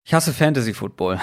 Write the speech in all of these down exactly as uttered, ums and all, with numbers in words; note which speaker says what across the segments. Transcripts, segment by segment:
Speaker 1: Ich hasse Fantasy Football.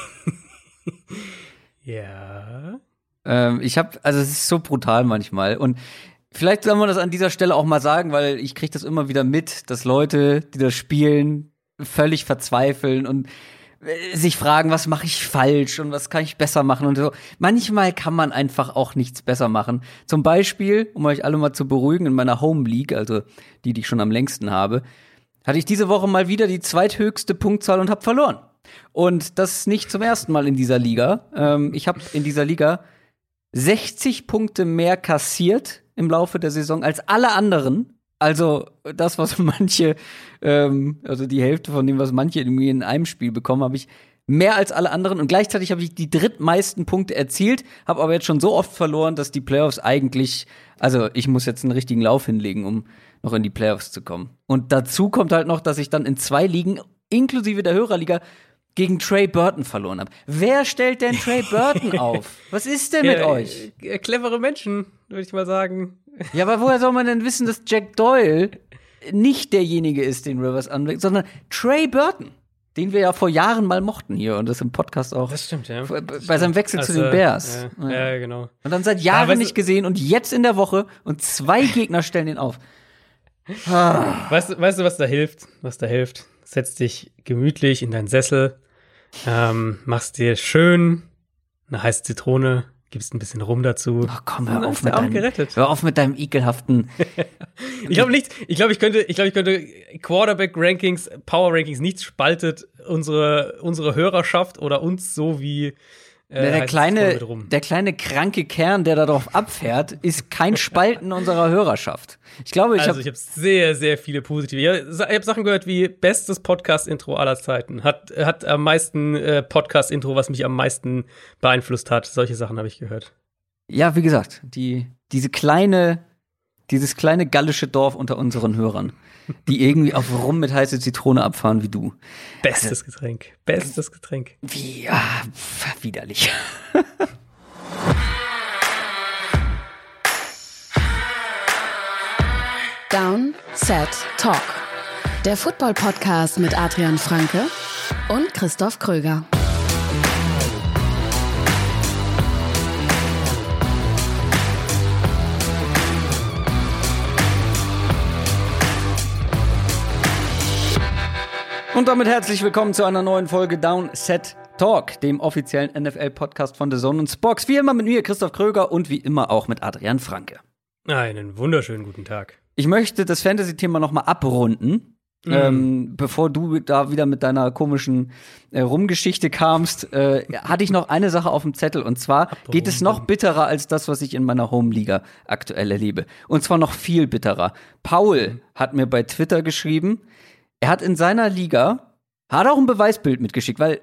Speaker 2: Ja.
Speaker 1: ähm, ich habe, also es ist so brutal manchmal. Und vielleicht soll man das an dieser Stelle auch mal sagen, weil ich kriege das immer wieder mit, dass Leute, die das spielen, völlig verzweifeln und sich fragen, was mache ich falsch und was kann ich besser machen und so. Manchmal kann man einfach auch nichts besser machen. Zum Beispiel, um euch alle mal zu beruhigen, in meiner Home League, also die, die ich schon am längsten habe, hatte ich diese Woche mal wieder die zweithöchste Punktzahl und habe verloren. Und das nicht zum ersten Mal in dieser Liga. Ähm, ich habe in dieser Liga sechzig Punkte mehr kassiert im Laufe der Saison als alle anderen. Also das, was manche, ähm, also die Hälfte von dem, was manche irgendwie in einem Spiel bekommen, habe ich mehr als alle anderen. Und gleichzeitig habe ich die drittmeisten Punkte erzielt, habe aber jetzt schon so oft verloren, dass die Playoffs eigentlich, also ich muss jetzt einen richtigen Lauf hinlegen, um noch in die Playoffs zu kommen. Und dazu kommt halt noch, dass ich dann in zwei Ligen, inklusive der Hörerliga, gegen Trey Burton verloren habe. Wer stellt denn Trey Burton auf? Was ist denn mit
Speaker 2: ja,
Speaker 1: euch?
Speaker 2: Äh, clevere Menschen, würde ich mal sagen.
Speaker 1: Ja, aber woher soll man denn wissen, dass Jack Doyle nicht derjenige ist, den Rivers anweckt, sondern Trey Burton, den wir ja vor Jahren mal mochten hier und das im Podcast auch.
Speaker 2: Das stimmt, ja. Das
Speaker 1: bei
Speaker 2: stimmt.
Speaker 1: seinem Wechsel
Speaker 2: also,
Speaker 1: zu den Bears.
Speaker 2: Ja, ja. ja, genau.
Speaker 1: Und dann seit Jahren
Speaker 2: ja,
Speaker 1: nicht gesehen und jetzt in der Woche und zwei Gegner stellen ihn auf.
Speaker 2: Ah. Weißt du, weißt du, was da hilft? Was da hilft? Setz dich gemütlich in deinen Sessel, ähm, machst dir schön eine heiße Zitrone, gibst ein bisschen Rum dazu.
Speaker 1: Ach komm, hör auf, mit deinem,
Speaker 2: gerettet.
Speaker 1: hör auf mit deinem ekelhaften.
Speaker 2: ich glaube nicht, ich glaube, ich könnte, ich glaube, ich könnte Quarterback-Rankings, Power-Rankings, nichts spaltet unsere, unsere Hörerschaft oder uns so wie
Speaker 1: äh, der, kleine, der kleine kranke Kern, der darauf abfährt, ist kein Spalten unserer Hörerschaft. Ich glaube, ich
Speaker 2: also
Speaker 1: habe
Speaker 2: ich habe sehr, sehr viele positive. Ich habe Sachen gehört wie bestes Podcast-Intro aller Zeiten. Hat, hat am meisten äh, Podcast-Intro, was mich am meisten beeinflusst hat. Solche Sachen habe ich gehört.
Speaker 1: Ja, wie gesagt, die, diese kleine, dieses kleine gallische Dorf unter unseren Hörern, die irgendwie auf Rum mit heiße Zitrone abfahren wie du.
Speaker 2: Bestes also, Getränk. Bestes Getränk.
Speaker 1: Wie, ja, widerlich.
Speaker 3: Down, Set, Talk. Der Football-Podcast mit Adrian Franke und Christoph Kröger.
Speaker 1: Und damit herzlich willkommen zu einer neuen Folge Down, Set, Talk, dem offiziellen N F L-Podcast von The Zone und Spox. Wie immer mit mir, Christoph Kröger, und wie immer auch mit Adrian Franke.
Speaker 2: Einen wunderschönen guten Tag.
Speaker 1: Ich möchte das Fantasy-Thema noch mal abrunden, mm. ähm, bevor du da wieder mit deiner komischen äh, Rumgeschichte kamst. Äh, hatte ich noch eine Sache auf dem Zettel, und zwar abrunden. Geht es noch bitterer als das, was ich in meiner Home-Liga aktuell erlebe. Und zwar noch viel bitterer. Paul mm. hat mir bei Twitter geschrieben, er hat in seiner Liga, hat auch ein Beweisbild mitgeschickt, weil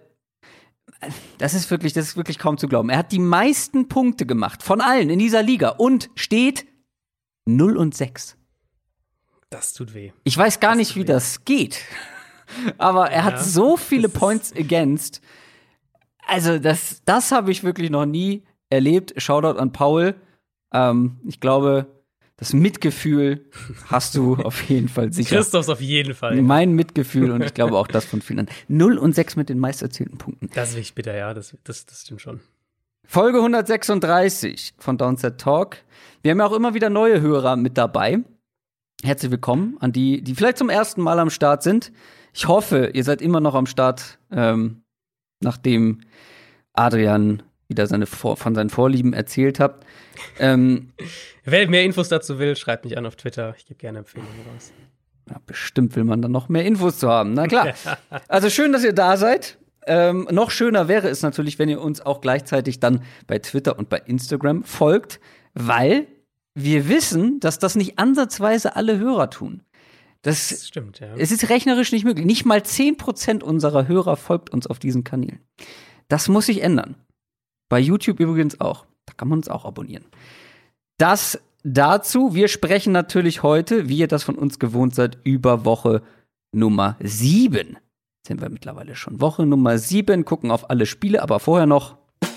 Speaker 1: das ist wirklich, das ist wirklich kaum zu glauben. Er hat die meisten Punkte gemacht von allen in dieser Liga und steht null und sechs.
Speaker 2: Das tut weh.
Speaker 1: Ich weiß gar
Speaker 2: das
Speaker 1: nicht, wie
Speaker 2: weh.
Speaker 1: das geht. Aber er
Speaker 2: ja,
Speaker 1: hat so viele Points against. Also das, das habe ich wirklich noch nie erlebt. Shoutout an Paul. Ähm, ich glaube, das Mitgefühl hast du auf jeden Fall sicher.
Speaker 2: Christophs auf jeden Fall.
Speaker 1: Mein Mitgefühl und ich glaube auch das von vielen anderen. null und sechs mit den meist erzielten Punkten.
Speaker 2: Das ist wirklich bitter, ja. Das, das, das stimmt schon.
Speaker 1: Folge hundertsechsunddreißig von Downset Talk. Wir haben ja auch immer wieder neue Hörer mit dabei. Herzlich willkommen an die, die vielleicht zum ersten Mal am Start sind. Ich hoffe, ihr seid immer noch am Start, ähm, nachdem Adrian wieder seine Vor- von seinen Vorlieben erzählt hat. Ähm,
Speaker 2: Wer mehr Infos dazu will, schreibt mich an auf Twitter. Ich gebe gerne Empfehlungen raus.
Speaker 1: Ja, bestimmt will man dann noch mehr Infos zu haben. Na klar. Also schön, dass ihr da seid. Ähm, noch schöner wäre es natürlich, wenn ihr uns auch gleichzeitig dann bei Twitter und bei Instagram folgt, weil wir wissen, dass das nicht ansatzweise alle Hörer tun. Das,
Speaker 2: das stimmt, ja.
Speaker 1: Es ist rechnerisch nicht möglich. Nicht mal zehn Prozent unserer Hörer folgt uns auf diesen Kanälen. Das muss sich ändern. Bei YouTube übrigens auch. Da kann man uns auch abonnieren. Das dazu. Wir sprechen natürlich heute, wie ihr das von uns gewohnt seid, über Woche Nummer sieben. Jetzt sind wir mittlerweile schon Woche Nummer sieben, gucken auf alle Spiele, aber vorher noch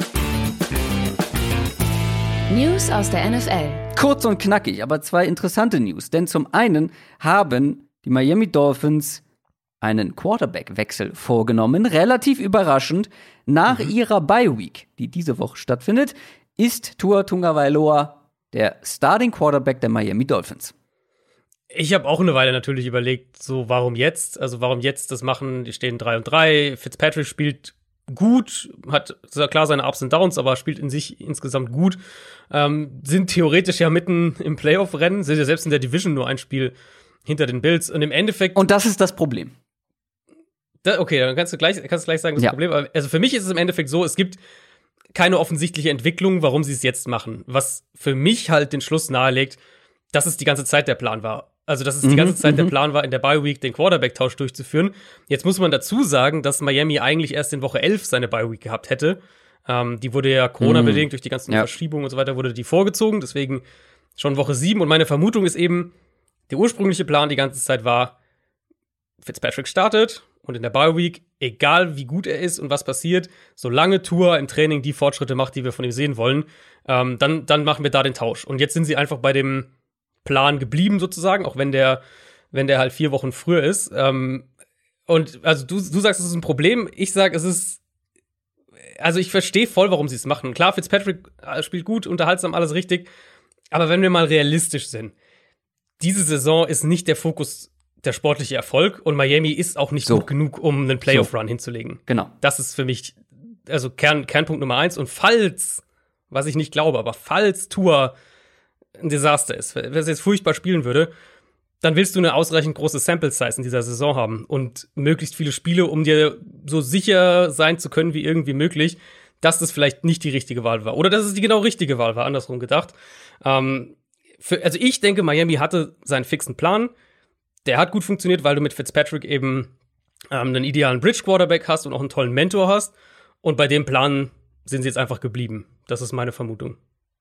Speaker 3: News aus der N F L.
Speaker 1: Kurz und knackig, aber zwei interessante News. Denn zum einen haben die Miami Dolphins einen Quarterback-Wechsel vorgenommen. Relativ überraschend. Nach mhm. ihrer Bye-Week, die diese Woche stattfindet, ist Tua Tagovailoa der Starting Quarterback der Miami Dolphins.
Speaker 2: Ich habe auch eine Weile natürlich überlegt, so warum jetzt? Also warum jetzt das machen? Die stehen drei und drei. Fitzpatrick spielt gut, hat klar seine Ups und Downs, aber spielt in sich insgesamt gut. Ähm, sind theoretisch ja mitten im Playoff-Rennen, sind ja selbst in der Division nur ein Spiel hinter den Bills. Und im Endeffekt.
Speaker 1: Und das ist das Problem.
Speaker 2: Da, okay, dann kannst du gleich, kannst du gleich sagen, das ja. Problem. Also für mich ist es im Endeffekt so, es gibt keine offensichtliche Entwicklung, warum sie es jetzt machen. Was für mich halt den Schluss nahelegt, dass es die ganze Zeit der Plan war. Also, dass es mhm, die ganze Zeit m- der Plan war, in der Bye-Week den Quarterback-Tausch durchzuführen. Jetzt muss man dazu sagen, dass Miami eigentlich erst in Woche elf seine Bye-Week gehabt hätte. Ähm, die wurde ja Corona-bedingt, mhm. durch die ganzen ja. Verschiebungen und so weiter, wurde die vorgezogen. Deswegen schon Woche sieben. Und meine Vermutung ist eben, der ursprüngliche Plan die ganze Zeit war, Fitzpatrick startet und in der Bye-Week, egal wie gut er ist und was passiert, solange Tua im Training die Fortschritte macht, die wir von ihm sehen wollen, ähm, dann, dann machen wir da den Tausch. Und jetzt sind sie einfach bei dem Plan geblieben sozusagen, auch wenn der, wenn der halt vier Wochen früher ist. Ähm, und also du, du sagst, es ist ein Problem. Ich sag, es ist, also ich verstehe voll, warum sie es machen. Klar, Fitzpatrick spielt gut, unterhaltsam, alles richtig. Aber wenn wir mal realistisch sind, diese Saison ist nicht der Fokus der sportliche Erfolg und Miami ist auch nicht so gut genug, um einen Playoff-Run so. hinzulegen.
Speaker 1: Genau.
Speaker 2: Das ist für mich, also Kern, Kernpunkt Nummer eins. Und falls, was ich nicht glaube, aber falls Tua ein Desaster ist, wenn es jetzt furchtbar spielen würde, dann willst du eine ausreichend große Sample-Size in dieser Saison haben und möglichst viele Spiele, um dir so sicher sein zu können wie irgendwie möglich, dass das vielleicht nicht die richtige Wahl war. Oder dass es die genau richtige Wahl war, andersrum gedacht. Ähm, für, also ich denke, Miami hatte seinen fixen Plan. Der hat gut funktioniert, weil du mit Fitzpatrick eben ähm, einen idealen Bridge-Quarterback hast und auch einen tollen Mentor hast. Und bei dem Plan sind sie jetzt einfach geblieben. Das ist meine Vermutung.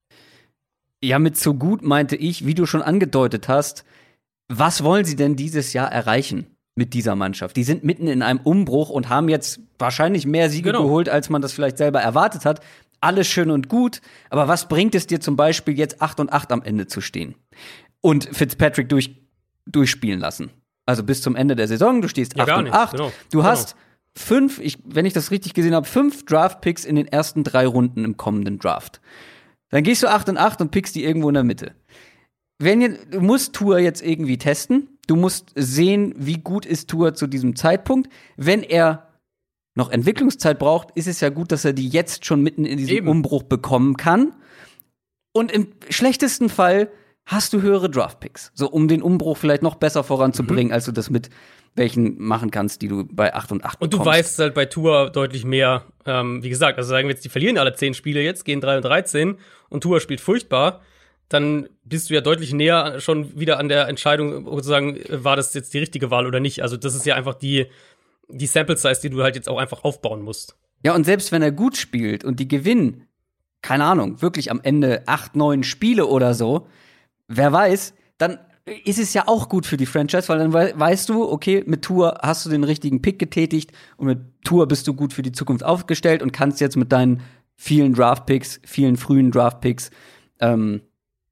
Speaker 1: Ja, mit so gut meinte ich, wie du schon angedeutet hast, was wollen sie denn dieses Jahr erreichen mit dieser Mannschaft? Die sind mitten in einem Umbruch und haben jetzt wahrscheinlich mehr Siege genau. geholt, als man das vielleicht selber erwartet hat. Alles schön und gut, aber was bringt es dir zum Beispiel jetzt acht und acht am Ende zu stehen? Und Fitzpatrick durch durchspielen lassen. Also bis zum Ende der Saison, du stehst ja, acht und acht. Genau. Du genau. hast fünf, ich, wenn ich das richtig gesehen habe, fünf Draft-Picks in den ersten drei Runden im kommenden Draft. Dann gehst du acht und acht und pickst die irgendwo in der Mitte. Wenn ihr, du musst Tua jetzt irgendwie testen. Du musst sehen, wie gut ist Tua zu diesem Zeitpunkt. Wenn er noch Entwicklungszeit braucht, ist es ja gut, dass er die jetzt schon mitten in diesem Eben. Umbruch bekommen kann. Und im schlechtesten Fall hast du höhere Draftpicks, so um den Umbruch vielleicht noch besser voranzubringen, mhm. als du das mit welchen machen kannst, die du bei acht und acht bekommst.
Speaker 2: Und du weißt halt bei Tua deutlich mehr, ähm, wie gesagt, also sagen wir jetzt, die verlieren alle zehn Spiele jetzt, gehen drei und dreizehn und Tua spielt furchtbar, dann bist du ja deutlich näher schon wieder an der Entscheidung, sozusagen, war das jetzt die richtige Wahl oder nicht. Also das ist ja einfach die, die Sample-Size, die du halt jetzt auch einfach aufbauen musst.
Speaker 1: Ja, und selbst wenn er gut spielt und die gewinnen, keine Ahnung, wirklich am Ende acht, neun Spiele oder so, wer weiß, dann ist es ja auch gut für die Franchise, weil dann we- weißt du, okay, mit Tua hast du den richtigen Pick getätigt und mit Tua bist du gut für die Zukunft aufgestellt und kannst jetzt mit deinen vielen Draft-Picks, vielen frühen Draft-Picks, ähm,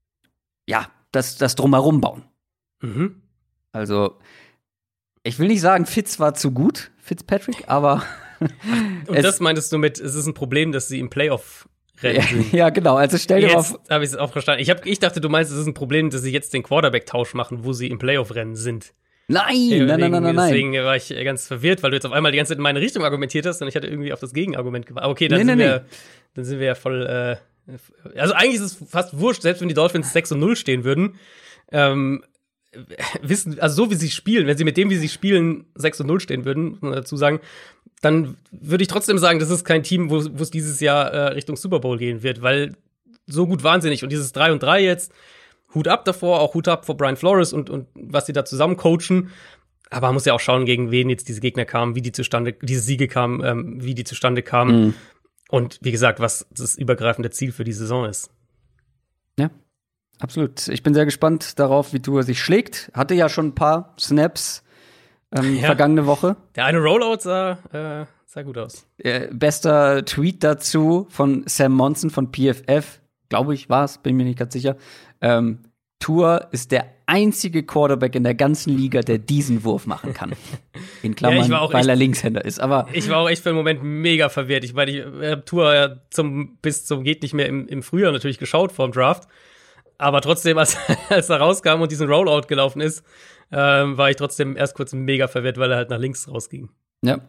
Speaker 1: ja, das, das drumherum bauen.
Speaker 2: Mhm.
Speaker 1: Also, ich will nicht sagen, Fitz war zu gut, Fitzpatrick, aber
Speaker 2: und das meintest du mit, es ist ein Problem, dass sie im Playoff
Speaker 1: Ja, ja, genau. Also stell dir
Speaker 2: jetzt
Speaker 1: auf.
Speaker 2: Habe ich es auch verstanden. Ich, hab, ich dachte, du meinst, es ist ein Problem, dass sie jetzt den Quarterback-Tausch machen, wo sie im Playoff-Rennen sind.
Speaker 1: Nein,
Speaker 2: deswegen,
Speaker 1: nein, nein, nein, nein.
Speaker 2: Deswegen war ich ganz verwirrt, weil du jetzt auf einmal die ganze Zeit in meine Richtung argumentiert hast und ich hatte irgendwie auf das Gegenargument gewartet. Okay, dann, nee, sind nee, wir, nee. dann sind wir ja voll. Äh, also eigentlich ist es fast wurscht, selbst wenn die Dolphins sechs und null stehen würden. Ähm, wissen, also so wie sie spielen, wenn sie mit dem, wie sie spielen, sechs und null stehen würden, muss man dazu sagen, dann würde ich trotzdem sagen, das ist kein Team, wo es dieses Jahr äh, Richtung Super Bowl gehen wird, weil so gut wahnsinnig. Und dieses drei und drei jetzt, Hut ab davor, auch Hut ab vor Brian Flores und, und was sie da zusammen coachen. Aber man muss ja auch schauen, gegen wen jetzt diese Gegner kamen, wie die zustande, diese Siege kamen, ähm, wie die zustande kamen. Mhm. Und wie gesagt, was das übergreifende Ziel für die Saison ist.
Speaker 1: Ja, absolut. Ich bin sehr gespannt darauf, wie Tua sich schlägt. Hatte ja schon ein paar Snaps ähm, ja. vergangene Woche.
Speaker 2: Der eine Rollout sah, äh, sah gut aus.
Speaker 1: Äh, bester Tweet dazu von Sam Monson von P F F, glaube ich, war es, bin mir nicht ganz sicher. Ähm, Tua ist der einzige Quarterback in der ganzen Liga, der diesen Wurf machen kann. In Klammern, ja, weil
Speaker 2: echt,
Speaker 1: er Linkshänder ist. Aber
Speaker 2: ich war auch echt für einen Moment mega verwirrt. Ich meine, ich habe Tua ja zum, bis zum geht nicht mehr im, im Frühjahr natürlich geschaut vor dem Draft. Aber trotzdem, als, als er rauskam und diesen Rollout gelaufen ist, ähm, war ich trotzdem erst kurz mega verwirrt, weil er halt nach links rausging.
Speaker 1: Ja.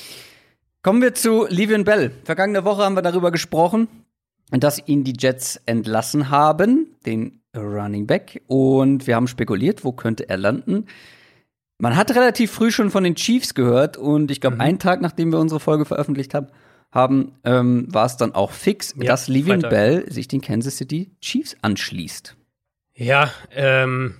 Speaker 1: Kommen wir zu Le'Veon Bell. Vergangene Woche haben wir darüber gesprochen, dass ihn die Jets entlassen haben, den Running Back. Und wir haben spekuliert, wo könnte er landen. Man hat relativ früh schon von den Chiefs gehört. Und ich glaube, mhm. einen Tag, nachdem wir unsere Folge veröffentlicht haben, haben ähm, war es dann auch fix, ja, dass Le'Veon Bell sich den Kansas City Chiefs anschließt.
Speaker 2: Ja, ähm,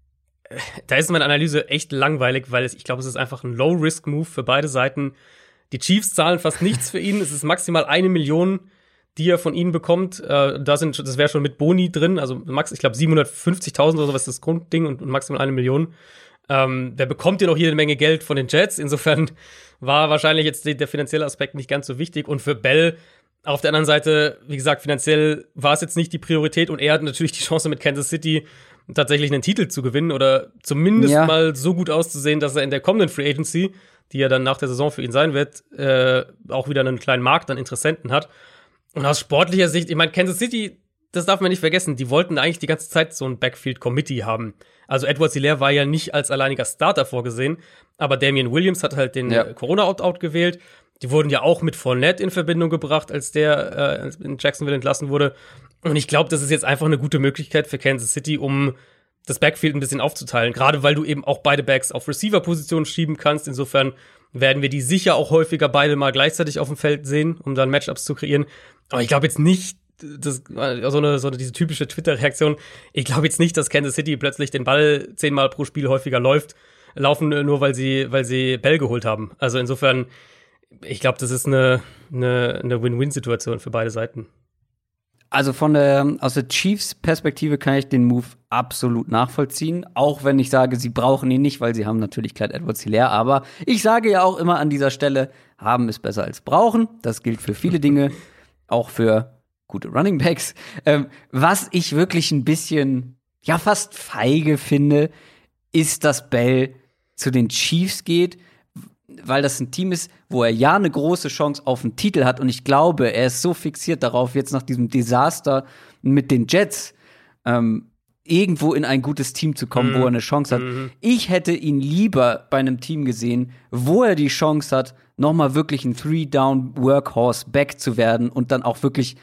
Speaker 2: da ist meine Analyse echt langweilig, weil es, ich glaube, es ist einfach ein Low-Risk-Move für beide Seiten. Die Chiefs zahlen fast nichts für ihn. Es ist maximal eine Million, die er von ihnen bekommt. Äh, da sind, das wäre schon mit Boni drin. Also max, ich glaube, siebenhundertfünfzigtausend oder so, was ist das Grundding und, und maximal eine Million. Ähm, der bekommt ja noch jede Menge Geld von den Jets. Insofern war wahrscheinlich jetzt der finanzielle Aspekt nicht ganz so wichtig. Und für Bell auf der anderen Seite, wie gesagt, finanziell war es jetzt nicht die Priorität. Und er hat natürlich die Chance, mit Kansas City tatsächlich einen Titel zu gewinnen oder zumindest ja. mal so gut auszusehen, dass er in der kommenden Free Agency, die ja dann nach der Saison für ihn sein wird, äh, auch wieder einen kleinen Markt an Interessenten hat. Und aus sportlicher Sicht, ich meine, Kansas City, das darf man nicht vergessen, die wollten eigentlich die ganze Zeit so ein Backfield-Committee haben. Also Edwards-Helaire war ja nicht als alleiniger Starter vorgesehen, aber Damian Williams hat halt den ja. Corona-Opt-out gewählt. Die wurden ja auch mit Fournette in Verbindung gebracht, als der äh, in Jacksonville entlassen wurde. Und ich glaube, das ist jetzt einfach eine gute Möglichkeit für Kansas City, um das Backfield ein bisschen aufzuteilen. Gerade weil du eben auch beide Backs auf Receiver-Positionen schieben kannst. Insofern werden wir die sicher auch häufiger beide mal gleichzeitig auf dem Feld sehen, um dann Matchups zu kreieren. Aber ich glaube jetzt nicht, das, so eine, so eine, diese typische Twitter-Reaktion, ich glaube jetzt nicht, dass Kansas City plötzlich den Ball zehnmal pro Spiel häufiger läuft, laufen, nur weil sie, weil sie Bell geholt haben. Also insofern, ich glaube, das ist eine, eine, eine Win-Win-Situation für beide Seiten.
Speaker 1: Also von der, aus der Chiefs-Perspektive kann ich den Move absolut nachvollziehen. Auch wenn ich sage, sie brauchen ihn nicht, weil sie haben natürlich Clyde Edwards-Helaire. Aber ich sage ja auch immer an dieser Stelle, haben ist besser als brauchen. Das gilt für viele Dinge, auch für gute Running Backs. Ähm, was ich wirklich ein bisschen, ja fast feige finde, ist, dass Bell zu den Chiefs geht, weil das ein Team ist, wo er ja eine große Chance auf einen Titel hat. Und ich glaube, er ist so fixiert darauf, jetzt nach diesem Desaster mit den Jets ähm, irgendwo in ein gutes Team zu kommen, mhm. wo er eine Chance hat. Mhm. Ich hätte ihn lieber bei einem Team gesehen, wo er die Chance hat, nochmal wirklich ein Three-Down-Workhorse-Back zu werden und dann auch wirklich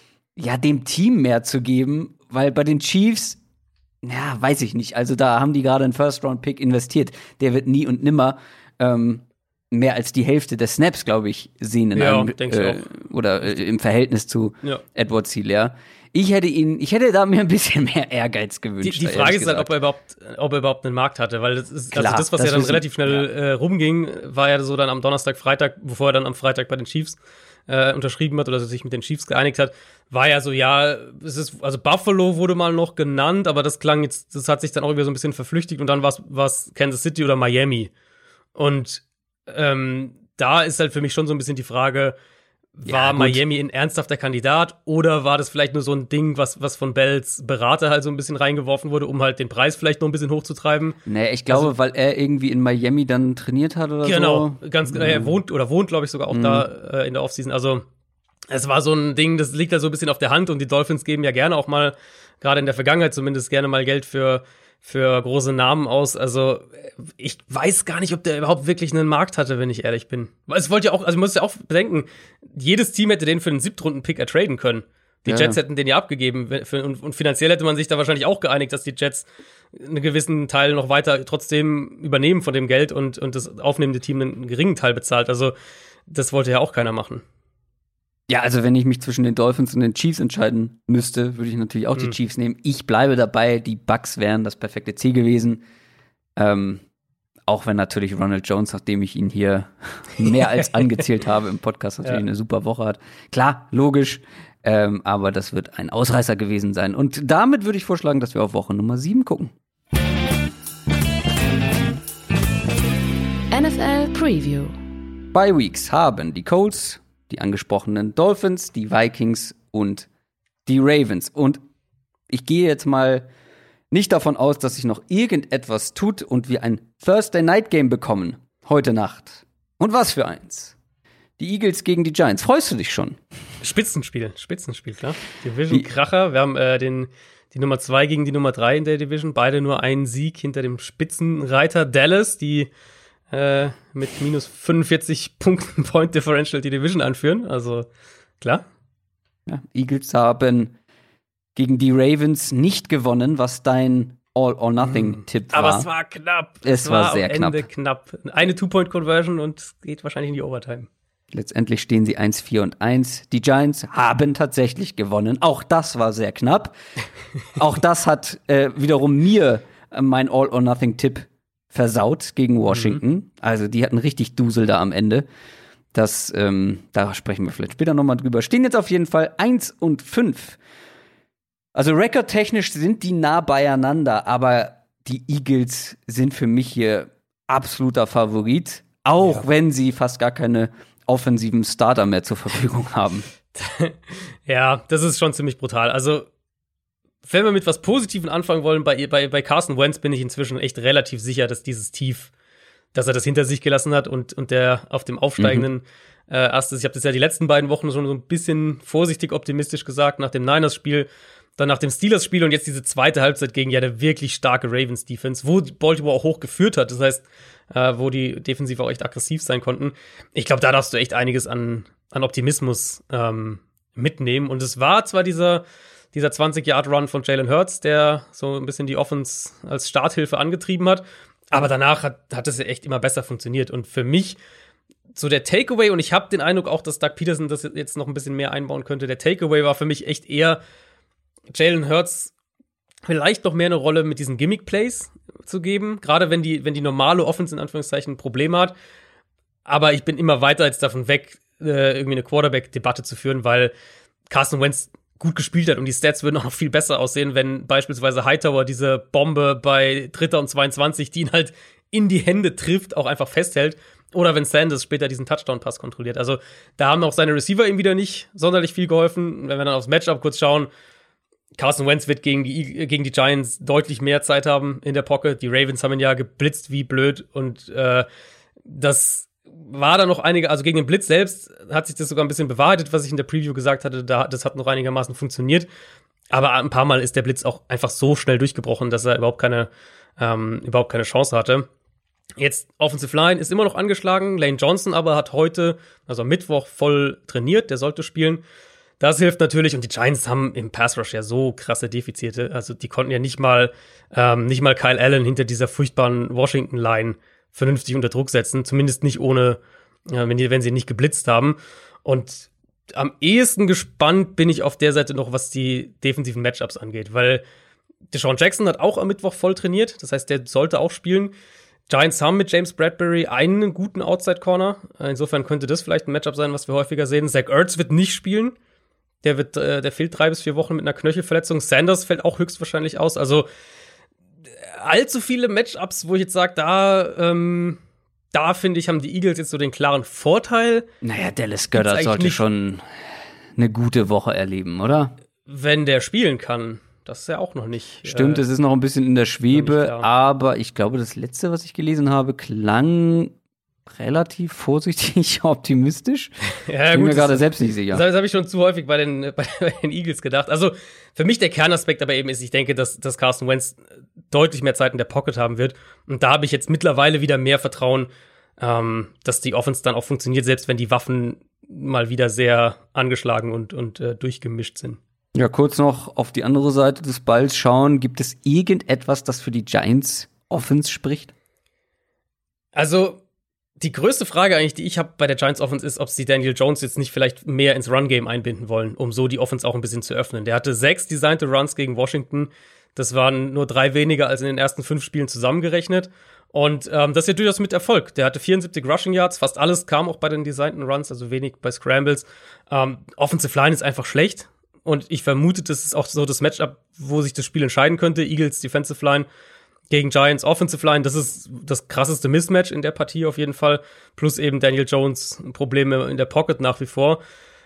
Speaker 1: ja dem Team mehr zu geben. Weil bei den Chiefs, ja, weiß ich nicht. Also da haben die gerade einen First-Round-Pick investiert. Der wird nie und nimmer ähm, mehr als die Hälfte des Snaps, glaube ich, sehen in
Speaker 2: ja,
Speaker 1: einem, äh, oder äh, im Verhältnis zu
Speaker 2: ja.
Speaker 1: Edwards-Helaire. Ich hätte ihn, ich hätte da mir ein bisschen mehr Ehrgeiz gewünscht.
Speaker 2: Die, die Frage ist halt, ob er überhaupt, ob er überhaupt einen Markt hatte, weil das ist, Klar, also das, was das ja dann relativ schnell ja. äh, rumging, war ja so dann am Donnerstag, Freitag, bevor er dann am Freitag bei den Chiefs äh, unterschrieben hat oder sich mit den Chiefs geeinigt hat, war ja so, ja, es ist, also Buffalo wurde mal noch genannt, aber das klang jetzt, das hat sich dann auch wieder so ein bisschen verflüchtigt und dann war es Kansas City oder Miami. Und ähm, da ist halt für mich schon so ein bisschen die Frage, war ja, Miami ein ernsthafter Kandidat oder war das vielleicht nur so ein Ding, was, was von Bells Berater halt so ein bisschen reingeworfen wurde, um halt den Preis vielleicht noch ein bisschen hochzutreiben?
Speaker 1: Nee, ich glaube, also, weil er irgendwie in Miami dann trainiert hat oder
Speaker 2: genau,
Speaker 1: so.
Speaker 2: Genau, ganz genau. Er wohnt oder wohnt, glaube ich, sogar auch mhm. da äh, in der Offseason. Also es war so ein Ding, das liegt da so ein bisschen auf der Hand und die Dolphins geben ja gerne auch mal, gerade in der Vergangenheit zumindest, gerne mal Geld für für große Namen aus. Also ich weiß gar nicht, ob der überhaupt wirklich einen Markt hatte, wenn ich ehrlich bin. Weil es wollte ja auch, also man muss ja auch bedenken, jedes Team hätte den für einen Siebtrunden-Pick ertraden können. Die ja. Jets hätten den ja abgegeben und, und finanziell hätte man sich da wahrscheinlich auch geeinigt, dass die Jets einen gewissen Teil noch weiter trotzdem übernehmen von dem Geld und, und das aufnehmende Team einen geringen Teil bezahlt. Also das wollte ja auch keiner machen.
Speaker 1: Ja, also wenn ich mich zwischen den Dolphins und den Chiefs entscheiden müsste, würde ich natürlich auch mhm. die Chiefs nehmen. Ich bleibe dabei, die Bucks wären das perfekte Ziel gewesen. Ähm, auch wenn natürlich Ronald Jones, nachdem ich ihn hier mehr als angezählt habe im Podcast, natürlich ja. eine super Woche hat. Klar, logisch, ähm, aber das wird ein Ausreißer gewesen sein. Und damit würde ich vorschlagen, dass wir auf Woche Nummer sieben gucken.
Speaker 3: N F L Preview.
Speaker 1: Bye Weeks haben die Colts, die angesprochenen Dolphins, die Vikings und die Ravens. Und ich gehe jetzt mal nicht davon aus, dass sich noch irgendetwas tut und wir ein Thursday Night Game bekommen. Heute Nacht. Und was für eins? Die Eagles gegen die Giants. Freust du dich schon?
Speaker 2: Spitzenspiel, Spitzenspiel, klar. Division-Kracher. Wir haben äh, den, die Nummer zwei gegen die Nummer drei in der Division. Beide nur einen Sieg hinter dem Spitzenreiter Dallas, die äh, mit minus fünfundvierzig Punkten Point Differential die Division anführen. Also, klar.
Speaker 1: Ja, Eagles haben gegen die Ravens nicht gewonnen, was dein All-or-Nothing-Tipp war.
Speaker 2: Aber es war knapp.
Speaker 1: Es, es war, war sehr
Speaker 3: am
Speaker 2: Ende knapp. knapp. Eine Two-Point-Conversion und geht wahrscheinlich in die Overtime.
Speaker 1: Letztendlich stehen sie eins vier und eins. Die Giants haben tatsächlich gewonnen. Auch das war sehr knapp. Auch das hat äh, wiederum mir äh, mein All-or-Nothing-Tipp versaut gegen Washington. Mhm. Also die hatten richtig Dusel da am Ende. Das, ähm, da sprechen wir vielleicht später nochmal drüber. Stehen jetzt auf jeden Fall eins und fünf. Also rekordtechnisch sind die nah beieinander, aber die Eagles sind für mich hier absoluter Favorit. Auch ja. wenn sie fast gar keine offensiven Starter mehr zur Verfügung haben.
Speaker 2: Ja, das ist schon ziemlich brutal. Also, wenn wir mit was Positivem anfangen wollen, bei, bei, bei Carson Wentz bin ich inzwischen echt relativ sicher, dass dieses Tief, dass er das hinter sich gelassen hat und, und der auf dem aufsteigenden mhm. äh, Ast ist. Ich habe das ja die letzten beiden Wochen schon so ein bisschen vorsichtig optimistisch gesagt, nach dem Niners-Spiel, dann nach dem Steelers-Spiel und jetzt diese zweite Halbzeit gegen ja der wirklich starke Ravens-Defense, wo Baltimore auch hoch geführt hat. Das heißt, äh, wo die defensiv auch echt aggressiv sein konnten. Ich glaube, da darfst du echt einiges an, an Optimismus ähm, mitnehmen. Und es war zwar dieser, dieser zwanzig-Yard-Run von Jalen Hurts, der so ein bisschen die Offense als Starthilfe angetrieben hat, aber danach hat, hat es ja echt immer besser funktioniert. Und für mich so der Takeaway, und ich habe den Eindruck auch, dass Doug Peterson das jetzt noch ein bisschen mehr einbauen könnte, der Takeaway war für mich echt eher Jalen Hurts vielleicht noch mehr eine Rolle mit diesen Gimmick-Plays zu geben, gerade wenn die, wenn die normale Offense in Anführungszeichen ein Problem hat. Aber ich bin immer weiter jetzt davon weg, äh, irgendwie eine Quarterback-Debatte zu führen, weil Carson Wentz gut gespielt hat und die Stats würden auch noch viel besser aussehen, wenn beispielsweise Hightower diese Bombe bei Dritter und zweiundzwanzig, die ihn halt in die Hände trifft, auch einfach festhält. Oder wenn Sanders später diesen Touchdown-Pass kontrolliert. Also da haben auch seine Receiver ihm wieder nicht sonderlich viel geholfen. Wenn wir dann aufs Matchup kurz schauen, Carson Wentz wird gegen die, gegen die Giants deutlich mehr Zeit haben in der Pocket. Die Ravens haben ihn ja geblitzt wie blöd. Und äh, das war dann noch einige, also gegen den Blitz selbst hat sich das sogar ein bisschen bewahrheitet, was ich in der Preview gesagt hatte. Da, das hat noch einigermaßen funktioniert. Aber ein paar Mal ist der Blitz auch einfach so schnell durchgebrochen, dass er überhaupt keine, ähm, überhaupt keine Chance hatte. Jetzt Offensive Line ist immer noch angeschlagen. Lane Johnson aber hat heute, also am Mittwoch, voll trainiert. Der sollte spielen. Das hilft natürlich. Und die Giants haben im Pass Rush ja so krasse Defizite. Also die konnten ja nicht mal, ähm, nicht mal Kyle Allen hinter dieser furchtbaren Washington-Line vernünftig unter Druck setzen. Zumindest nicht ohne, äh, wenn, die, wenn sie nicht geblitzt haben. Und am ehesten gespannt bin ich auf der Seite noch, was die defensiven Matchups angeht. Weil Deshaun Jackson hat auch am Mittwoch voll trainiert. Das heißt, der sollte auch spielen. Giants haben mit James Bradbury einen guten Outside-Corner. Insofern könnte das vielleicht ein Matchup sein, was wir häufiger sehen. Zach Ertz wird nicht spielen. Der wird, äh, der fehlt drei bis vier Wochen mit einer Knöchelverletzung. Sanders fällt auch höchstwahrscheinlich aus. Also allzu viele Matchups, wo ich jetzt sage, da, ähm, da finde ich, haben die Eagles jetzt so den klaren Vorteil.
Speaker 1: Naja, Dallas Goedert sollte schon eine gute Woche erleben, oder?
Speaker 2: Wenn der spielen kann. Das ist ja auch noch nicht.
Speaker 1: Stimmt,
Speaker 2: äh,
Speaker 1: es ist noch ein bisschen in der Schwebe, aber ich glaube, das letzte, was ich gelesen habe, klang relativ vorsichtig optimistisch.
Speaker 2: Ja,
Speaker 1: ich bin
Speaker 2: gut,
Speaker 1: mir gerade selbst nicht sicher.
Speaker 2: Das, das habe ich schon zu häufig bei den, bei den Eagles gedacht. Also für mich der Kernaspekt aber eben ist, ich denke, dass, dass Carson Wentz deutlich mehr Zeit in der Pocket haben wird. Und da habe ich jetzt mittlerweile wieder mehr Vertrauen, ähm, dass die Offense dann auch funktioniert, selbst wenn die Waffen mal wieder sehr angeschlagen und, und äh, durchgemischt sind.
Speaker 1: Ja, kurz noch auf die andere Seite des Balls schauen. Gibt es irgendetwas, das für die Giants Offense spricht?
Speaker 2: Also, die größte Frage eigentlich, die ich habe bei der Giants Offense ist, ob sie Daniel Jones jetzt nicht vielleicht mehr ins Run-Game einbinden wollen, um so die Offense auch ein bisschen zu öffnen. Der hatte sechs designte Runs gegen Washington. Das waren nur drei weniger als in den ersten fünf Spielen zusammengerechnet. Und ähm, das ist ja durchaus mit Erfolg. Der hatte vierundsiebzig Rushing Yards. Fast alles kam auch bei den designten Runs, also wenig bei Scrambles. Ähm, Offensive Line ist einfach schlecht. Und ich vermute, das ist auch so das Matchup, wo sich das Spiel entscheiden könnte. Eagles Defensive Line gegen Giants Offensive Line. Das ist das krasseste Mismatch in der Partie auf jeden Fall. Plus eben Daniel Jones Probleme in der Pocket nach wie vor.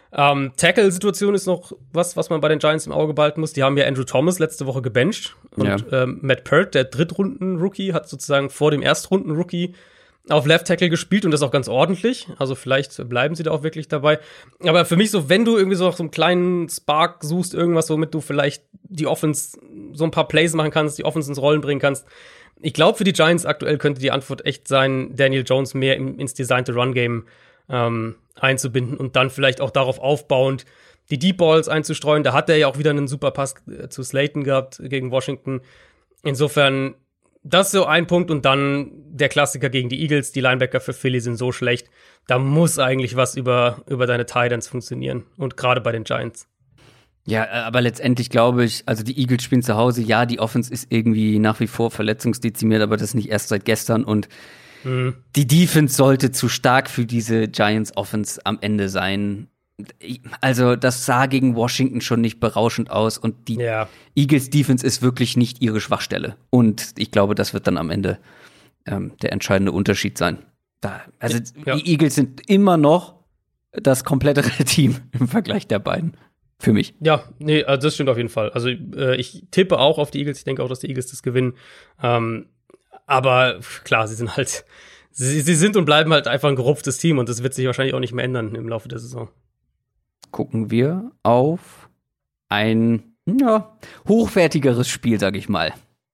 Speaker 2: Ähm, Tackle-Situation ist noch was, was man bei den Giants im Auge behalten muss. Die haben ja Andrew Thomas letzte Woche gebencht. Und
Speaker 1: ja.
Speaker 2: ähm, Matt Peart, der Drittrunden-Rookie, hat sozusagen vor dem Erstrunden-Rookie auf Left Tackle gespielt und das auch ganz ordentlich. Also vielleicht bleiben sie da auch wirklich dabei. Aber für mich so, wenn du irgendwie so noch so einen kleinen Spark suchst, irgendwas, womit du vielleicht die Offense so ein paar Plays machen kannst, die Offense ins Rollen bringen kannst. Ich glaube, für die Giants aktuell könnte die Antwort echt sein, Daniel Jones mehr im, ins designte Run-Game ähm, einzubinden und dann vielleicht auch darauf aufbauend die Deep Balls einzustreuen. Da hat er ja auch wieder einen super Pass äh, zu Slayton gehabt gegen Washington. Insofern, das ist so ein Punkt. Und dann der Klassiker gegen die Eagles. Die Linebacker für Philly sind so schlecht. Da muss eigentlich was über, über deine Titans funktionieren. Und gerade bei den Giants.
Speaker 1: Ja, aber letztendlich glaube ich, also die Eagles spielen zu Hause. Ja, die Offense ist irgendwie nach wie vor verletzungsdezimiert, aber das nicht erst seit gestern. Und mhm. die Defense sollte zu stark für diese Giants Offense am Ende sein. Also das sah gegen Washington schon nicht berauschend aus. Und die ja. Eagles Defense ist wirklich nicht ihre Schwachstelle. Und ich glaube, das wird dann am Ende ähm, der entscheidende Unterschied sein. Da, also ja. die Eagles sind immer noch das komplettere Team im Vergleich der beiden. Für mich.
Speaker 2: Ja, nee, also das stimmt auf jeden Fall. Also äh, ich tippe auch auf die Eagles. Ich denke auch, dass die Eagles das gewinnen. Ähm, aber klar, sie sind halt, sie, sie sind und bleiben halt einfach ein gerupftes Team und das wird sich wahrscheinlich auch nicht mehr ändern im Laufe der Saison.
Speaker 1: Gucken wir auf ein ja, hochwertigeres Spiel, sag ich mal.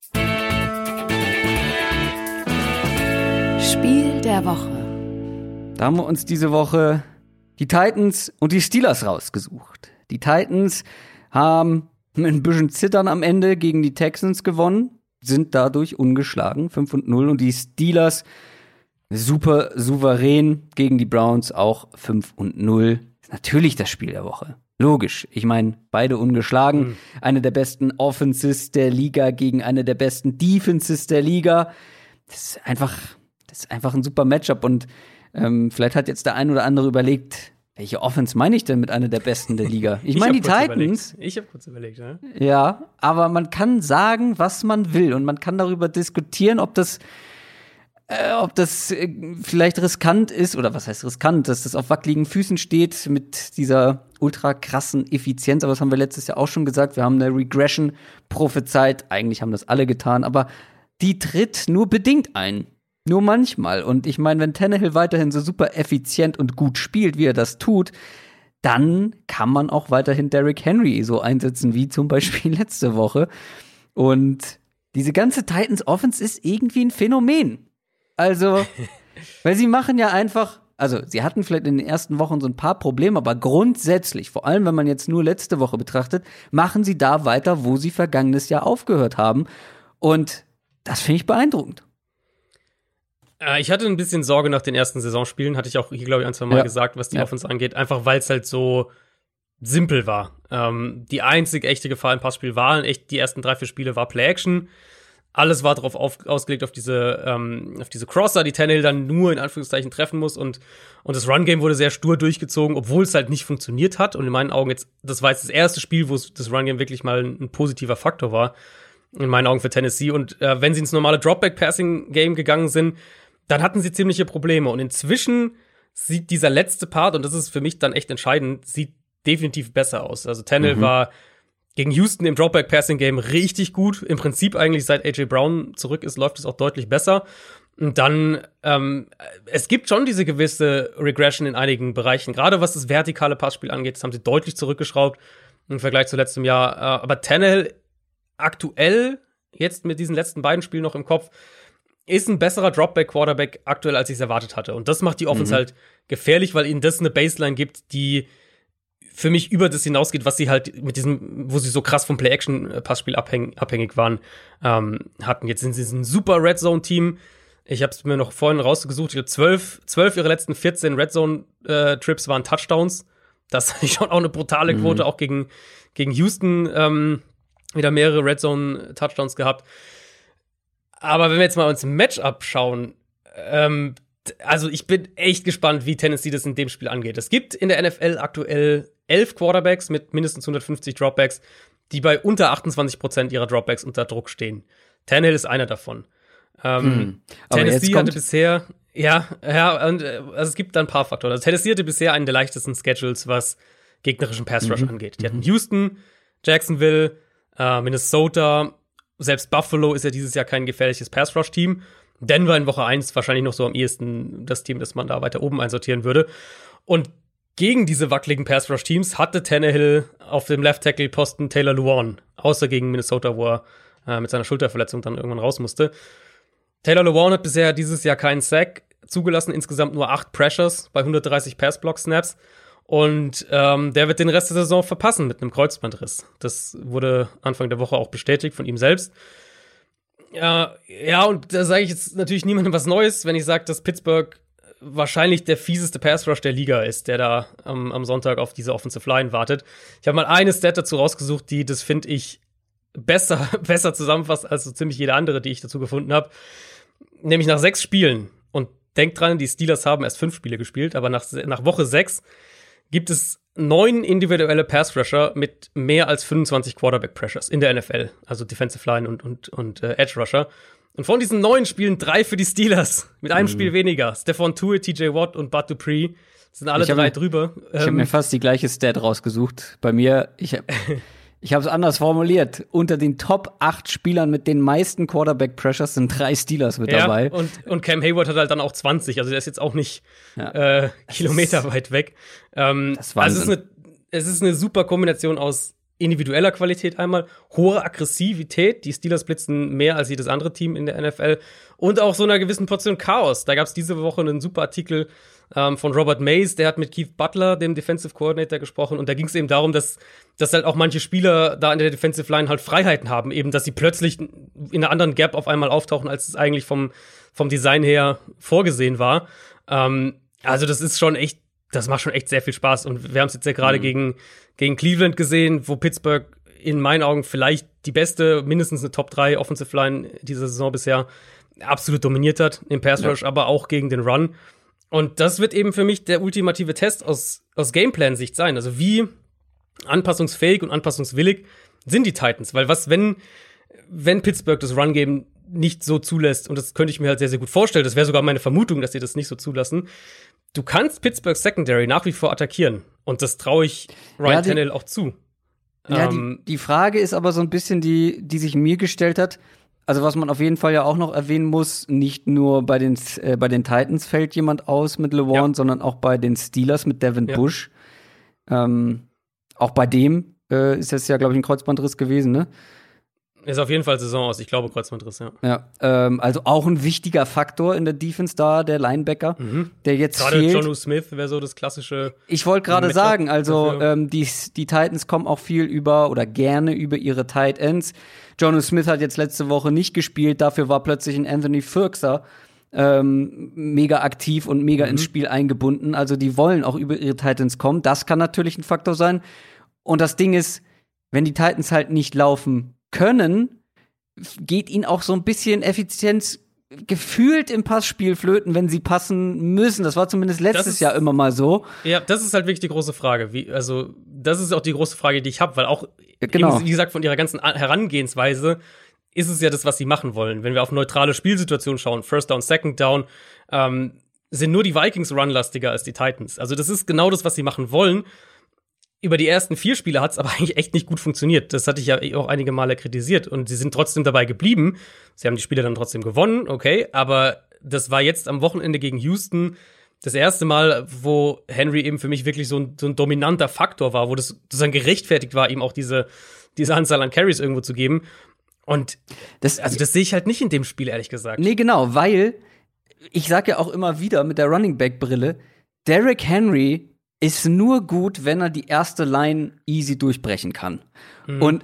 Speaker 3: Spiel der Woche.
Speaker 1: Da haben wir uns diese Woche die Titans und die Steelers rausgesucht. Die Titans haben mit ein bisschen Zittern am Ende gegen die Texans gewonnen, sind dadurch ungeschlagen, fünf und null. Und die Steelers super souverän gegen die Browns, auch fünf und null. Ist natürlich das Spiel der Woche. Logisch. Ich meine, beide ungeschlagen. Mhm. Eine der besten Offenses der Liga gegen eine der besten Defenses der Liga. Das ist einfach, das ist einfach ein super Matchup. Und ähm, vielleicht hat jetzt der ein oder andere überlegt, welche Offense meine ich denn mit einer der besten der Liga? Ich meine die Titans.
Speaker 2: Überlegt. Ich habe kurz überlegt, ja.
Speaker 1: Ja, aber man kann sagen, was man will und man kann darüber diskutieren, ob das äh, ob das äh, vielleicht riskant ist oder was heißt riskant, dass das auf wackeligen Füßen steht mit dieser ultra krassen Effizienz, aber das haben wir letztes Jahr auch schon gesagt, wir haben eine Regression prophezeit, eigentlich haben das alle getan, aber die tritt nur bedingt ein. Nur manchmal. Und ich meine, wenn Tannehill weiterhin so super effizient und gut spielt, wie er das tut, dann kann man auch weiterhin Derrick Henry so einsetzen, wie zum Beispiel letzte Woche. Und diese ganze Titans-Offense ist irgendwie ein Phänomen. Also, weil sie machen ja einfach, also sie hatten vielleicht in den ersten Wochen so ein paar Probleme, aber grundsätzlich, vor allem wenn man jetzt nur letzte Woche betrachtet, machen sie da weiter, wo sie vergangenes Jahr aufgehört haben. Und das finde ich beeindruckend.
Speaker 2: Ich hatte ein bisschen Sorge nach den ersten Saisonspielen, hatte ich auch hier, glaube ich, ein, zwei Mal ja. gesagt, was die ja. Offense angeht, einfach weil es halt so simpel war. Ähm, die einzig echte Gefahr im Passspiel waren echt, die ersten drei, vier Spiele war Play-Action. Alles war darauf auf, ausgelegt, auf diese, ähm, auf diese Crosser, die Tannehill dann nur in Anführungszeichen treffen muss und, und das Run-Game wurde sehr stur durchgezogen, obwohl es halt nicht funktioniert hat und in meinen Augen jetzt, das war jetzt das erste Spiel, wo das Run-Game wirklich mal ein, ein positiver Faktor war, in meinen Augen für Tennessee und äh, wenn sie ins normale Dropback-Passing-Game gegangen sind, dann hatten sie ziemliche Probleme. Und inzwischen sieht dieser letzte Part, und das ist für mich dann echt entscheidend, sieht definitiv besser aus. Also Tannehill mhm. war gegen Houston im Dropback-Passing-Game richtig gut. Im Prinzip eigentlich, seit A J Brown zurück ist, läuft es auch deutlich besser. Und dann, ähm, es gibt schon diese gewisse Regression in einigen Bereichen. Gerade was das vertikale Passspiel angeht, das haben sie deutlich zurückgeschraubt im Vergleich zu letztem Jahr. Aber Tannehill aktuell, jetzt mit diesen letzten beiden Spielen noch im Kopf, ist ein besserer Dropback-Quarterback aktuell, als ich es erwartet hatte. Und das macht die Offense mhm. halt gefährlich, weil ihnen das eine Baseline gibt, die für mich über das hinausgeht, was sie halt mit diesem, wo sie so krass vom Play-Action-Passspiel abhäng- abhängig waren, ähm, hatten. Jetzt sind sie ein super Red-Zone-Team. Ich habe es mir noch vorhin rausgesucht. Ich glaube, zwölf, zwölf ihrer letzten vierzehn Red-Zone-Trips waren Touchdowns. Das ist schon auch eine brutale Quote, mhm. auch gegen, gegen Houston ähm, wieder mehrere Red-Zone-Touchdowns gehabt. Aber wenn wir jetzt mal uns ein Matchup schauen, ähm, also ich bin echt gespannt, wie Tennessee das in dem Spiel angeht. Es gibt in der N F L aktuell elf Quarterbacks mit mindestens hundertfünfzig Dropbacks, die bei unter achtundzwanzig Prozent ihrer Dropbacks unter Druck stehen. Tannehill ist einer davon. Ähm, hm. Tennessee hatte bisher, ja, ja, und, also es gibt da ein paar Faktoren. Also Tennessee hatte bisher einen der leichtesten Schedules, was gegnerischen Pass-Rush
Speaker 1: mhm.
Speaker 2: angeht. Die hatten Houston, Jacksonville, äh, Minnesota, selbst Buffalo ist ja dieses Jahr kein gefährliches Pass-Rush-Team. Denver in Woche eins wahrscheinlich noch so am ehesten das Team, das man da weiter oben einsortieren würde. Und gegen diese wackeligen Pass-Rush-Teams hatte Tannehill auf dem Left-Tackle-Posten Taylor Lewan, außer gegen Minnesota, wo er äh, mit seiner Schulterverletzung dann irgendwann raus musste. Taylor Lewan hat bisher dieses Jahr keinen Sack zugelassen, insgesamt nur acht Pressures bei hundertdreißig Pass-Block-Snaps. Und ähm, der wird den Rest der Saison verpassen mit einem Kreuzbandriss. Das wurde Anfang der Woche auch bestätigt von ihm selbst. Ja, ja, und da sage ich jetzt natürlich niemandem was Neues, wenn ich sage, dass Pittsburgh wahrscheinlich der fieseste Pass-Rush der Liga ist, der da ähm, am Sonntag auf diese Offensive Line wartet. Ich habe mal eine Stat dazu rausgesucht, die, das finde ich, besser, besser zusammenfasst als so ziemlich jede andere, die ich dazu gefunden habe. Nämlich nach sechs Spielen. Und denkt dran, die Steelers haben erst fünf Spiele gespielt, aber nach, nach Woche sechs gibt es neun individuelle Pass-Rusher mit mehr als fünfundzwanzig Quarterback-Pressures in der N F L. Also Defensive Line und, und, und äh, Edge-Rusher. Und von diesen neun Spielen drei für die Steelers. Mit einem mhm. Spiel weniger. Stephon Tuitt, T J Watt und Bud Dupree sind alle drei mir, drüber.
Speaker 1: Ich habe ähm, mir fast die gleiche Stat rausgesucht. Bei mir, ich habe ich habe es anders formuliert. Unter den Top acht Spielern mit den meisten Quarterback-Pressures sind drei Steelers mit
Speaker 2: ja,
Speaker 1: dabei.
Speaker 2: Und, und Cam Hayward hat halt dann auch zwanzig. Also der ist jetzt auch nicht ja. äh, Kilometer ist, weit weg. Ähm, das war also es ist, eine, es ist eine super Kombination aus individueller Qualität einmal, hohe Aggressivität, die Steelers blitzen mehr als jedes andere Team in der N F L und auch so einer gewissen Portion Chaos. Da gab es diese Woche einen super Artikel ähm, von Robert Mays, der hat mit Keith Butler, dem Defensive Coordinator, gesprochen und da ging es eben darum, dass, dass halt auch manche Spieler da in der Defensive Line halt Freiheiten haben, eben, dass sie plötzlich in einer anderen Gap auf einmal auftauchen, als es eigentlich vom, vom Design her vorgesehen war. Ähm, also das ist schon echt, das macht schon echt sehr viel Spaß und wir haben es jetzt ja gerade mhm. gegen gegen Cleveland gesehen, wo Pittsburgh in meinen Augen vielleicht die beste, mindestens eine Top drei Offensive Line dieser Saison bisher absolut dominiert hat im Pass Rush, ja. aber auch gegen den Run. Und das wird eben für mich der ultimative Test aus, aus Gameplan-Sicht sein. Also wie anpassungsfähig und anpassungswillig sind die Titans? Weil was, wenn, wenn Pittsburgh das Run-Game nicht so zulässt, und das könnte ich mir halt sehr, sehr gut vorstellen, das wäre sogar meine Vermutung, dass sie das nicht so zulassen. Du kannst Pittsburgh Secondary nach wie vor attackieren. Und das traue ich Ryan ja, Tannehill auch zu.
Speaker 1: Ja,
Speaker 2: ähm,
Speaker 1: die, die Frage ist aber so ein bisschen die, die sich mir gestellt hat. Also was man auf jeden Fall ja auch noch erwähnen muss, nicht nur bei den, äh, bei den Titans fällt jemand aus mit Lewan, ja. sondern auch bei den Steelers mit Devin ja. Bush. Ähm, auch bei dem äh, ist das ja, glaube ich, ein Kreuzbandriss gewesen, ne?
Speaker 2: Ist auf jeden Fall Saison aus. Ich glaube, Kreuzbandriss, ja.
Speaker 1: Ja, ähm, also auch ein wichtiger Faktor in der Defense da, der Linebacker, mhm. der jetzt
Speaker 2: Gerade
Speaker 1: fehlt.
Speaker 2: Jonnu Smith wäre so das klassische.
Speaker 1: Ich wollte gerade sagen, also ähm, die, die Titans kommen auch viel über oder gerne über ihre Tight Ends. Jonnu Smith hat jetzt letzte Woche nicht gespielt, dafür war plötzlich ein Anthony Firkser ähm, mega aktiv und mega mhm. ins Spiel eingebunden. Also die wollen auch über ihre Tight Ends kommen. Das kann natürlich ein Faktor sein. Und das Ding ist, wenn die Titans halt nicht laufen können, geht ihnen auch so ein bisschen Effizienz gefühlt im Passspiel flöten, wenn sie passen müssen. Das war zumindest letztes ist, Jahr immer mal so.
Speaker 2: Ja, das ist halt wirklich die große Frage. Wie, also, das ist auch die große Frage, die ich habe, weil auch,
Speaker 1: genau.
Speaker 2: eben, wie gesagt, von ihrer ganzen Herangehensweise ist es ja das, was sie machen wollen. Wenn wir auf neutrale Spielsituationen schauen, First Down, Second Down, ähm, sind nur die Vikings runlastiger als die Titans. Also, das ist genau das, was sie machen wollen. Über die ersten vier Spiele hat es aber eigentlich echt nicht gut funktioniert. Das hatte ich ja auch einige Male kritisiert. Und sie sind trotzdem dabei geblieben. Sie haben die Spiele dann trotzdem gewonnen, okay. Aber das war jetzt am Wochenende gegen Houston das erste Mal, wo Henry eben für mich wirklich so ein, so ein dominanter Faktor war, wo das sozusagen gerechtfertigt war, ihm auch diese, diese Anzahl an Carries irgendwo zu geben. Und das, also das sehe ich halt nicht in dem Spiel, ehrlich gesagt.
Speaker 1: Nee, genau, weil ich sag ja auch immer wieder mit der Running Back Brille, Derrick Henry ist nur gut, wenn er die erste Line easy durchbrechen kann. Mhm. Und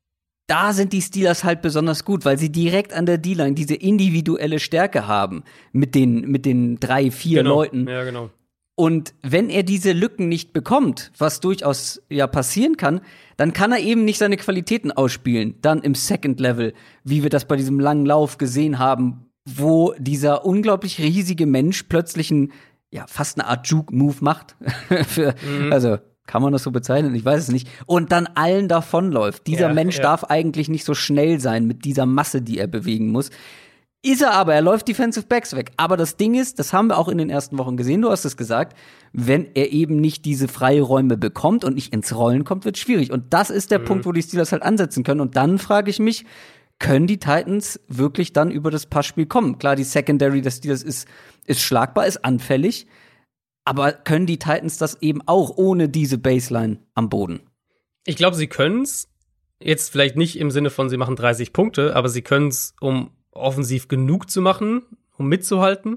Speaker 1: da sind die Steelers halt besonders gut, weil sie direkt an der D-Line diese individuelle Stärke haben mit den, mit den drei, vier
Speaker 2: genau.
Speaker 1: Leuten.
Speaker 2: Ja, genau.
Speaker 1: Und wenn er diese Lücken nicht bekommt, was durchaus ja passieren kann, dann kann er eben nicht seine Qualitäten ausspielen. Dann im Second Level, wie wir das bei diesem langen Lauf gesehen haben, wo dieser unglaublich riesige Mensch plötzlich ein ja, fast eine Art Juke-Move macht. Für, mhm. Also, kann man das so bezeichnen? Ich weiß es nicht. Und dann allen davonläuft. Dieser
Speaker 2: ja,
Speaker 1: Mensch
Speaker 2: ja.
Speaker 1: darf eigentlich nicht so schnell sein mit dieser Masse, die er bewegen muss. Ist er aber, er läuft Defensive Backs weg. Aber das Ding ist, das haben wir auch in den ersten Wochen gesehen, du hast es gesagt, wenn er eben nicht diese Freiräume bekommt und nicht ins Rollen kommt, wird es schwierig. Und das ist der mhm. Punkt, wo die Steelers halt ansetzen können. Und dann frage ich mich, können die Titans wirklich dann über das Passspiel kommen? Klar, die Secondary des Steelers ist, ist schlagbar, ist anfällig. Aber können die Titans das eben auch ohne diese Baseline am Boden?
Speaker 2: Ich glaube, sie können's. Jetzt vielleicht nicht im Sinne von, sie machen dreißig Punkte, aber sie können's, um offensiv genug zu machen, um mitzuhalten.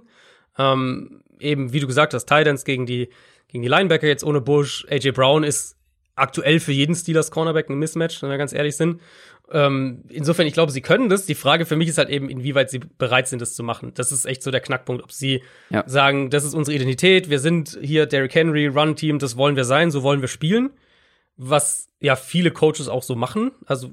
Speaker 2: Ähm, eben, wie du gesagt hast, Titans gegen die, gegen die Linebacker jetzt ohne Bush. A J Brown ist aktuell für jeden Steelers Cornerback ein Mismatch, wenn wir ganz ehrlich sind. Ähm, insofern, ich glaube, sie können das. Die Frage für mich ist halt eben, inwieweit sie bereit sind, das zu machen. Das ist echt so der Knackpunkt, ob sie ja. sagen, das ist unsere Identität, wir sind hier Derrick Henry, Run-Team, das wollen wir sein, so wollen wir spielen. Was ja viele Coaches auch so machen. Also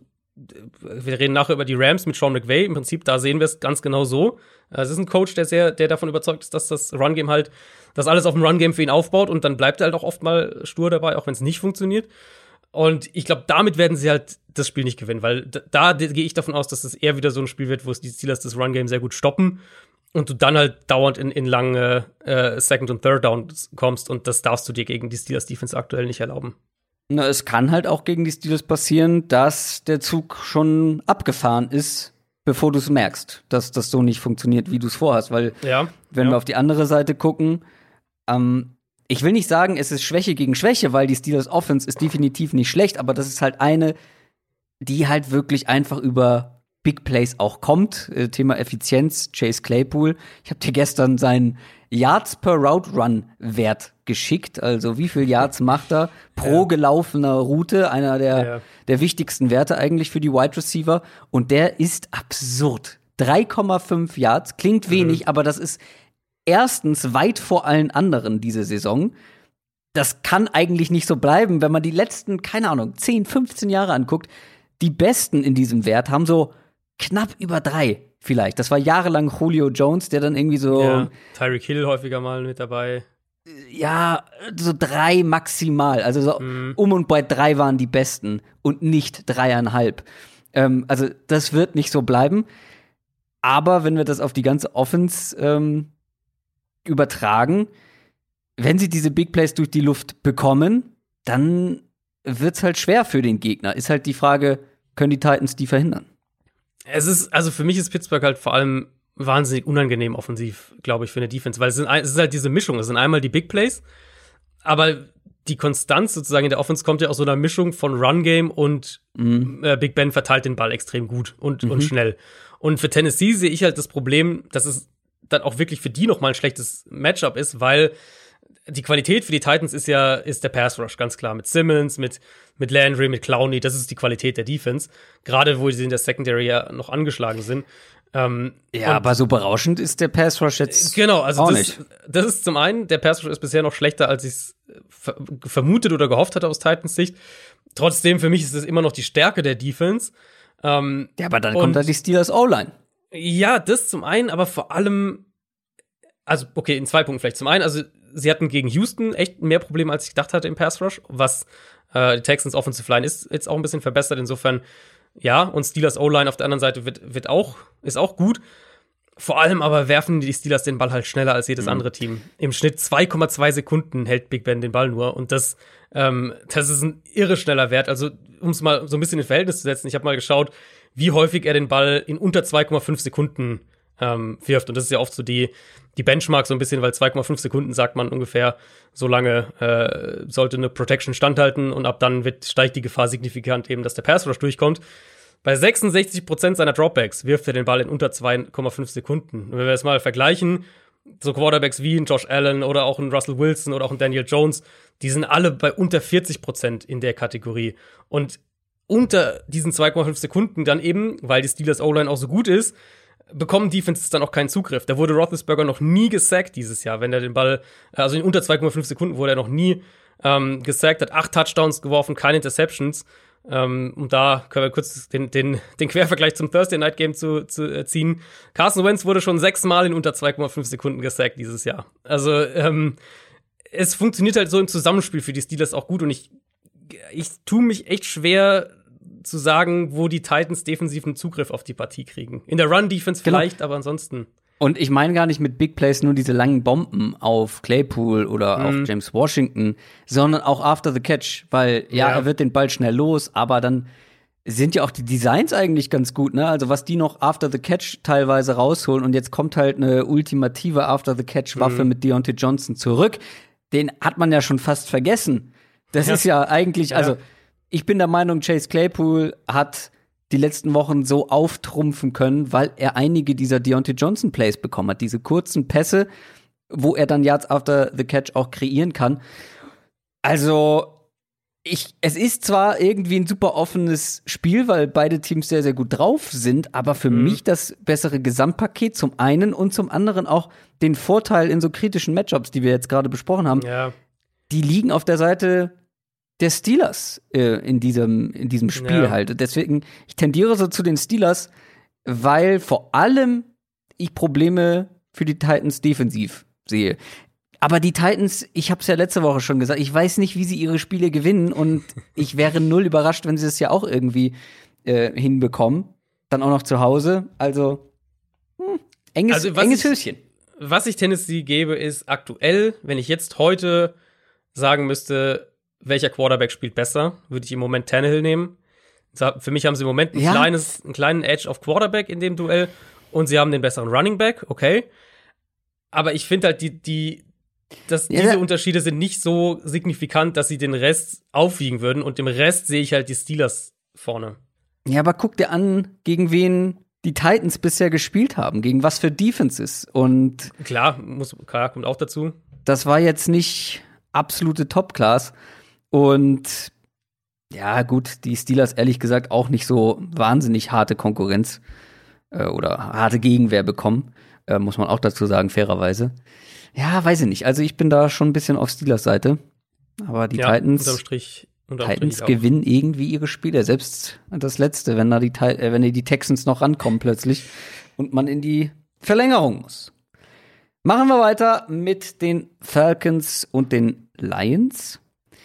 Speaker 2: wir reden nachher über die Rams mit Sean McVay. Im Prinzip, da sehen wir es ganz genau so. Es ist ein Coach, der sehr, der davon überzeugt ist, dass das Run-Game halt, dass alles auf dem Run-Game für ihn aufbaut und dann bleibt er halt auch oft mal stur dabei, auch wenn es nicht funktioniert. Und ich glaube, damit werden sie halt das Spiel nicht gewinnen, weil da, da gehe ich davon aus, dass es eher wieder so ein Spiel wird, wo es die Steelers das Run-Game sehr gut stoppen und du dann halt dauernd in, in lange äh, Second- und Third-Down kommst und das darfst du dir gegen die Steelers-Defense aktuell nicht erlauben.
Speaker 1: Na, es kann halt auch gegen die Steelers passieren, dass der Zug schon abgefahren ist, bevor du es merkst, dass das so nicht funktioniert, wie du es vorhast. Weil,
Speaker 2: ja,
Speaker 1: wenn
Speaker 2: ja.
Speaker 1: wir auf die andere Seite gucken, ähm, ich will nicht sagen, es ist Schwäche gegen Schwäche, weil die Steelers Offense ist definitiv nicht schlecht, aber das ist halt eine, die halt wirklich einfach über Big Plays auch kommt. Äh, Thema Effizienz, Chase Claypool. Ich habe dir gestern seinen Yards per Route Run Wert geschickt. Also wie viel Yards macht er pro ja. gelaufener Route? Einer der, ja. der wichtigsten Werte eigentlich für die Wide Receiver. Und der ist absurd. drei Komma fünf Yards. Klingt wenig, mhm. aber das ist erstens weit vor allen anderen diese Saison. Das kann eigentlich nicht so bleiben, wenn man die letzten, keine Ahnung, zehn, fünfzehn Jahre anguckt. Die Besten in diesem Wert haben so knapp über drei vielleicht. Das war jahrelang Julio Jones, der dann irgendwie so
Speaker 2: ja, Tyreek Hill häufiger mal mit dabei.
Speaker 1: Ja, so drei maximal. Also so mhm. um und bei drei waren die Besten und nicht dreieinhalb. Ähm, also das wird nicht so bleiben. Aber wenn wir das auf die ganze Offense ähm, übertragen, wenn sie diese Big Plays durch die Luft bekommen, dann wird's halt schwer für den Gegner. Ist halt die Frage, können die Titans die verhindern?
Speaker 2: Es ist, also für mich ist Pittsburgh halt vor allem wahnsinnig unangenehm offensiv, glaube ich, für eine Defense, weil es, sind, es ist halt diese Mischung. Es sind einmal die Big Plays, aber die Konstanz sozusagen in der Offense kommt ja aus so einer Mischung von Run-Game und mhm. äh, Big Ben verteilt den Ball extrem gut und, mhm. und schnell. Und für Tennessee sehe ich halt das Problem, dass es dann auch wirklich für die noch mal ein schlechtes Matchup ist, weil die Qualität für die Titans ist ja ist der Pass Rush, ganz klar. Mit Simmons, mit, mit Landry, mit Clowney, das ist die Qualität der Defense. Gerade wo sie in der Secondary ja noch angeschlagen sind. Ähm,
Speaker 1: ja, aber so berauschend ist der Pass Rush jetzt
Speaker 2: genau, also
Speaker 1: auch
Speaker 2: das,
Speaker 1: nicht.
Speaker 2: Das ist zum einen, der Pass Rush ist bisher noch schlechter, als ich es ver- vermutet oder gehofft hatte aus Titans Sicht. Trotzdem, für mich ist es immer noch die Stärke der Defense. Ähm,
Speaker 1: ja, aber dann kommt da die Steelers O-Line.
Speaker 2: Ja, das zum einen, aber vor allem, also okay, in zwei Punkten vielleicht. Zum einen, also sie hatten gegen Houston echt mehr Probleme, als ich gedacht hatte im Pass Rush, was äh, die Texans Offensive Line ist jetzt auch ein bisschen verbessert. Insofern, ja, und Steelers O-Line auf der anderen Seite wird, wird auch, ist auch gut. Vor allem aber werfen die Steelers den Ball halt schneller als jedes mhm. andere Team. Im Schnitt zwei Komma zwei Sekunden hält Big Ben den Ball nur. Und das, ähm, das ist ein irre schneller Wert. Also, um es mal so ein bisschen in Verhältnis zu setzen, ich habe mal geschaut, wie häufig er den Ball in unter zwei Komma fünf Sekunden ähm, wirft. Und das ist ja oft so die, die Benchmark so ein bisschen, weil zwei Komma fünf Sekunden sagt man ungefähr, so lange äh, sollte eine Protection standhalten und ab dann wird, steigt die Gefahr signifikant eben, dass der Pass Rush durchkommt. Bei sechsundsechzig Prozent seiner Dropbacks wirft er den Ball in unter zwei Komma fünf Sekunden. Und wenn wir das mal vergleichen, so Quarterbacks wie ein Josh Allen oder auch ein Russell Wilson oder auch ein Daniel Jones, die sind alle bei unter vierzig Prozent in der Kategorie. Und unter diesen zwei Komma fünf Sekunden dann eben, weil die Steelers O-Line auch so gut ist, bekommen Defenses dann auch keinen Zugriff. Da wurde Roethlisberger noch nie gesackt dieses Jahr, wenn er den Ball, also in unter zwei Komma fünf Sekunden wurde er noch nie ähm, gesackt, hat acht Touchdowns geworfen, keine Interceptions. Ähm, um da können wir kurz den, den, den Quervergleich zum Thursday Night Game zu, zu äh, ziehen. Carson Wentz wurde schon sechsmal in unter zwei Komma fünf Sekunden gesackt dieses Jahr. Also ähm, es funktioniert halt so im Zusammenspiel für die Steelers auch gut und ich, ich tue mich echt schwer, zu sagen, wo die Titans defensiven Zugriff auf die Partie kriegen. In der Run-Defense vielleicht, genau. Aber ansonsten.
Speaker 1: Und ich meine gar nicht mit Big Plays nur diese langen Bomben auf Claypool oder mhm. auf James Washington, sondern auch after the catch, weil ja, ja, er wird den Ball schnell los, aber dann sind ja auch die Designs eigentlich ganz gut, ne? Also was die noch after the catch teilweise rausholen und jetzt kommt halt eine ultimative after the catch Waffe mhm. mit Deontay Johnson zurück. Den hat man ja schon fast vergessen. Das ja. ist ja eigentlich, ja. also ich bin der Meinung, Chase Claypool hat die letzten Wochen so auftrumpfen können, weil er einige dieser Deontay Johnson Plays bekommen hat. Diese kurzen Pässe, wo er dann Yards after the catch auch kreieren kann. Also, ich, es ist zwar irgendwie ein super offenes Spiel, weil beide Teams sehr, sehr gut drauf sind, aber für mhm. mich das bessere Gesamtpaket zum einen und zum anderen auch den Vorteil in so kritischen Matchups, die wir jetzt gerade besprochen haben,
Speaker 2: ja.
Speaker 1: die liegen auf der Seite der Steelers äh, in diesem in diesem Spiel ja. halt. Deswegen, ich tendiere so zu den Steelers, weil vor allem ich Probleme für die Titans defensiv sehe. Aber die Titans, ich habe es ja letzte Woche schon gesagt, ich weiß nicht, wie sie ihre Spiele gewinnen und ich wäre null überrascht, wenn sie es ja auch irgendwie äh, hinbekommen. Dann auch noch zu Hause. Also hm, enges,
Speaker 2: also,
Speaker 1: enges
Speaker 2: ich,
Speaker 1: Höschen.
Speaker 2: Was ich Tennessee gebe, ist aktuell, wenn ich jetzt heute sagen müsste, welcher Quarterback spielt besser, würde ich im Moment Tannehill nehmen. Für mich haben sie im Moment ein, ja. kleines, einen kleinen Edge auf Quarterback in dem Duell und sie haben den besseren Running Back, okay. Aber ich finde halt, die, die, dass ja. diese Unterschiede sind nicht so signifikant, dass sie den Rest aufwiegen würden und im Rest sehe ich halt die Steelers vorne.
Speaker 1: Ja, aber guck dir an, gegen wen die Titans bisher gespielt haben, gegen was für Defenses. Und
Speaker 2: klar, muss, klar, kommt auch dazu.
Speaker 1: Das war jetzt nicht absolute Top-Class. Und ja, gut, die Steelers ehrlich gesagt auch nicht so wahnsinnig harte Konkurrenz äh, oder harte Gegenwehr bekommen, äh, muss man auch dazu sagen, fairerweise. Ja, weiß ich nicht. Also ich bin da schon ein bisschen auf Steelers Seite. Aber die
Speaker 2: ja,
Speaker 1: Titans,
Speaker 2: unterm Strich, unterm
Speaker 1: Titans
Speaker 2: Strich
Speaker 1: gewinnen irgendwie ihre Spiele. Selbst das letzte, wenn da die, äh, wenn die Texans noch rankommen plötzlich und man in die Verlängerung muss. Machen wir weiter mit den Falcons und den Lions.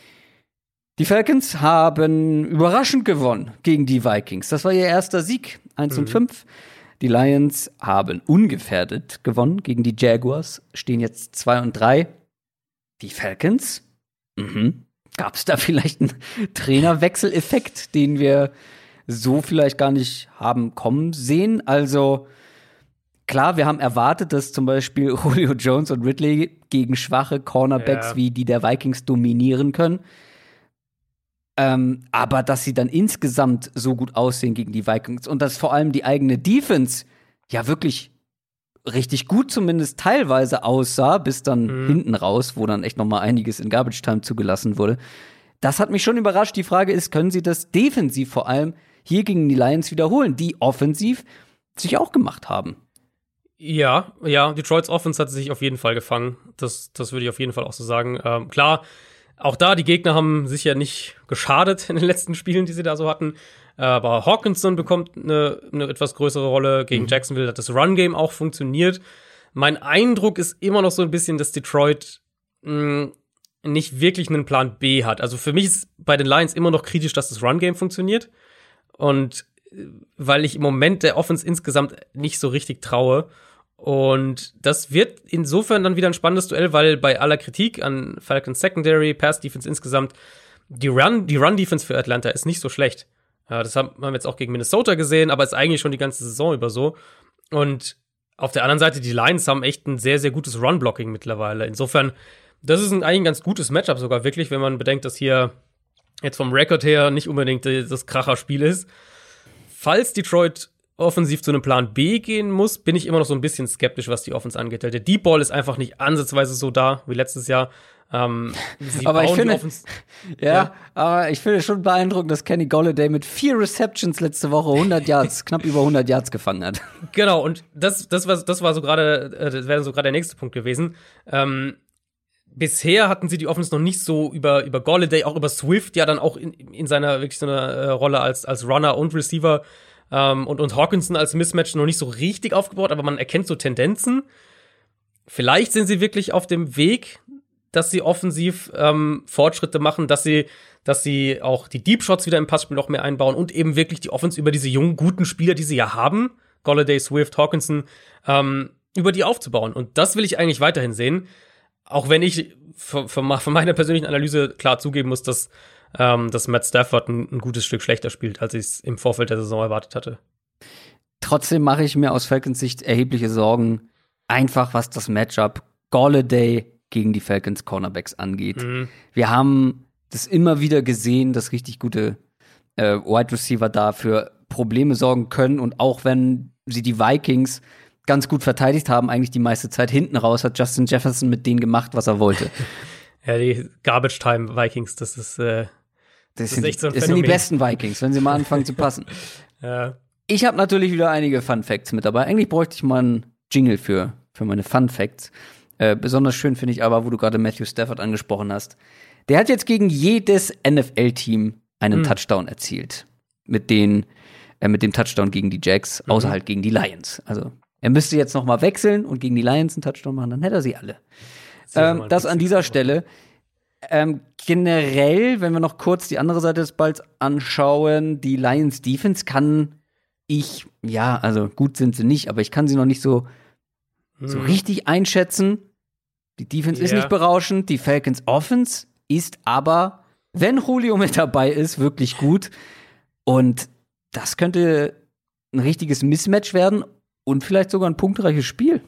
Speaker 1: Die Falcons haben überraschend gewonnen gegen die Vikings. Das war ihr erster Sieg, eins und fünf. Die Lions haben ungefährdet gewonnen gegen die Jaguars, stehen jetzt zwei und drei. Die Falcons? Mhm. Gab es da vielleicht einen Trainerwechseleffekt, den wir so vielleicht gar nicht haben kommen sehen? Also klar, wir haben erwartet, dass zum Beispiel Julio Jones und Ridley gegen schwache Cornerbacks
Speaker 2: ja.
Speaker 1: wie die der Vikings dominieren können. Ähm, aber dass sie dann insgesamt so gut aussehen gegen die Vikings und dass vor allem die eigene Defense ja wirklich richtig gut zumindest teilweise aussah, bis dann mhm. hinten raus, wo dann echt noch mal einiges in Garbage Time zugelassen wurde. Das hat mich schon überrascht. Die Frage ist, können sie das defensiv vor allem hier gegen die Lions wiederholen, die offensiv sich auch gemacht haben?
Speaker 2: Ja, ja, Detroits Offense hat sich auf jeden Fall gefangen. Das, das würde ich auf jeden Fall auch so sagen. Ähm, klar, auch da, die Gegner haben sich ja nicht geschadet in den letzten Spielen, die sie da so hatten. Aber Hawkinson bekommt eine, eine etwas größere Rolle. Gegen mhm. Jacksonville hat das Run-Game auch funktioniert. Mein Eindruck ist immer noch so ein bisschen, dass Detroit mh, nicht wirklich einen Plan B hat. Also für mich ist bei den Lions immer noch kritisch, dass das Run-Game funktioniert. Und weil ich im Moment der Offense insgesamt nicht so richtig traue. Und das wird insofern dann wieder ein spannendes Duell, weil bei aller Kritik an Falcons Secondary, Pass Defense insgesamt, die Run, die Run-Defense für Atlanta ist nicht so schlecht. Ja, das haben wir jetzt auch gegen Minnesota gesehen, aber ist eigentlich schon die ganze Saison über so. Und auf der anderen Seite, die Lions haben echt ein sehr, sehr gutes Run-Blocking mittlerweile. Insofern, das ist ein, eigentlich ein ganz gutes Matchup sogar wirklich, wenn man bedenkt, dass hier jetzt vom Rekord her nicht unbedingt das Kracherspiel ist. Falls Detroit offensiv zu einem Plan B gehen muss, bin ich immer noch so ein bisschen skeptisch, was die Offense angeht. Der Deep Ball ist einfach nicht ansatzweise so da wie letztes Jahr. Ähm,
Speaker 1: aber ich finde, ja, ja, aber ich finde schon beeindruckend, dass Kenny Golladay mit vier Receptions letzte Woche hundert Yards, knapp über hundert Yards gefangen hat.
Speaker 2: Genau, und das, das war, das war so gerade, das wäre so gerade der nächste Punkt gewesen. Ähm, bisher hatten sie die Offense noch nicht so über, über Golladay, auch über Swift, ja dann auch in, in seiner wirklich so einer äh, Rolle als, als Runner und Receiver ähm, und, und Hawkinson als Mismatch noch nicht so richtig aufgebaut, aber man erkennt so Tendenzen. Vielleicht sind sie wirklich auf dem Weg, dass sie offensiv ähm, Fortschritte machen, dass sie, dass sie auch die Deep Shots wieder im Passspiel noch mehr einbauen und eben wirklich die Offense über diese jungen, guten Spieler, die sie ja haben, Golladay, Swift, Hawkinson, ähm, über die aufzubauen. Und das will ich eigentlich weiterhin sehen. Auch wenn ich von, von meiner persönlichen Analyse klar zugeben muss, dass, ähm, dass Matt Stafford ein, ein gutes Stück schlechter spielt, als ich es im Vorfeld der Saison erwartet hatte.
Speaker 1: Trotzdem mache ich mir aus Falcons Sicht erhebliche Sorgen, einfach was das Matchup Golladay gegen die Falcons Cornerbacks angeht. Mhm. Wir haben das immer wieder gesehen, dass richtig gute äh, Wide Receiver da für Probleme sorgen können. Und auch wenn sie die Vikings ganz gut verteidigt haben, eigentlich die meiste Zeit hinten raus, hat Justin Jefferson mit denen gemacht, was er wollte.
Speaker 2: Ja, die Garbage-Time-Vikings, das ist, äh, das, das ist echt so ein
Speaker 1: Das
Speaker 2: Phänomen.
Speaker 1: sind die besten Vikings, wenn sie mal anfangen zu passen.
Speaker 2: Ja.
Speaker 1: Ich habe natürlich wieder einige Fun Facts mit dabei. Eigentlich bräuchte ich mal einen Jingle für, für meine Fun Facts. Äh, besonders schön finde ich aber, wo du gerade Matthew Stafford angesprochen hast. Der hat jetzt gegen jedes N F L-Team einen mhm. Touchdown erzielt. Mit, den, äh, mit dem Touchdown gegen die Jags, mhm. außer halt gegen die Lions. Also er müsste jetzt noch mal wechseln und gegen die Lions einen Touchdown machen, dann hätte er sie alle. Ähm, das an dieser Stelle. Ähm, generell, wenn wir noch kurz die andere Seite des Balls anschauen, die Lions Defense kann ich, ja, also gut sind sie nicht, aber ich kann sie noch nicht so, hm. so richtig einschätzen. Die Defense yeah. ist nicht berauschend, die Falcons Offense ist aber, wenn Julio mit dabei ist, wirklich gut. Und das könnte ein richtiges Mismatch werden und vielleicht sogar ein punktreiches Spiel.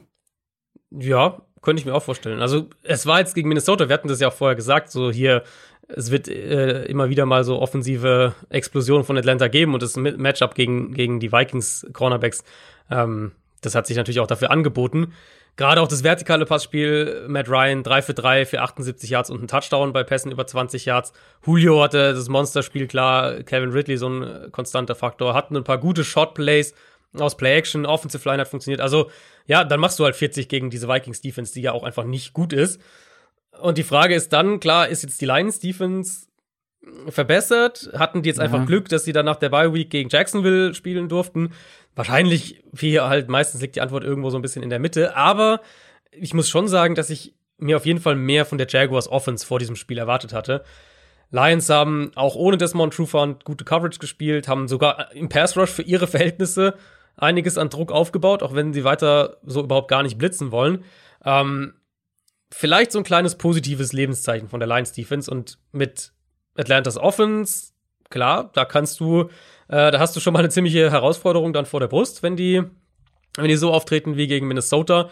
Speaker 2: Ja, könnte ich mir auch vorstellen. Also, es war jetzt gegen Minnesota, wir hatten das ja auch vorher gesagt, so hier, es wird äh, immer wieder mal so offensive Explosionen von Atlanta geben und das Matchup gegen, gegen die Vikings Cornerbacks, ähm, das hat sich natürlich auch dafür angeboten. Gerade auch das vertikale Passspiel, Matt Ryan drei für drei für achtundsiebzig Yards und ein Touchdown bei Pässen über zwanzig Yards. Julio hatte das Monsterspiel, klar, Calvin Ridley so ein konstanter Faktor, hatten ein paar gute Shot-Plays aus Play-Action, Offensive Line hat funktioniert. Also, ja, dann machst du halt vierzig gegen diese Vikings-Defense, die ja auch einfach nicht gut ist. Und die Frage ist dann, klar, ist jetzt die Lions-Defense verbessert? Hatten die jetzt ja. einfach Glück, dass sie dann nach der Bye-Week gegen Jacksonville spielen durften? Wahrscheinlich, wie halt meistens liegt die Antwort irgendwo so ein bisschen in der Mitte. Aber ich muss schon sagen, dass ich mir auf jeden Fall mehr von der Jaguars Offense vor diesem Spiel erwartet hatte. Lions haben auch ohne Desmond Trufant gute Coverage gespielt, haben sogar im Pass-Rush für ihre Verhältnisse einiges an Druck aufgebaut, auch wenn sie weiter so überhaupt gar nicht blitzen wollen. Ähm, vielleicht so ein kleines positives Lebenszeichen von der Lions-Defense und mit Atlantas Offense, klar, da kannst du, äh, da hast du schon mal eine ziemliche Herausforderung dann vor der Brust, wenn die, wenn die so auftreten wie gegen Minnesota.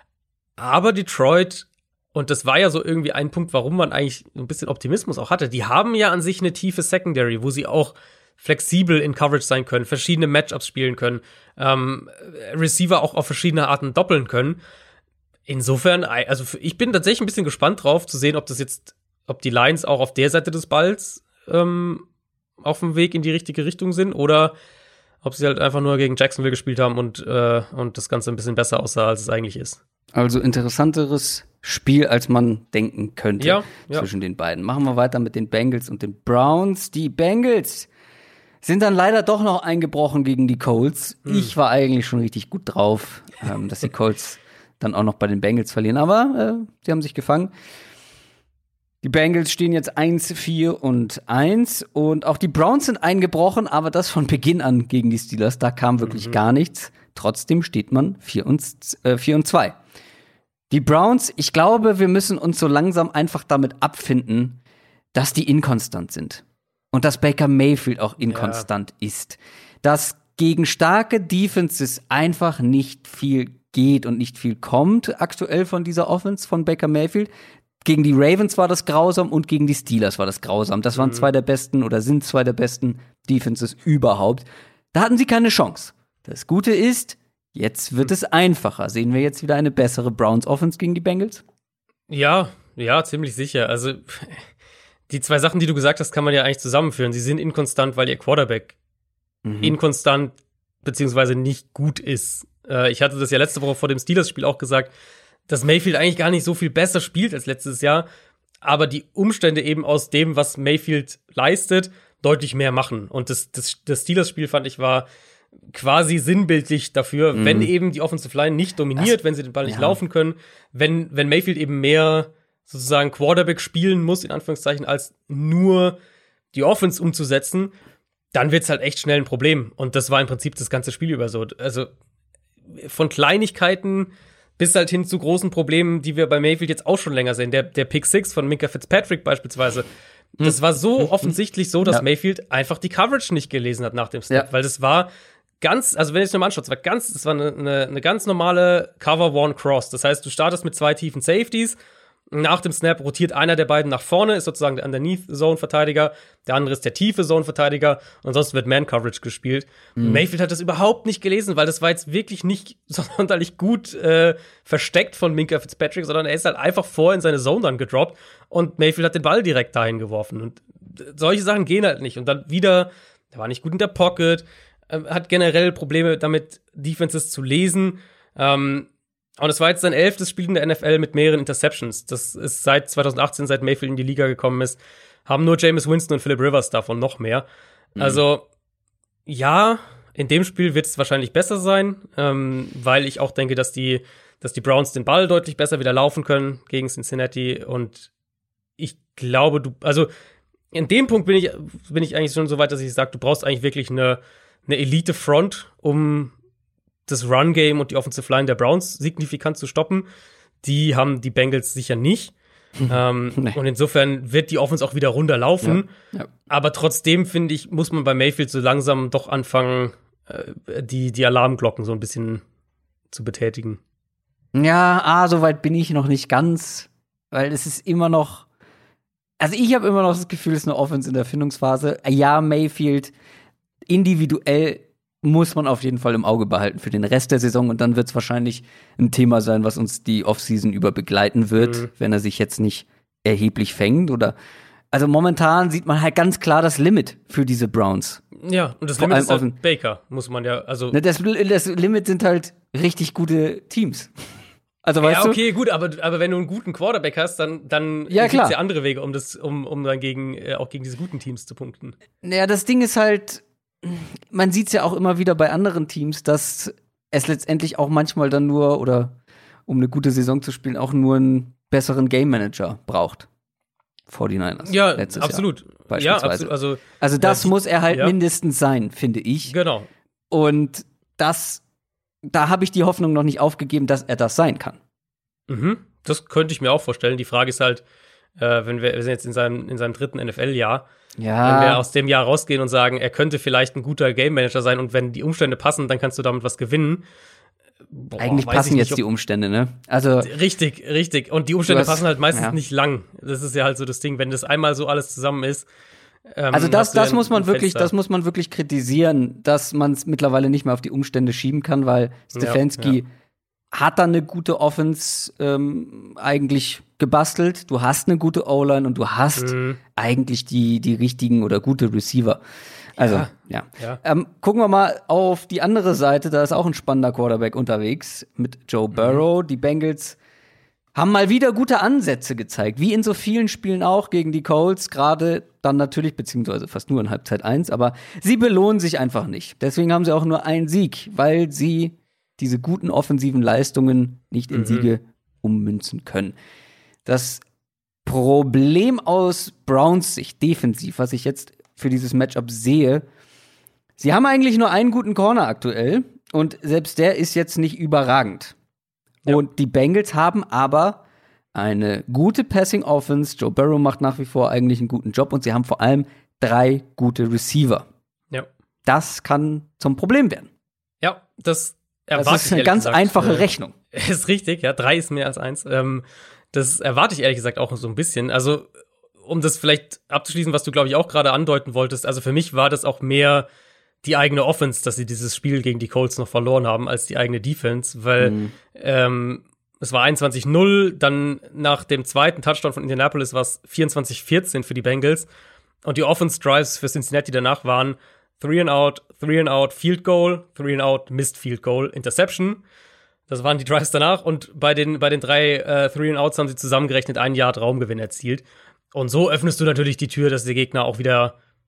Speaker 2: Aber Detroit, und das war ja so irgendwie ein Punkt, warum man eigentlich ein bisschen Optimismus auch hatte, die haben ja an sich eine tiefe Secondary, wo sie auch flexibel in Coverage sein können, verschiedene Matchups spielen können, ähm, Receiver auch auf verschiedene Arten doppeln können. Insofern, also ich bin tatsächlich ein bisschen gespannt drauf, zu sehen, ob das jetzt, ob die Lions auch auf der Seite des Balls ähm, auf dem Weg in die richtige Richtung sind oder ob sie halt einfach nur gegen Jacksonville gespielt haben und, äh, und das Ganze ein bisschen besser aussah, als es eigentlich ist.
Speaker 1: Also interessanteres Spiel, als man denken könnte
Speaker 2: ja, ja.
Speaker 1: zwischen den beiden. Machen wir weiter mit den Bengals und den Browns. Die Bengals sind dann leider doch noch eingebrochen gegen die Colts. Hm. Ich war eigentlich schon richtig gut drauf, ähm, dass die Colts dann auch noch bei den Bengals verlieren. Aber äh, sie haben sich gefangen. Die Bengals stehen jetzt eins, vier und eins. Und auch die Browns sind eingebrochen, aber das von Beginn an gegen die Steelers. Da kam wirklich mhm. gar nichts. Trotzdem steht man vier und zwei. Die Browns, ich glaube, wir müssen uns so langsam einfach damit abfinden, dass die inkonstant sind. Und dass Baker Mayfield auch inkonstant ja. ist. Dass gegen starke Defenses einfach nicht viel geht und nicht viel kommt aktuell von dieser Offense von Baker Mayfield. Gegen die Ravens war das grausam und gegen die Steelers war das grausam. Das waren mhm. zwei der besten oder sind zwei der besten Defenses überhaupt. Da hatten sie keine Chance. Das Gute ist, jetzt wird es einfacher. Sehen wir jetzt wieder eine bessere Browns-Offense gegen die Bengals?
Speaker 2: Ja, ja, ziemlich sicher. Also die zwei Sachen, die du gesagt hast, kann man ja eigentlich zusammenführen. Sie sind inkonstant, weil ihr Quarterback mhm. inkonstant beziehungsweise nicht gut ist. Äh, ich hatte das ja letzte Woche vor dem Steelers-Spiel auch gesagt, dass Mayfield eigentlich gar nicht so viel besser spielt als letztes Jahr, aber die Umstände eben aus dem, was Mayfield leistet, deutlich mehr machen. Und das, das, das Steelers-Spiel, fand ich, war quasi sinnbildlich dafür, mhm. wenn eben die Offensive Line nicht dominiert, das, wenn sie den Ball nicht ja. laufen können, wenn, wenn Mayfield eben mehr sozusagen Quarterback spielen muss, in Anführungszeichen, als nur die Offense umzusetzen, dann wird's halt echt schnell ein Problem. Und das war im Prinzip das ganze Spiel über so. Also von Kleinigkeiten bis halt hin zu großen Problemen, die wir bei Mayfield jetzt auch schon länger sehen. Der, der Pick Six von Minkah Fitzpatrick beispielsweise. Das war so offensichtlich so, dass ja. Mayfield einfach die Coverage nicht gelesen hat nach dem Snap. Ja. Weil das war ganz, also wenn ich es mir mal anschaue, das war ganz, das war eine, eine, eine ganz normale Cover One Cross. Das heißt, du startest mit zwei tiefen Safeties. Nach dem Snap rotiert einer der beiden nach vorne, ist sozusagen der Underneath-Zone-Verteidiger, der andere ist der tiefe Zone-Verteidiger und ansonsten wird Man-Coverage gespielt. Mhm. Mayfield hat das überhaupt nicht gelesen, weil das war jetzt wirklich nicht sonderlich gut äh, versteckt von Minkah Fitzpatrick, sondern er ist halt einfach vor in seine Zone dann gedroppt und Mayfield hat den Ball direkt dahin geworfen. Und solche Sachen gehen halt nicht. Und dann wieder, der war nicht gut in der Pocket, äh, hat generell Probleme damit, Defenses zu lesen. Ähm, Und es war jetzt sein elftes Spiel in der N F L mit mehreren Interceptions. Das ist seit zwanzig achtzehn, seit Mayfield in die Liga gekommen ist, haben nur Jameis Winston und Phillip Rivers davon noch mehr. Mhm. Also, ja, in dem Spiel wird es wahrscheinlich besser sein, ähm, weil ich auch denke, dass die, dass die Browns den Ball deutlich besser wieder laufen können gegen Cincinnati. Und ich glaube, du, also in dem Punkt bin ich, bin ich eigentlich schon so weit, dass ich sage, du brauchst eigentlich wirklich eine, eine Elite-Front, um das Run-Game und die Offensive Line der Browns signifikant zu stoppen. Die haben die Bengals sicher nicht. Mhm. Ähm, nee. Und insofern wird die Offense auch wieder runterlaufen. Ja. Ja. Aber trotzdem, finde ich, muss man bei Mayfield so langsam doch anfangen, äh, die, die Alarmglocken so ein bisschen zu betätigen.
Speaker 1: Ja, ah, so weit bin ich noch nicht ganz. Weil es ist immer noch Also ich habe immer noch das Gefühl, es ist eine Offense in der Findungsphase. Ja, Mayfield individuell muss man auf jeden Fall im Auge behalten für den Rest der Saison und dann wird es wahrscheinlich ein Thema sein, was uns die Offseason über begleiten wird, mhm. wenn er sich jetzt nicht erheblich fängt oder also momentan sieht man halt ganz klar das Limit für diese Browns.
Speaker 2: Ja, und das Vor Limit ist halt Baker, muss man ja, also
Speaker 1: das, das Limit sind halt richtig gute Teams. Also, weißt
Speaker 2: ja, okay, du? gut, aber, aber wenn du einen guten Quarterback hast, dann, dann
Speaker 1: ja,
Speaker 2: gibt es ja andere Wege, um das, um, um dann gegen, äh, auch gegen diese guten Teams zu punkten.
Speaker 1: Naja, das Ding ist halt, man sieht es ja auch immer wieder bei anderen Teams, dass es letztendlich auch manchmal dann nur, oder um eine gute Saison zu spielen, auch nur einen besseren Game Manager braucht. forty-niners.
Speaker 2: Ja, absolut.
Speaker 1: Jahr,
Speaker 2: ja, absolut. Also,
Speaker 1: also das
Speaker 2: ja,
Speaker 1: muss er halt
Speaker 2: ja.
Speaker 1: mindestens sein, finde ich.
Speaker 2: Genau.
Speaker 1: Und das, da habe ich die Hoffnung noch nicht aufgegeben, dass er das sein kann.
Speaker 2: Mhm. Das könnte ich mir auch vorstellen. Die Frage ist halt, äh, wenn wir, wir sind jetzt in seinem, in seinem dritten N F L-Jahr,
Speaker 1: ja.
Speaker 2: wenn wir aus dem Jahr rausgehen und sagen, er könnte vielleicht ein guter Game Manager sein und wenn die Umstände passen, dann kannst du damit was gewinnen.
Speaker 1: Boah, Eigentlich passen nicht, jetzt die Umstände, ne? Also
Speaker 2: richtig, richtig. Und die Umstände
Speaker 1: hast,
Speaker 2: passen halt meistens
Speaker 1: ja.
Speaker 2: nicht lang. Das ist ja halt so das Ding, wenn das einmal so alles zusammen ist. Ähm,
Speaker 1: also das, das
Speaker 2: ja
Speaker 1: muss man wirklich, das muss man wirklich kritisieren, dass man es mittlerweile nicht mehr auf die Umstände schieben kann, weil Stefanski ja, ja. hat dann eine gute Offense ähm, eigentlich gebastelt. Du hast eine gute O-Line und du hast mhm. eigentlich die die richtigen oder gute Receiver. Also, ja. ja. ja. Ähm, gucken wir mal auf die andere Seite. Da ist auch ein spannender Quarterback unterwegs mit Joe Burrow. Mhm. Die Bengals haben mal wieder gute Ansätze gezeigt. Wie in so vielen Spielen auch gegen die Colts. Gerade dann natürlich, beziehungsweise fast nur in Halbzeit eins. Aber sie belohnen sich einfach nicht. Deswegen haben sie auch nur einen Sieg, weil sie diese guten offensiven Leistungen nicht in mhm. Siege ummünzen können. Das Problem aus Browns Sicht defensiv, was ich jetzt für dieses Matchup sehe, sie haben eigentlich nur einen guten Corner aktuell und selbst der ist jetzt nicht überragend. Ja. Und die Bengals haben aber eine gute Passing Offense. Joe Burrow macht nach wie vor eigentlich einen guten Job und sie haben vor allem drei gute Receiver.
Speaker 2: Ja.
Speaker 1: Das kann zum Problem werden.
Speaker 2: Ja, das erwarte
Speaker 1: Das ist eine
Speaker 2: ich
Speaker 1: ganz
Speaker 2: gesagt,
Speaker 1: einfache
Speaker 2: äh,
Speaker 1: Rechnung.
Speaker 2: Ist richtig, ja, drei ist mehr als eins. Ähm, das erwarte ich ehrlich gesagt auch so ein bisschen. Also um das vielleicht abzuschließen, was du, glaube ich, auch gerade andeuten wolltest, also für mich war das auch mehr die eigene Offense, dass sie dieses Spiel gegen die Colts noch verloren haben, als die eigene Defense, weil mhm. ähm, es war einundzwanzig null, dann nach dem zweiten Touchdown von Indianapolis war es vierundzwanzig vierzehn für die Bengals und die Offense-Drives für Cincinnati danach waren Three and Out, Three and Out, Field Goal, Three and Out, Missed Field Goal, Interception. Das waren die Drives danach und bei den, bei den drei äh, Three and Outs haben sie zusammengerechnet einen Yard Raumgewinn erzielt. Und so öffnest du natürlich die Tür, dass der Gegner auch wieder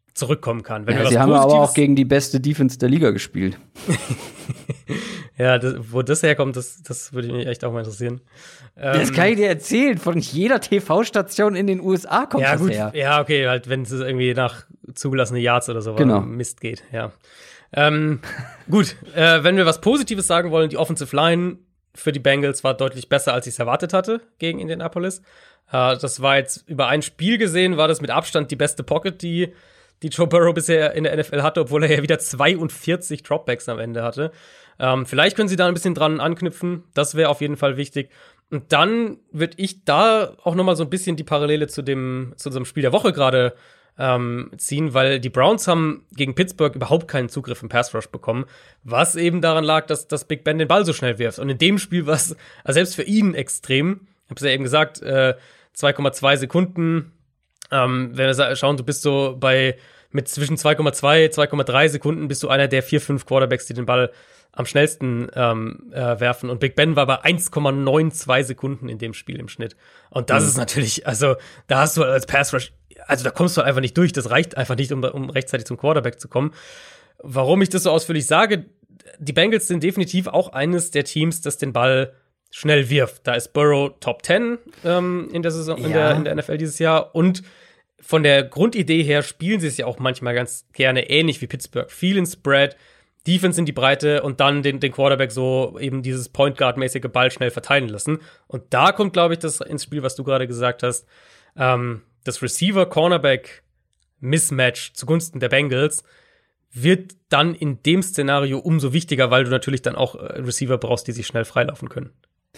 Speaker 2: zurückkommen kann. Wenn
Speaker 1: ja,
Speaker 2: wir
Speaker 1: sie
Speaker 2: was
Speaker 1: haben
Speaker 2: Positives,
Speaker 1: aber auch gegen die beste Defense der Liga gespielt.
Speaker 2: ja, das, wo das herkommt, das, das würde mich echt auch mal interessieren.
Speaker 1: Das
Speaker 2: Ähm,
Speaker 1: kann ich dir erzählen. Von jeder T V-Station in den U S A kommt
Speaker 2: ja,
Speaker 1: das
Speaker 2: gut,
Speaker 1: her.
Speaker 2: ja, okay, halt, wenn es irgendwie nach zugelassene Yards oder so
Speaker 1: Genau.
Speaker 2: Mist geht, ja. Ähm, gut, äh, wenn wir was Positives sagen wollen, die Offensive Line für die Bengals war deutlich besser, als ich es erwartet hatte gegen Indianapolis. Äh, das war jetzt über ein Spiel gesehen, war das mit Abstand die beste Pocket, die, die Joe Burrow bisher in der N F L hatte, obwohl er ja wieder zweiundvierzig Dropbacks am Ende hatte. Ähm, vielleicht können sie da ein bisschen dran anknüpfen. Das wäre auf jeden Fall wichtig. Und dann würde ich da auch noch mal so ein bisschen die Parallele zu dem zu unserem Spiel der Woche gerade ähm, ziehen, weil die Browns haben gegen Pittsburgh überhaupt keinen Zugriff im Pass Rush bekommen, was eben daran lag, dass, dass Big Ben den Ball so schnell wirft. Und in dem Spiel war es also selbst für ihn extrem. Ich habe es ja eben gesagt, äh, zwei Komma zwei Sekunden. Ähm, wenn wir schauen, du bist so bei mit zwischen zwei Komma zwei, zwei Komma drei Sekunden bist du einer der vier, fünf Quarterbacks, die den Ball am schnellsten ähm, äh, werfen. Und Big Ben war bei eins Komma zweiundneunzig Sekunden in dem Spiel im Schnitt. Und das mhm. ist natürlich, also da hast du als Pass Rush, also da kommst du einfach nicht durch. Das reicht einfach nicht, um, um rechtzeitig zum Quarterback zu kommen. Warum ich das so ausführlich sage, die Bengals sind definitiv auch eines der Teams, das den Ball schnell wirft. Da ist Burrow Top zehn ähm, in der Saison, ja. in, der, in der N F L dieses Jahr. Und von der Grundidee her spielen sie es ja auch manchmal ganz gerne ähnlich wie Pittsburgh. Viel in Spread, Defense in die Breite und dann den, den Quarterback so eben dieses Point Guard-mäßige Ball schnell verteilen lassen. Und da kommt, glaube ich, das ins Spiel, was du gerade gesagt hast. Ähm, das Receiver-Cornerback-Mismatch zugunsten der Bengals wird dann in dem Szenario umso wichtiger, weil du natürlich dann auch äh, Receiver brauchst, die sich schnell freilaufen können.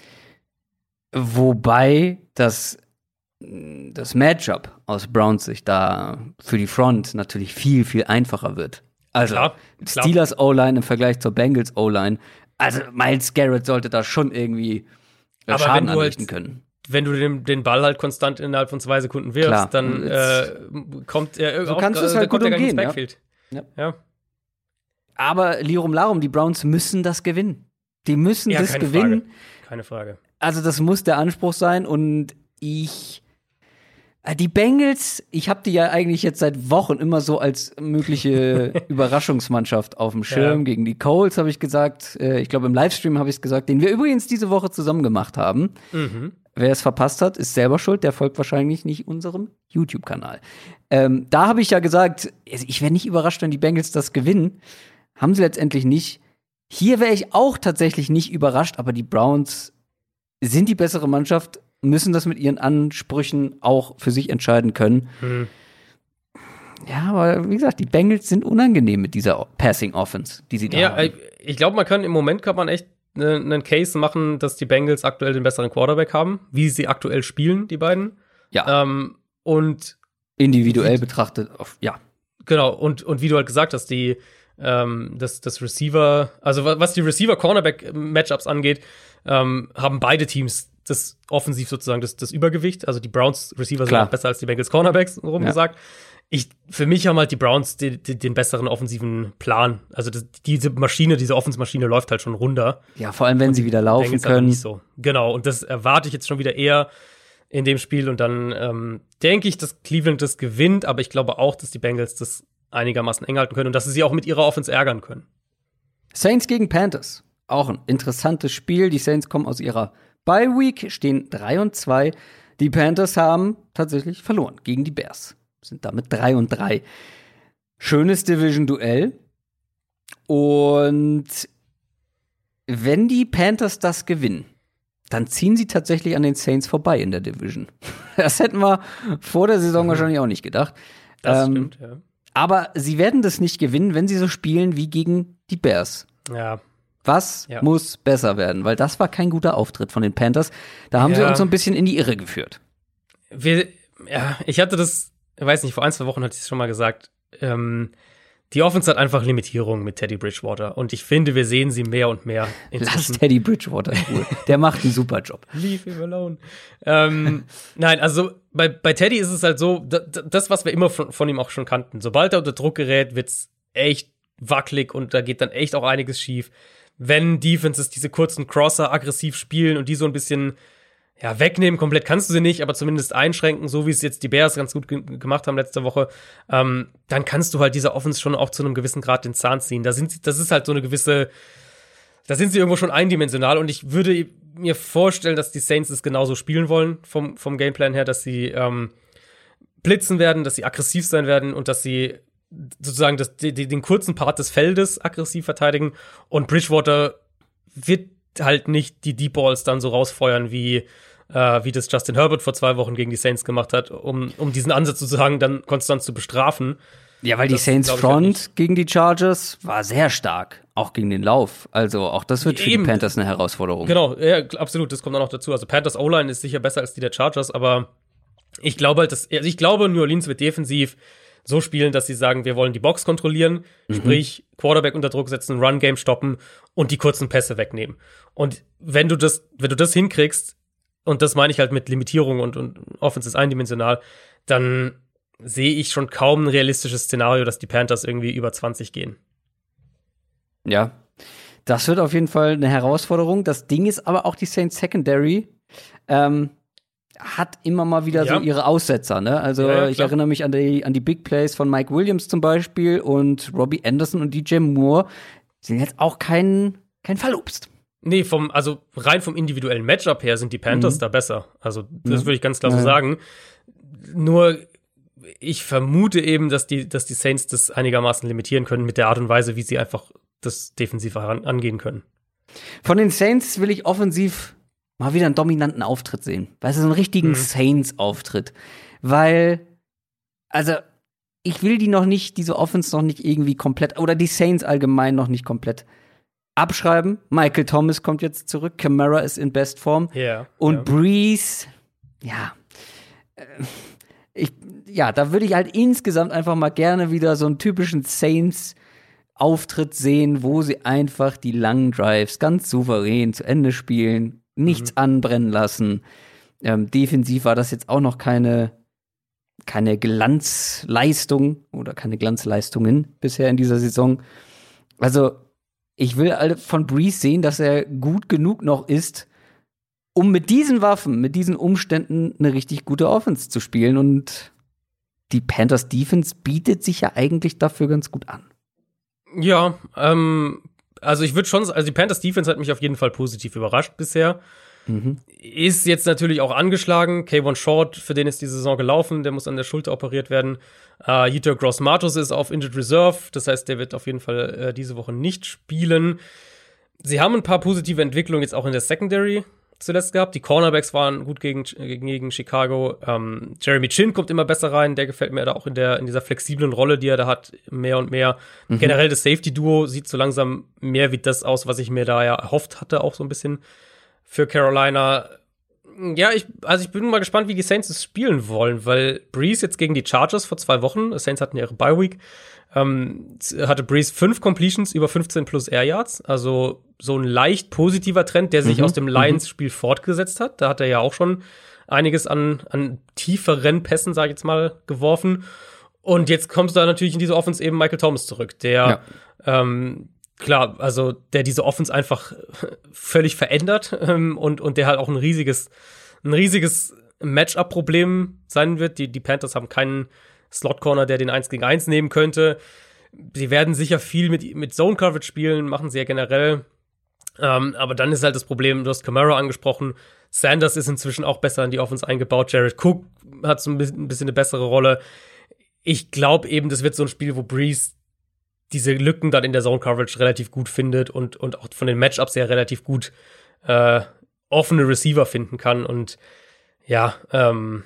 Speaker 1: Wobei das, das Matchup aus Browns Sicht da für die Front natürlich viel, viel einfacher wird. Also
Speaker 2: klar, klar.
Speaker 1: Steelers O-Line im Vergleich zur Bengals O-Line. Also Myles Garrett sollte da schon irgendwie äh, Schaden anrichten halt, können.
Speaker 2: Wenn du den, den Ball halt konstant innerhalb von zwei Sekunden wirfst, klar. dann äh, kommt er
Speaker 1: so kannst du es halt gut umgehen,
Speaker 2: ins
Speaker 1: Backfield.
Speaker 2: Ja. ja.
Speaker 1: Aber Lirum Larum, die Browns müssen das gewinnen. Die müssen
Speaker 2: ja,
Speaker 1: das
Speaker 2: keine
Speaker 1: gewinnen.
Speaker 2: Frage. Keine Frage.
Speaker 1: Also das muss der Anspruch sein und ich die Bengals, ich habe die ja eigentlich jetzt seit Wochen immer so als mögliche Überraschungsmannschaft auf dem Schirm. Ja. Gegen die Colts habe ich gesagt, äh, ich glaube im Livestream habe ich es gesagt, den wir übrigens diese Woche zusammen gemacht haben.
Speaker 2: Mhm.
Speaker 1: Wer es verpasst hat, ist selber schuld, der folgt wahrscheinlich nicht unserem YouTube-Kanal. Ähm, da habe ich ja gesagt, ich wäre nicht überrascht, wenn die Bengals das gewinnen. Haben sie letztendlich nicht. Hier wäre ich auch tatsächlich nicht überrascht, aber die Browns sind die bessere Mannschaft, müssen das mit ihren Ansprüchen auch für sich entscheiden können.
Speaker 2: Hm.
Speaker 1: Ja, aber wie gesagt, die Bengals sind unangenehm mit dieser Passing Offense, die sie da
Speaker 2: ja,
Speaker 1: haben.
Speaker 2: Ja, ich glaube, man kann im Moment kann man echt einen Case machen, dass die Bengals aktuell den besseren Quarterback haben, wie sie aktuell spielen, die beiden.
Speaker 1: Ja.
Speaker 2: Ähm, und
Speaker 1: individuell betrachtet, auf, ja.
Speaker 2: Genau, und, und wie du halt gesagt hast, die ähm, das, das Receiver, also was die Receiver-Cornerback-Matchups angeht, ähm, haben beide Teams das offensiv sozusagen das, das Übergewicht. Also die Browns Receiver sind auch besser als die Bengals Cornerbacks, rum ja. gesagt. Ich, für mich haben halt die Browns die, die, den besseren offensiven Plan. Also das, diese Maschine, diese Offensmaschine läuft halt schon runter.
Speaker 1: Ja, vor allem, wenn und sie wieder laufen
Speaker 2: Bengals
Speaker 1: können.
Speaker 2: Nicht so. Genau, und das erwarte ich jetzt schon wieder eher in dem Spiel. Und dann ähm, denke ich, dass Cleveland das gewinnt, aber ich glaube auch, dass die Bengals das einigermaßen eng halten können und dass sie sie auch mit ihrer Offense ärgern können.
Speaker 1: Saints gegen Panthers. Auch ein interessantes Spiel. Die Saints kommen aus ihrer Bye Week, stehen drei und zwei. Die Panthers haben tatsächlich verloren gegen die Bears. Sind damit drei und drei. Schönes Division-Duell. Und wenn die Panthers das gewinnen, dann ziehen sie tatsächlich an den Saints vorbei in der Division. Das hätten wir vor der Saison mhm. wahrscheinlich auch nicht gedacht.
Speaker 2: Das
Speaker 1: ähm,
Speaker 2: stimmt, ja.
Speaker 1: Aber sie werden das nicht gewinnen, wenn sie so spielen wie gegen die Bears.
Speaker 2: Ja.
Speaker 1: Was
Speaker 2: ja.
Speaker 1: muss besser werden? Weil das war kein guter Auftritt von den Panthers. Da haben ja. sie uns so ein bisschen in die Irre geführt.
Speaker 2: Wir, ja, ich hatte das, ich weiß nicht, vor ein, zwei Wochen hatte ich es schon mal gesagt, ähm, die Offense hat einfach Limitierungen mit Teddy Bridgewater. Und ich finde, wir sehen sie mehr und mehr.
Speaker 1: Lass Teddy Bridgewater in Ruhe. Der macht einen super Job.
Speaker 2: Leave him alone. ähm, nein, also bei, bei Teddy ist es halt so, das, was wir immer von, von ihm auch schon kannten. Sobald er unter Druck gerät, wird's echt wackelig und da geht dann echt auch einiges schief. Wenn Defenses diese kurzen Crosser aggressiv spielen und die so ein bisschen ja, wegnehmen, komplett kannst du sie nicht, aber zumindest einschränken, so wie es jetzt die Bears ganz gut ge- gemacht haben letzte Woche, ähm, dann kannst du halt dieser Offense schon auch zu einem gewissen Grad den Zahn ziehen. Da sind sie, das ist halt so eine gewisse, da sind sie irgendwo schon eindimensional und ich würde mir vorstellen, dass die Saints es genauso spielen wollen vom, vom Gameplan her, dass sie ähm, blitzen werden, dass sie aggressiv sein werden und dass sie sozusagen das, die, die, den kurzen Part des Feldes aggressiv verteidigen und Bridgewater wird halt nicht die Deep Balls dann so rausfeuern, wie äh, wie das Justin Herbert vor zwei Wochen gegen die Saints gemacht hat, um, um diesen Ansatz sozusagen dann konstant zu bestrafen.
Speaker 1: Ja, weil die das, Saints Front halt gegen die Chargers war sehr stark, auch gegen den Lauf. Also auch das wird für Eben. die Panthers eine Herausforderung.
Speaker 2: Genau, ja, absolut, das kommt auch noch dazu. Also Panthers O-Line ist sicher besser als die der Chargers, aber ich glaube halt, dass, also ich glaube, New Orleans wird defensiv so spielen, dass sie sagen, wir wollen die Box kontrollieren, mhm. sprich Quarterback unter Druck setzen, Run-Game stoppen und die kurzen Pässe wegnehmen. Und wenn du das, wenn du das hinkriegst, und das meine ich halt mit Limitierung und, und Offense ist eindimensional, dann sehe ich schon kaum ein realistisches Szenario, dass die Panthers irgendwie über zwanzig gehen.
Speaker 1: Ja, das wird auf jeden Fall eine Herausforderung. Das Ding ist aber auch die Saints Secondary ähm, hat immer mal wieder ja. so ihre Aussetzer, ne? Also ja, ja, ich erinnere mich an die, an die Big Plays von Mike Williams zum Beispiel und Robbie Anderson und D J Moore sind jetzt auch kein, kein Fallobst.
Speaker 2: Nee, vom, also rein vom individuellen Matchup her sind die Panthers mhm. da besser. Also das ja. würde ich ganz klar so ja. sagen. Nur ich vermute eben, dass die, dass die Saints das einigermaßen limitieren können mit der Art und Weise, wie sie einfach das defensiv angehen können.
Speaker 1: Von den Saints will ich offensiv mal wieder einen dominanten Auftritt sehen. Weißt du, so einen richtigen mhm. Saints-Auftritt. Weil, also, ich will die noch nicht, diese Offense noch nicht irgendwie komplett, oder die Saints allgemein noch nicht komplett abschreiben. Michael Thomas kommt jetzt zurück, Kamara ist in Bestform.
Speaker 2: Yeah,
Speaker 1: und
Speaker 2: yeah.
Speaker 1: Breeze, ja, ich, ja, da würde ich halt insgesamt einfach mal gerne wieder so einen typischen Saints-Auftritt sehen, wo sie einfach die langen Drives ganz souverän zu Ende spielen, nichts mhm. anbrennen lassen. Ähm, defensiv war das jetzt auch noch keine, keine Glanzleistung oder keine Glanzleistungen bisher in dieser Saison. Also, ich will von Breeze sehen, dass er gut genug noch ist, um mit diesen Waffen, mit diesen Umständen eine richtig gute Offense zu spielen. Und die Panthers Defense bietet sich ja eigentlich dafür ganz gut an.
Speaker 2: Ja, ähm, also ich würde schon, also die Panthers Defense hat mich auf jeden Fall positiv überrascht bisher. Mhm. Ist jetzt natürlich auch angeschlagen. K eins Short, für den ist die Saison gelaufen, der muss an der Schulter operiert werden. Uh, Yetur Gross-Matos ist auf Injured Reserve, das heißt, der wird auf jeden Fall äh, diese Woche nicht spielen. Sie haben ein paar positive Entwicklungen jetzt auch in der Secondary zuletzt gehabt. Die Cornerbacks waren gut gegen, gegen, gegen Chicago. Ähm, Jeremy Chin kommt immer besser rein, der gefällt mir da auch in, der, in dieser flexiblen Rolle, die er da hat, mehr und mehr. Mhm. Generell das Safety-Duo sieht so langsam mehr wie das aus, was ich mir da ja erhofft hatte, auch so ein bisschen für Carolina. Ja, ich, also ich bin mal gespannt, wie die Saints es spielen wollen, weil Breeze jetzt gegen die Chargers vor zwei Wochen, die Saints hatten ihre Bye-Week, ähm, hatte Breeze fünf Completions über fünfzehn plus Air Yards, also so ein leicht positiver Trend, der sich mhm. aus dem Lions-Spiel mhm. fortgesetzt hat. Da hat er ja auch schon einiges an, an tieferen Pässen, sag ich jetzt mal, geworfen. Und jetzt kommst du da natürlich in diese Offense eben Michael Thomas zurück, der ja. ähm, klar, also der diese Offense einfach völlig verändert ähm, und, und der halt auch ein riesiges, ein riesiges Matchup-Problem sein wird. Die, die Panthers haben keinen Slot-Corner, der den eins gegen eins nehmen könnte. Sie werden sicher viel mit, mit Zone-Coverage spielen, machen sie ja generell. Ähm, aber dann ist halt das Problem, du hast Kamara angesprochen, Sanders ist inzwischen auch besser in die Offense eingebaut, Jared Cook hat so ein bisschen, ein bisschen eine bessere Rolle. Ich glaube eben, das wird so ein Spiel, wo Breeze diese Lücken dann in der Zone-Coverage relativ gut findet und, und auch von den Matchups her relativ gut äh, offene Receiver finden kann. Und ja, ähm,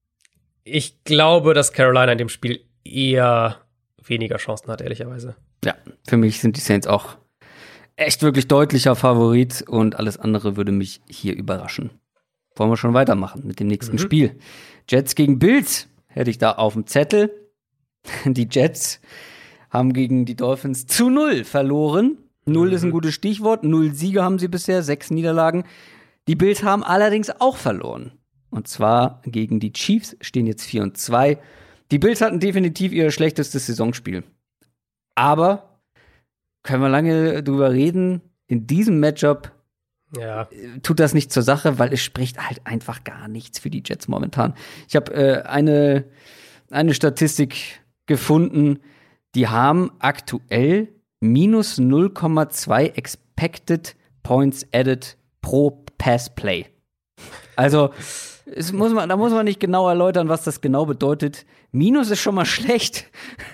Speaker 2: ich glaube, dass Carolina in dem Spiel eher weniger Chancen hat, ehrlicherweise.
Speaker 1: Ja, für mich sind die Saints auch echt wirklich deutlicher Favorit und alles andere würde mich hier überraschen. Wollen wir schon weitermachen mit dem nächsten mhm. Spiel. Jets gegen Bills hätte ich da auf dem Zettel. Die Jets haben gegen die Dolphins zu null verloren. Null mhm. ist ein gutes Stichwort. Null Siege haben sie bisher, sechs Niederlagen. Die Bills haben allerdings auch verloren. Und zwar gegen die Chiefs, stehen jetzt vier und zwei. Die Bills hatten definitiv ihr schlechtestes Saisonspiel. Aber können wir lange drüber reden, in diesem Matchup
Speaker 2: ja.
Speaker 1: tut das nicht zur Sache, weil es spricht halt einfach gar nichts für die Jets momentan. Ich habe äh, eine, eine Statistik gefunden, die haben aktuell minus null Komma zwei Expected Points Added pro Pass Play. Also es muss man, da muss man nicht genau erläutern, was das genau bedeutet. Minus ist schon mal schlecht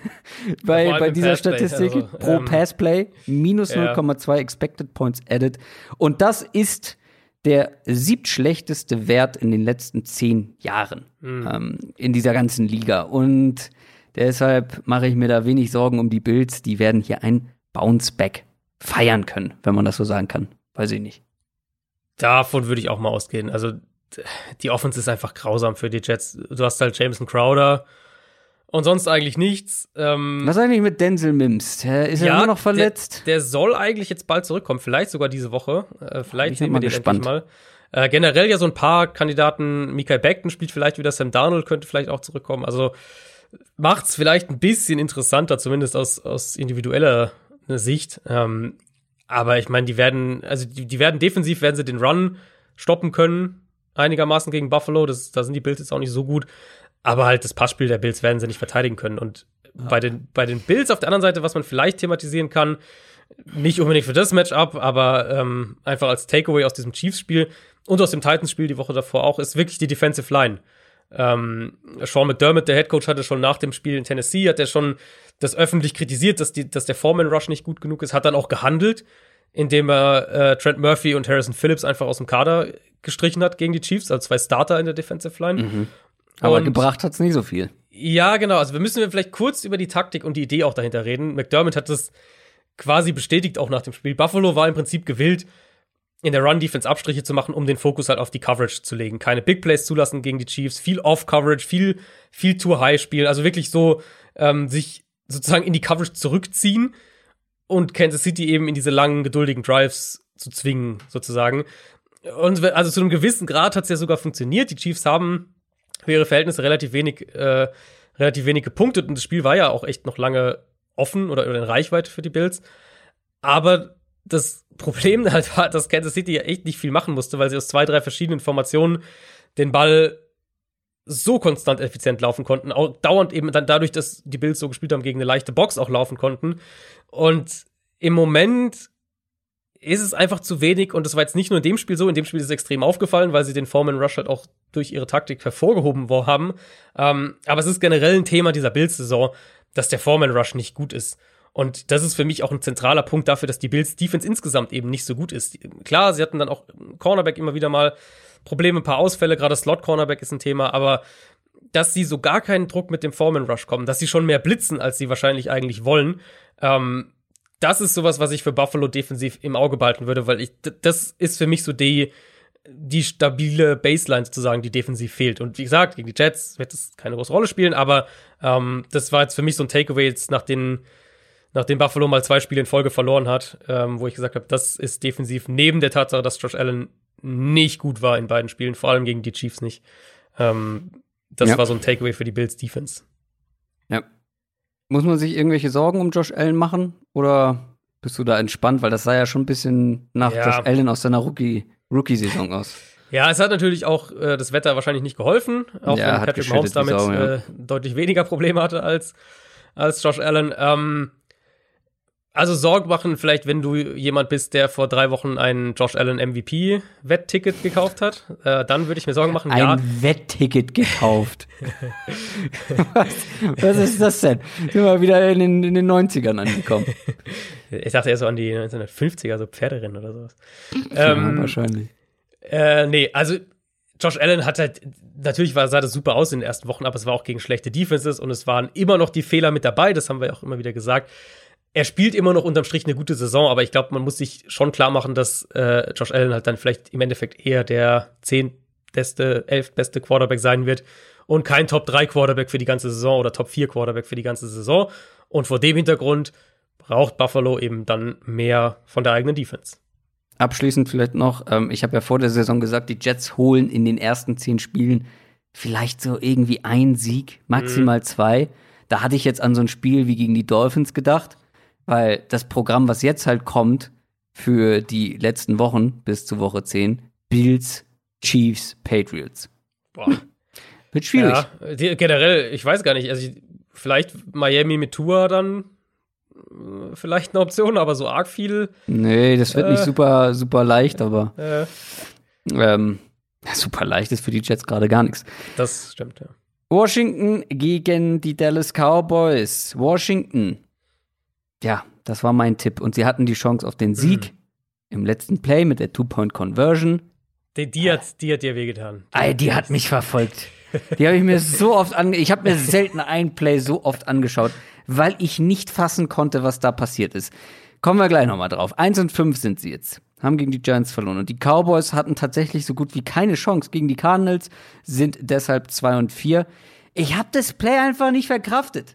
Speaker 1: bei, bei dieser Statistik. Also, pro ähm, Passplay minus ja. null Komma zwei Expected Points Added. Und das ist der siebtschlechteste Wert in den letzten zehn Jahren mhm. ähm, in dieser ganzen Liga. Und deshalb mache ich mir da wenig Sorgen um die Bills. Die werden hier ein Bounce-Back feiern können, wenn man das so sagen kann. Weiß ich nicht.
Speaker 2: Davon würde ich auch mal ausgehen. Also die Offense ist einfach grausam für die Jets. Du hast halt Jameson Crowder und sonst eigentlich nichts. Ähm,
Speaker 1: Was eigentlich mit Denzel Mims? Der ist ja, ja immer noch verletzt.
Speaker 2: Der, der soll eigentlich jetzt bald zurückkommen, vielleicht sogar diese Woche. Äh, vielleicht sehen wir den
Speaker 1: gespannt.
Speaker 2: endlich mal. Äh, generell ja so ein paar Kandidaten. Mikael Becton spielt vielleicht wieder, Sam Darnold könnte vielleicht auch zurückkommen. Also macht's vielleicht ein bisschen interessanter, zumindest aus, aus individueller Sicht. Ähm, aber ich meine, die werden, also die, die werden defensiv, werden sie den Run stoppen können, einigermaßen gegen Buffalo. Das, da sind die Bills jetzt auch nicht so gut. Aber halt das Passspiel der Bills werden sie nicht verteidigen können. Und ja. bei den, bei den Bills auf der anderen Seite, was man vielleicht thematisieren kann, nicht unbedingt für das Matchup, aber ähm, einfach als Takeaway aus diesem Chiefs-Spiel und aus dem Titans-Spiel die Woche davor auch, ist wirklich die Defensive Line. Ähm, Sean McDermott, der Headcoach, hatte schon nach dem Spiel in Tennessee, hat er schon das öffentlich kritisiert, dass, die, dass der Foreman-Rush nicht gut genug ist, hat dann auch gehandelt, indem er äh, Trent Murphy und Harrison Phillips einfach aus dem Kader gestrichen hat gegen die Chiefs, also zwei Starter in der Defensive Line.
Speaker 1: Mhm. Aber und, gebracht hat's nicht so viel.
Speaker 2: Ja, genau. Also wir müssen vielleicht kurz über die Taktik und die Idee auch dahinter reden. McDermott hat das quasi bestätigt auch nach dem Spiel. Buffalo war im Prinzip gewillt, in der Run-Defense Abstriche zu machen, um den Fokus halt auf die Coverage zu legen. Keine Big Plays zulassen gegen die Chiefs, viel Off-Coverage, viel, viel Too-High spielen. Also wirklich so ähm, sich sozusagen in die Coverage zurückziehen und Kansas City eben in diese langen, geduldigen Drives zu zwingen, sozusagen. Und also zu einem gewissen Grad hat es ja sogar funktioniert. Die Chiefs haben für ihre Verhältnisse relativ wenig, äh, relativ wenig gepunktet und das Spiel war ja auch echt noch lange offen oder, oder in Reichweite für die Bills. Aber das Problem halt war, dass Kansas City ja echt nicht viel machen musste, weil sie aus zwei, drei verschiedenen Formationen den Ball so konstant effizient laufen konnten, auch dauernd eben dann dadurch, dass die Bills so gespielt haben, gegen eine leichte Box auch laufen konnten. Und im Moment ist es einfach zu wenig und das war jetzt nicht nur in dem Spiel so, in dem Spiel ist es extrem aufgefallen, weil sie den Foreman Rush halt auch durch ihre Taktik hervorgehoben haben. Ähm, aber es ist generell ein Thema dieser Bills-Saison, dass der Foreman Rush nicht gut ist. Und das ist für mich auch ein zentraler Punkt dafür, dass die Bills Defense insgesamt eben nicht so gut ist. Klar, sie hatten dann auch Cornerback immer wieder mal Probleme, ein paar Ausfälle, gerade Slot-Cornerback ist ein Thema, aber dass sie so gar keinen Druck mit dem Foreman Rush kommen, dass sie schon mehr blitzen, als sie wahrscheinlich eigentlich wollen, ähm, das ist sowas, was ich für Buffalo defensiv im Auge behalten würde, weil ich, das ist für mich so die, die stabile Baseline sozusagen, die defensiv fehlt. Und wie gesagt, gegen die Jets wird das keine große Rolle spielen, aber ähm, das war jetzt für mich so ein Takeaway jetzt nach den nachdem Buffalo mal zwei Spiele in Folge verloren hat, ähm, wo ich gesagt habe, das ist defensiv neben der Tatsache, dass Josh Allen nicht gut war in beiden Spielen, vor allem gegen die Chiefs nicht. Ähm, das ja. war so ein Takeaway für die Bills Defense.
Speaker 1: Ja. Muss man sich irgendwelche Sorgen um Josh Allen machen? Oder bist du da entspannt? Weil das sah ja schon ein bisschen nach ja. Josh Allen aus seiner Rookie, Rookie-Saison aus.
Speaker 2: Ja, es hat natürlich auch äh, das Wetter wahrscheinlich nicht geholfen, auch ja, wenn Patrick Mahomes damit Sau, ja. äh, deutlich weniger Probleme hatte als, als Josh Allen. Ähm, Also Sorge machen vielleicht, wenn du jemand bist, der vor drei Wochen ein Josh Allen M V P-Wettticket gekauft hat, äh, dann würde ich mir Sorgen machen.
Speaker 1: Ein
Speaker 2: ja.
Speaker 1: Wettticket gekauft. was, was ist das denn? Sind wir wieder in den, in den neunzigern angekommen.
Speaker 2: Ich dachte eher so an die neunzehnhundertfünfziger, so Pferderennen oder sowas.
Speaker 1: Ja,
Speaker 2: ähm,
Speaker 1: wahrscheinlich.
Speaker 2: Äh, nee, also Josh Allen hat halt, natürlich war, sah das super aus in den ersten Wochen, aber es war auch gegen schlechte Defenses und es waren immer noch die Fehler mit dabei, das haben wir auch immer wieder gesagt. Er spielt immer noch unterm Strich eine gute Saison, aber ich glaube, man muss sich schon klar machen, dass äh, Josh Allen halt dann vielleicht im Endeffekt eher der zehntbeste, elftbeste Quarterback sein wird und kein Top drei Quarterback für die ganze Saison oder Top vier Quarterback für die ganze Saison. Und vor dem Hintergrund braucht Buffalo eben dann mehr von der eigenen Defense.
Speaker 1: Abschließend vielleicht noch, ähm, ich habe ja vor der Saison gesagt, die Jets holen in den ersten zehn Spielen vielleicht so irgendwie einen Sieg, maximal mhm. zwei. Da hatte ich jetzt an so ein Spiel wie gegen die Dolphins gedacht. Weil das Programm, was jetzt halt kommt, für die letzten Wochen bis zu Woche zehn. Bills, Chiefs, Patriots.
Speaker 2: Boah.
Speaker 1: Wird schwierig.
Speaker 2: Ja, die, generell, ich weiß gar nicht, also ich, vielleicht Miami mit Tua dann äh, vielleicht eine Option, aber so arg viel.
Speaker 1: Nee, das wird äh, nicht super, super leicht, aber
Speaker 2: äh,
Speaker 1: ähm, super leicht ist für die Jets gerade gar nichts.
Speaker 2: Das stimmt, ja.
Speaker 1: Washington gegen die Dallas Cowboys. Washington. Ja, das war mein Tipp. Und sie hatten die Chance auf den Sieg mhm. im letzten Play mit der Two-Point-Conversion.
Speaker 2: Die, die, hat, die hat dir wehgetan.
Speaker 1: Die, die hat mich verfolgt. Die habe ich mir so oft ange... Ich habe mir selten ein Play so oft angeschaut, weil ich nicht fassen konnte, was da passiert ist. Kommen wir gleich nochmal drauf. Eins und fünf sind sie jetzt. Haben gegen die Giants verloren. Und die Cowboys hatten tatsächlich so gut wie keine Chance gegen die Cardinals, sind deshalb zwei und vier. Ich habe das Play einfach nicht verkraftet.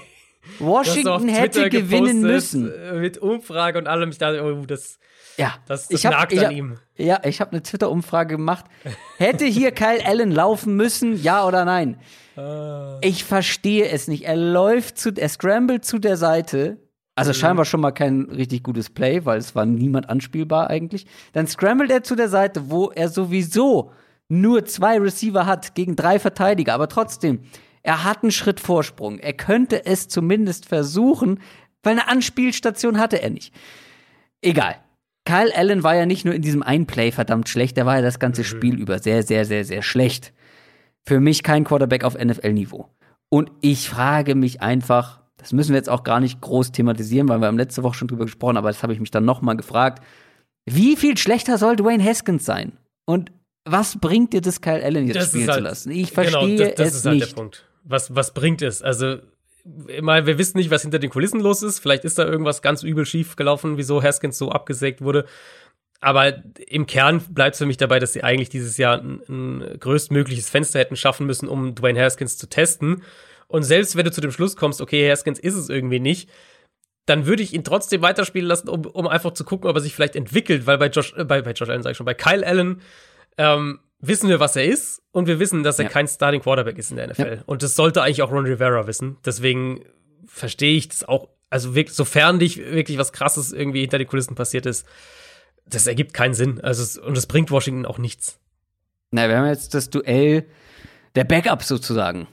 Speaker 1: Washington hätte gewinnen müssen.
Speaker 2: Mit Umfrage und allem. Ich dachte, oh, das...
Speaker 1: Ja,
Speaker 2: das, das
Speaker 1: ich hab,
Speaker 2: nagt
Speaker 1: ich
Speaker 2: an
Speaker 1: hab,
Speaker 2: ihm.
Speaker 1: Ja, ich habe eine Twitter-Umfrage gemacht. Hätte hier Kyle Allen laufen müssen, ja oder nein? Uh. Ich verstehe es nicht. Er läuft zu, er scrambled zu der Seite. Also mhm. scheinbar schon mal kein richtig gutes Play, weil es war niemand anspielbar eigentlich. Dann scrambled er zu der Seite, wo er sowieso nur zwei Receiver hat gegen drei Verteidiger. Aber trotzdem, er hat einen Schritt Vorsprung. Er könnte es zumindest versuchen, weil eine Anspielstation hatte er nicht. Egal. Kyle Allen war ja nicht nur in diesem einen Play verdammt schlecht, der war ja das ganze mhm. Spiel über sehr, sehr, sehr, sehr schlecht. Für mich kein Quarterback auf N F L-Niveau. Und ich frage mich einfach, das müssen wir jetzt auch gar nicht groß thematisieren, weil wir haben letzte Woche schon drüber gesprochen, aber das habe ich mich dann noch mal gefragt. Wie viel schlechter soll Dwayne Haskins sein? Und was bringt dir das, Kyle Allen jetzt
Speaker 2: das
Speaker 1: spielen
Speaker 2: halt,
Speaker 1: zu lassen? Ich verstehe
Speaker 2: genau, das, das
Speaker 1: es
Speaker 2: ist halt
Speaker 1: nicht.
Speaker 2: Der Punkt. Was, was bringt es? Also mal, wir wissen nicht, was hinter den Kulissen los ist. Vielleicht ist da irgendwas ganz übel schief gelaufen, wieso Haskins so abgesägt wurde. Aber im Kern bleibt es für mich dabei, dass sie eigentlich dieses Jahr ein, ein größtmögliches Fenster hätten schaffen müssen, um Dwayne Haskins zu testen. Und selbst wenn du zu dem Schluss kommst, okay, Haskins ist es irgendwie nicht, dann würde ich ihn trotzdem weiterspielen lassen, um, um einfach zu gucken, ob er sich vielleicht entwickelt. Weil bei Josh, äh, bei, bei Josh Allen, sag ich schon, bei Kyle Allen ähm, wissen wir, was er ist. Und wir wissen, dass er ja. kein Starting Quarterback ist in der N F L. Ja. Und das sollte eigentlich auch Ron Rivera wissen. Deswegen verstehe ich das auch. Also wirklich, sofern nicht wirklich was Krasses irgendwie hinter den Kulissen passiert ist, das ergibt keinen Sinn. Also es, und es bringt Washington auch nichts.
Speaker 1: Na, wir haben jetzt das Duell der Backups sozusagen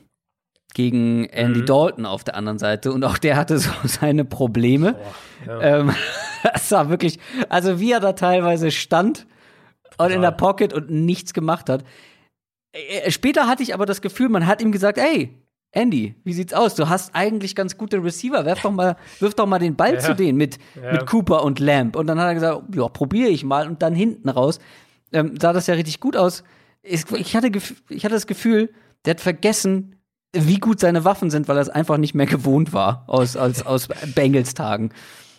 Speaker 1: gegen Andy mhm. Dalton auf der anderen Seite. Und auch der hatte so seine Probleme. Boah, ja. ähm, das war wirklich, also wie er da teilweise stand und in der Pocket und nichts gemacht hat. Später hatte ich aber das Gefühl, man hat ihm gesagt, ey, Andy, wie sieht's aus? Du hast eigentlich ganz gute Receiver. Werf doch mal, wirf doch mal den Ball ja. zu denen mit, ja. mit Cooper und Lamb. Und dann hat er gesagt, ja, probiere ich mal. Und dann hinten raus ähm, sah das ja richtig gut aus. Ich, ich, hatte, ich hatte das Gefühl, der hat vergessen, wie gut seine Waffen sind, weil er es einfach nicht mehr gewohnt war aus, aus, aus Bengals-Tagen.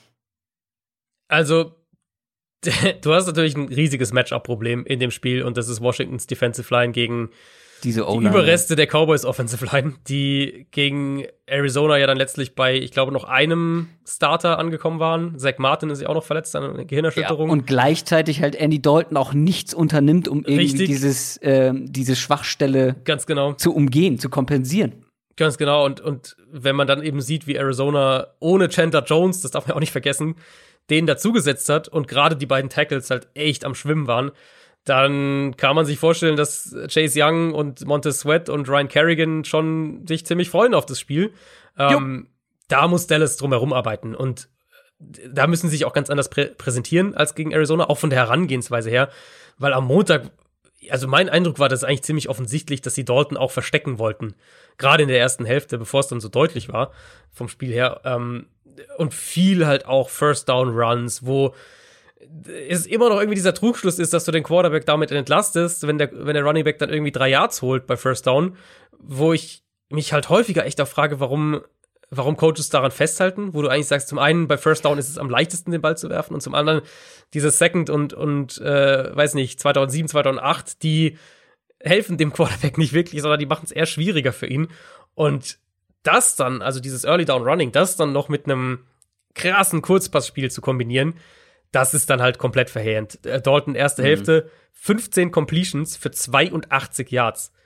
Speaker 2: Also, du hast natürlich ein riesiges Matchup-Problem in dem Spiel. Und das ist Washingtons Defensive Line gegen
Speaker 1: Diese
Speaker 2: die Überreste der Cowboys Offensive Line, die gegen Arizona ja dann letztlich bei, ich glaube, noch einem Starter angekommen waren. Zach Martin ist ja auch noch verletzt an einer Gehirnerschütterung.
Speaker 1: Ja, und gleichzeitig halt Andy Dalton auch nichts unternimmt, um irgendwie
Speaker 2: Richtig.
Speaker 1: dieses äh, diese Schwachstelle
Speaker 2: Ganz genau.
Speaker 1: zu umgehen, zu kompensieren.
Speaker 2: Ganz genau. Und, und wenn man dann eben sieht, wie Arizona ohne Chandler Jones, das darf man auch nicht vergessen, den dazugesetzt hat und gerade die beiden Tackles halt echt am Schwimmen waren, dann kann man sich vorstellen, dass Chase Young und Montez Sweat und Ryan Kerrigan schon sich ziemlich freuen auf das Spiel. Ähm, da muss Dallas drum herum arbeiten. Und da müssen sie sich auch ganz anders prä- präsentieren als gegen Arizona, auch von der Herangehensweise her. Weil am Montag, also mein Eindruck war das eigentlich ziemlich offensichtlich, dass sie Dalton auch verstecken wollten. Gerade in der ersten Hälfte, bevor es dann so deutlich war vom Spiel her. Ähm, und viel halt auch First-Down-Runs, wo es immer noch irgendwie dieser Trugschluss ist, dass du den Quarterback damit entlastest, wenn der, wenn der Running Back dann irgendwie drei Yards holt bei First Down, wo ich mich halt häufiger echt auch frage, warum, warum Coaches daran festhalten, wo du eigentlich sagst, zum einen bei First Down ist es am leichtesten, den Ball zu werfen und zum anderen diese Second und, und äh, weiß nicht, zweitausendsieben, zweitausendacht, die helfen dem Quarterback nicht wirklich, sondern die machen es eher schwieriger für ihn. Und das dann, also dieses Early Down Running, das dann noch mit einem krassen Kurzpassspiel zu kombinieren, das ist dann halt komplett verheerend. Dalton, erste mhm. Hälfte, fünfzehn Completions für zweiundachtzig Yards.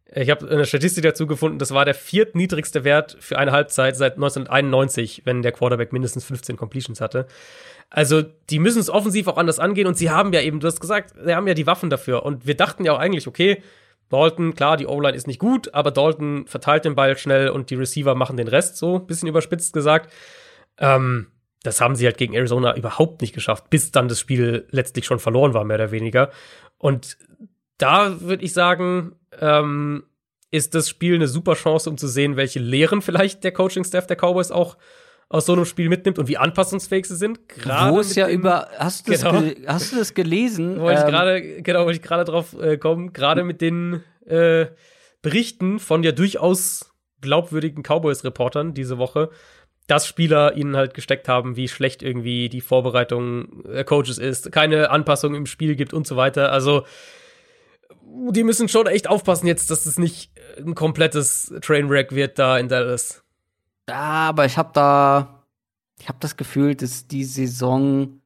Speaker 2: Ich habe eine Statistik dazu gefunden, das war der viertniedrigste Wert für eine Halbzeit seit neunzehnhunderteinundneunzig, wenn der Quarterback mindestens fünfzehn Completions hatte. Also, die müssen es offensiv auch anders angehen und sie haben ja eben, du hast gesagt, sie haben ja die Waffen dafür. Und wir dachten ja auch eigentlich, okay, Dalton, klar, die O-Line ist nicht gut, aber Dalton verteilt den Ball schnell und die Receiver machen den Rest, so ein bisschen überspitzt gesagt. Ähm, das haben sie halt gegen Arizona überhaupt nicht geschafft, bis dann das Spiel letztlich schon verloren war, mehr oder weniger. Und da würde ich sagen, ähm, ist das Spiel eine super Chance, um zu sehen, welche Lehren vielleicht der Coaching-Staff der Cowboys auch aus so einem Spiel mitnimmt und wie anpassungsfähig sie sind. Gerade
Speaker 1: Wo es ja über, hast du,
Speaker 2: genau.
Speaker 1: das ge- hast du das gelesen?
Speaker 2: Wollte
Speaker 1: ähm,
Speaker 2: ich gerade, genau, wollte ich gerade drauf äh, kommen, gerade mit den äh, Berichten von ja durchaus glaubwürdigen Cowboys-Reportern diese Woche, dass Spieler ihnen halt gesteckt haben, wie schlecht irgendwie die Vorbereitung der Coaches ist, keine Anpassung im Spiel gibt und so weiter. Also die müssen schon echt aufpassen jetzt, dass es nicht ein komplettes Trainwreck wird da in Dallas.
Speaker 1: Ja, aber ich habe da, ich habe das Gefühl, dass die Saison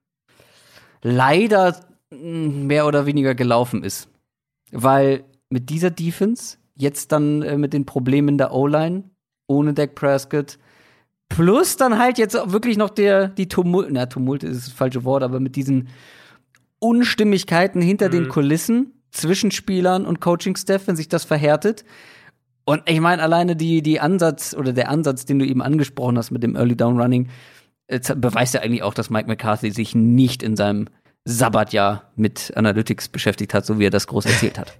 Speaker 1: leider mehr oder weniger gelaufen ist. Weil mit dieser Defense, jetzt dann äh, mit den Problemen der O-Line, ohne Dak Prescott, plus dann halt jetzt auch wirklich noch der, die Tumult, na, Tumult ist das falsche Wort, aber mit diesen Unstimmigkeiten hinter mhm. den Kulissen zwischen Spielern und Coaching-Staff, wenn sich das verhärtet. Und ich meine, alleine die, die Ansatz oder der Ansatz, den du eben angesprochen hast mit dem Early Down Running, äh, beweist ja eigentlich auch, dass Mike McCarthy sich nicht in seinem Sabbatjahr mit Analytics beschäftigt hat, so wie er das groß erzählt hat.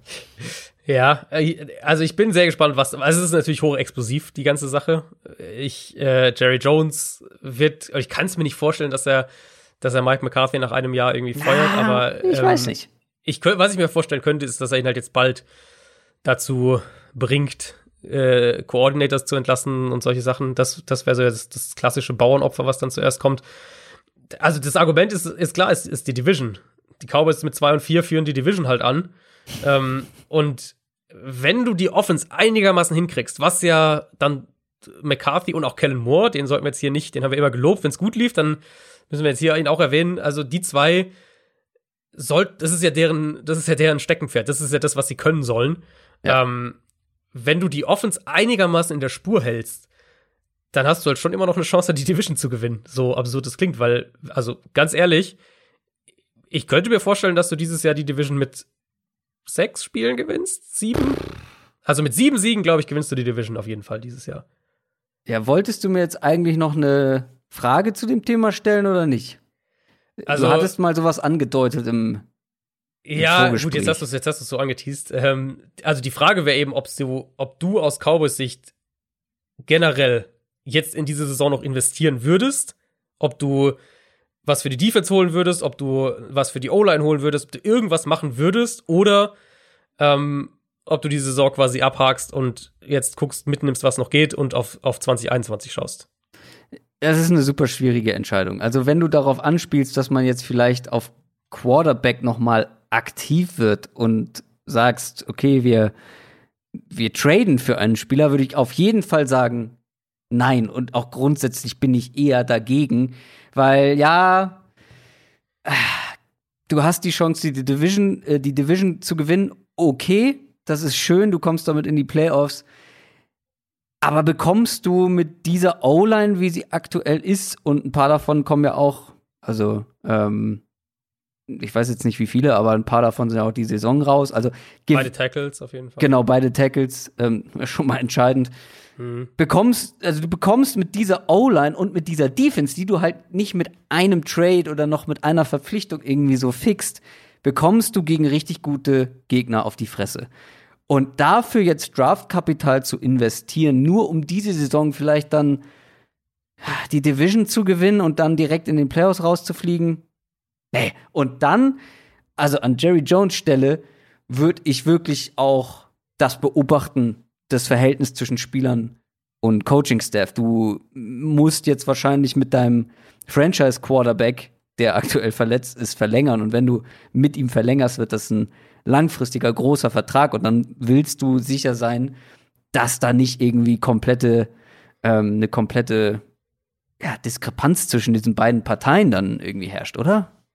Speaker 2: Ja, also ich bin sehr gespannt, was. Also es ist natürlich hochexplosiv, die ganze Sache. Ich, äh, Jerry Jones wird, ich kann es mir nicht vorstellen, dass er, dass er Mike McCarthy nach einem Jahr irgendwie feuert,
Speaker 1: ja,
Speaker 2: aber
Speaker 1: ich
Speaker 2: ähm,
Speaker 1: weiß nicht.
Speaker 2: Ich, was ich mir vorstellen könnte, ist, dass er ihn halt jetzt bald dazu bringt, äh, Coordinators zu entlassen und solche Sachen. Das, das wäre so das, das klassische Bauernopfer, was dann zuerst kommt. Also das Argument ist, ist klar, ist, ist die Division. Die Cowboys mit zwei und vier führen die Division halt an. ähm, und wenn du die Offense einigermaßen hinkriegst, was ja dann McCarthy und auch Kellen Moore, den sollten wir jetzt hier nicht, den haben wir immer gelobt, wenn es gut lief, dann müssen wir jetzt hier ihn auch erwähnen. Also die zwei soll, das ist ja deren, das ist ja deren Steckenpferd, das ist ja das, was sie können sollen. Ja. Ähm, wenn du die Offense einigermaßen in der Spur hältst, dann hast du halt schon immer noch eine Chance, die Division zu gewinnen. So absurd es klingt, weil, also ganz ehrlich, ich könnte mir vorstellen, dass du dieses Jahr die Division mit sechs Spielen gewinnst? Sieben? Also mit sieben Siegen, glaube ich, gewinnst du die Division auf jeden Fall dieses Jahr. Ja,
Speaker 1: wolltest du mir jetzt eigentlich noch eine Frage zu dem Thema stellen oder nicht?
Speaker 2: Also,
Speaker 1: du hattest mal sowas angedeutet im, im
Speaker 2: Ja, gut, jetzt hast du es jetzt hast du es so angeteased. Ähm, also die Frage wäre eben, ob du, ob du aus Cowboys Sicht generell jetzt in diese Saison noch investieren würdest, ob du was für die Defense holen würdest, ob du was für die O-Line holen würdest, ob du irgendwas machen würdest oder ähm, ob du die Saison quasi abhakst und jetzt guckst, mitnimmst, was noch geht und auf, auf zwanzig einundzwanzig schaust.
Speaker 1: Das ist eine super schwierige Entscheidung. Also wenn du darauf anspielst, dass man jetzt vielleicht auf Quarterback noch mal aktiv wird und sagst, okay, wir, wir traden für einen Spieler, würde ich auf jeden Fall sagen, nein. Und auch grundsätzlich bin ich eher dagegen, weil ja, du hast die Chance, die Division, äh, die Division zu gewinnen. Okay, das ist schön, du kommst damit in die Playoffs. Aber bekommst du mit dieser O-Line, wie sie aktuell ist, und ein paar davon kommen ja auch, also ähm, ich weiß jetzt nicht wie viele, aber ein paar davon sind ja auch die Saison raus. Also
Speaker 2: beide Tackles auf jeden Fall.
Speaker 1: Genau, beide Tackles, ähm, schon mal entscheidend. Mhm. Bekommst, also du bekommst mit dieser O-Line und mit dieser Defense, die du halt nicht mit einem Trade oder noch mit einer Verpflichtung irgendwie so fixt, bekommst du gegen richtig gute Gegner auf die Fresse. Und dafür jetzt Draftkapital zu investieren, nur um diese Saison vielleicht dann die Division zu gewinnen und dann direkt in den Playoffs rauszufliegen, nee. Und dann, also an Jerry Jones Stelle, würde ich wirklich auch das beobachten, das Verhältnis zwischen Spielern und Coaching-Staff. Du musst jetzt wahrscheinlich mit deinem Franchise-Quarterback, der aktuell verletzt ist, verlängern. Und wenn du mit ihm verlängerst, wird das ein langfristiger, großer Vertrag. Und dann willst du sicher sein, dass da nicht irgendwie komplette, ähm, eine komplette ja, Diskrepanz zwischen diesen beiden Parteien dann irgendwie herrscht, oder?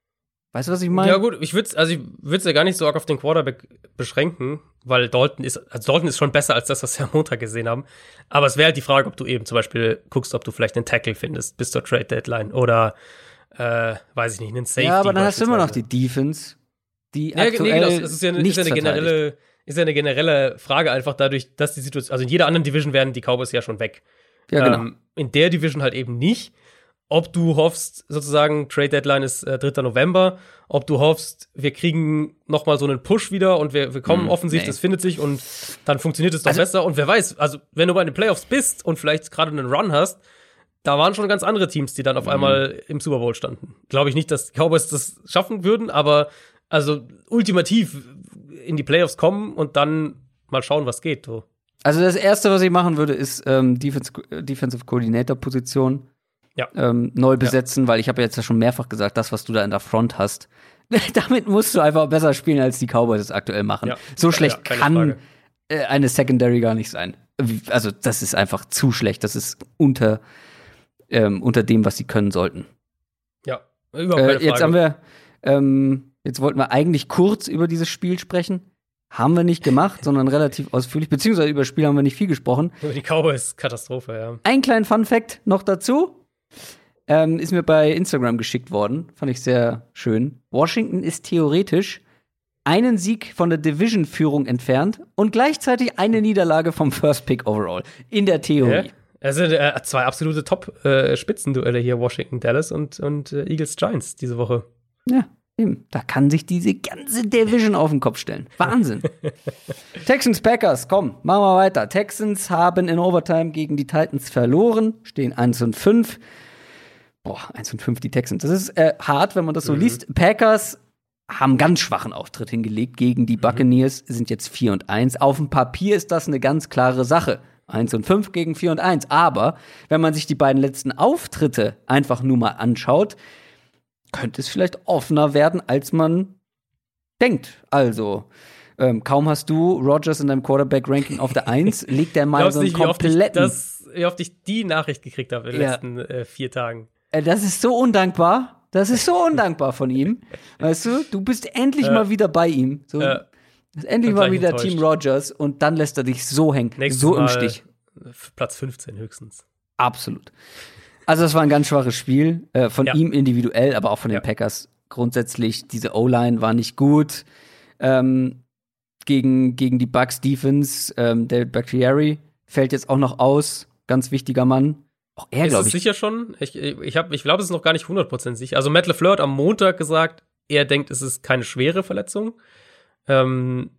Speaker 1: Weißt du, was ich meine?
Speaker 2: Ja gut, ich würde also ich würde es ja gar nicht so arg auf den Quarterback beschränken, weil Dalton ist, also Dalton ist schon besser als das, was wir am Montag gesehen haben. Aber es wäre halt die Frage, ob du eben zum Beispiel guckst, ob du vielleicht einen Tackle findest bis zur Trade Deadline oder äh, weiß ich nicht, einen Safety.
Speaker 1: Ja, aber dann hast du immer noch die Defense, die
Speaker 2: ja,
Speaker 1: aktuell
Speaker 2: nee, genau, das ist ja, eine, ist ja eine generelle, ist ja eine generelle Frage einfach dadurch, dass die Situation, also in jeder anderen Division wären die Cowboys ja schon weg.
Speaker 1: Ja, genau.
Speaker 2: Ähm, in der Division halt eben nicht. Ob du hoffst, sozusagen, Trade Deadline ist äh, dritter November, ob du hoffst, wir kriegen noch mal so einen Push wieder und wir, wir kommen mm, offensiv, nee. Das findet sich und dann funktioniert es doch also, besser. Und wer weiß, also wenn du bei den Playoffs bist und vielleicht gerade einen Run hast, da waren schon ganz andere Teams, die dann auf mm. einmal im Super Bowl standen. Glaube ich nicht, dass die Cowboys das schaffen würden, aber also ultimativ in die Playoffs kommen und dann mal schauen, was geht. So.
Speaker 1: Also das Erste, was ich machen würde, ist ähm, Defense, Defensive Coordinator-Position. Ja. Ähm, neu besetzen, ja. Weil ich habe jetzt ja schon mehrfach gesagt, das, was du da in der Front hast, damit musst du einfach besser spielen, als die Cowboys es aktuell machen. Ja. So schlecht ja, kann äh, eine Secondary gar nicht sein. Also das ist einfach zu schlecht. Das ist unter, ähm, unter dem, was sie können sollten.
Speaker 2: Ja, überhaupt keine
Speaker 1: äh, Jetzt
Speaker 2: Frage.
Speaker 1: haben wir, ähm, jetzt wollten wir eigentlich kurz über dieses Spiel sprechen. Haben wir nicht gemacht, sondern relativ ausführlich. Beziehungsweise über das Spiel haben wir nicht viel gesprochen.
Speaker 2: Über die Cowboys-Katastrophe, ja.
Speaker 1: Ein kleinen Fun-Fact noch dazu. Ähm, ist mir bei Instagram geschickt worden. Fand ich sehr schön. Washington ist theoretisch einen Sieg von der Division-Führung entfernt und gleichzeitig eine Niederlage vom First Pick overall. In der Theorie.
Speaker 2: Ja. Also äh, zwei absolute Top-Spitzenduelle äh, hier, Washington, Dallas und, und äh, Eagles, Giants diese Woche.
Speaker 1: Ja, eben. Da kann sich diese ganze Division auf den Kopf stellen. Wahnsinn. Texans, Packers, komm, machen wir weiter. Texans haben in Overtime gegen die Titans verloren, stehen eins und fünf. Boah, eins und fünf die Texans. Das ist äh, hart, wenn man das so mhm. liest. Packers haben einen ganz schwachen Auftritt hingelegt gegen die Buccaneers, mhm. sind jetzt vier und eins. Auf dem Papier ist das eine ganz klare Sache. eins und fünf gegen vier und eins. Aber wenn man sich die beiden letzten Auftritte einfach nur mal anschaut, könnte es vielleicht offener werden, als man denkt. Also, ähm, kaum hast du Rodgers in deinem Quarterback-Ranking auf der eins, legt der mal so einen
Speaker 2: nicht, wie oft
Speaker 1: kompletten...
Speaker 2: Ich das, wie oft ich die Nachricht gekriegt habe in den ja. letzten äh, vier Tagen.
Speaker 1: Das ist so undankbar. Das ist so undankbar von ihm. Weißt du, du bist endlich äh, mal wieder bei ihm. So, äh, endlich mal wieder enttäuscht. Team Rodgers und dann lässt er dich so hängen.
Speaker 2: Nächstes
Speaker 1: so
Speaker 2: mal
Speaker 1: im Stich.
Speaker 2: Platz fünfzehn höchstens.
Speaker 1: Absolut. Also, das war ein ganz schwaches Spiel. Äh, von ja. ihm individuell, aber auch von den ja. Packers grundsätzlich. Diese O-Line war nicht gut. Ähm, gegen, gegen die Bucks Defense. Ähm, David Bakhtiari fällt jetzt auch noch aus. Ganz wichtiger Mann. Auch er, glaube ich.
Speaker 2: Ist es sicher schon? Ich, ich, hab, ich glaube, es ist noch gar nicht hundert Prozent sicher. Also Matt LaFleur hat am Montag gesagt, er denkt, es ist keine schwere Verletzung. Ähm,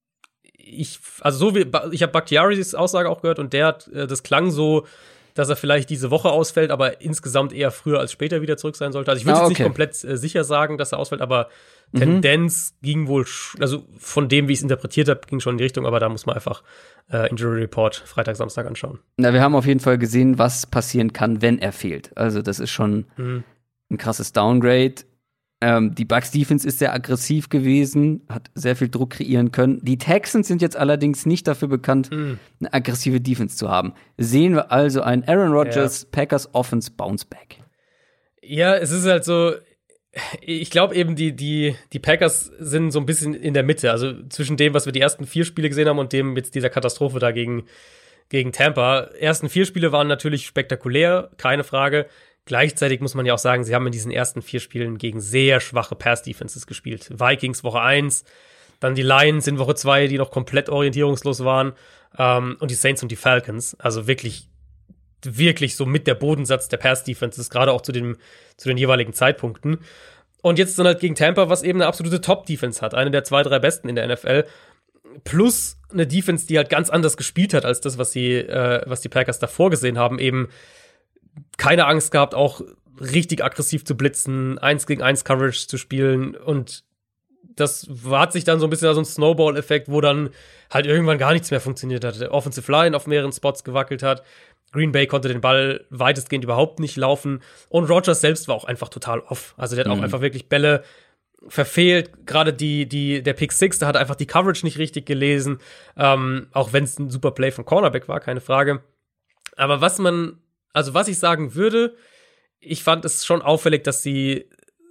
Speaker 2: ich, also so wie, ich habe Bakhtiaris Aussage auch gehört und der hat, das klang so, dass er vielleicht diese Woche ausfällt, aber insgesamt eher früher als später wieder zurück sein sollte. Also ich will ah, jetzt okay. nicht komplett äh, sicher sagen, dass er ausfällt, aber mhm. Tendenz ging wohl, sch- also von dem, wie ich es interpretiert habe, ging schon in die Richtung, aber da muss man einfach äh, Injury Report Freitag, Samstag anschauen.
Speaker 1: Na, wir haben auf jeden Fall gesehen, was passieren kann, wenn er fehlt. Also das ist schon mhm. ein krasses Downgrade. Ähm, die Bucks Defense ist sehr aggressiv gewesen, hat sehr viel Druck kreieren können. Die Texans sind jetzt allerdings nicht dafür bekannt, mm. eine aggressive Defense zu haben. Sehen wir also ein Aaron Rodgers ja. Packers Offense Bounce Back.
Speaker 2: Ja, es ist halt so, ich glaube eben, die, die, die Packers sind so ein bisschen in der Mitte, also zwischen dem, was wir die ersten vier Spiele gesehen haben und dem mit dieser Katastrophe da gegen, gegen Tampa. Ersten vier Spiele waren natürlich spektakulär, keine Frage. Gleichzeitig muss man ja auch sagen, sie haben in diesen ersten vier Spielen gegen sehr schwache Pass-Defenses gespielt. Vikings Woche eins, dann die Lions in Woche zwei, die noch komplett orientierungslos waren, ähm, und die Saints und die Falcons. Also wirklich, wirklich so mit der Bodensatz der Pass-Defenses, gerade auch zu, dem, zu den jeweiligen Zeitpunkten. Und jetzt dann halt gegen Tampa, was eben eine absolute Top-Defense hat, eine der zwei, drei besten in der N F L. Plus eine Defense, die halt ganz anders gespielt hat als das, was, sie, äh, was die Packers davor gesehen haben, eben keine Angst gehabt, auch richtig aggressiv zu blitzen, eins gegen eins Coverage zu spielen und das hat sich dann so ein bisschen als so ein Snowball-Effekt, wo dann halt irgendwann gar nichts mehr funktioniert hat. Der Offensive Line auf mehreren Spots gewackelt hat. Green Bay konnte den Ball weitestgehend überhaupt nicht laufen und Rodgers selbst war auch einfach total off. Also der hat mhm. auch einfach wirklich Bälle verfehlt. Gerade die, die, der Pick Six, da hat einfach die Coverage nicht richtig gelesen, ähm, auch wenn es ein super Play vom Cornerback war, keine Frage. Aber was man Also was ich sagen würde, ich fand es schon auffällig, dass sie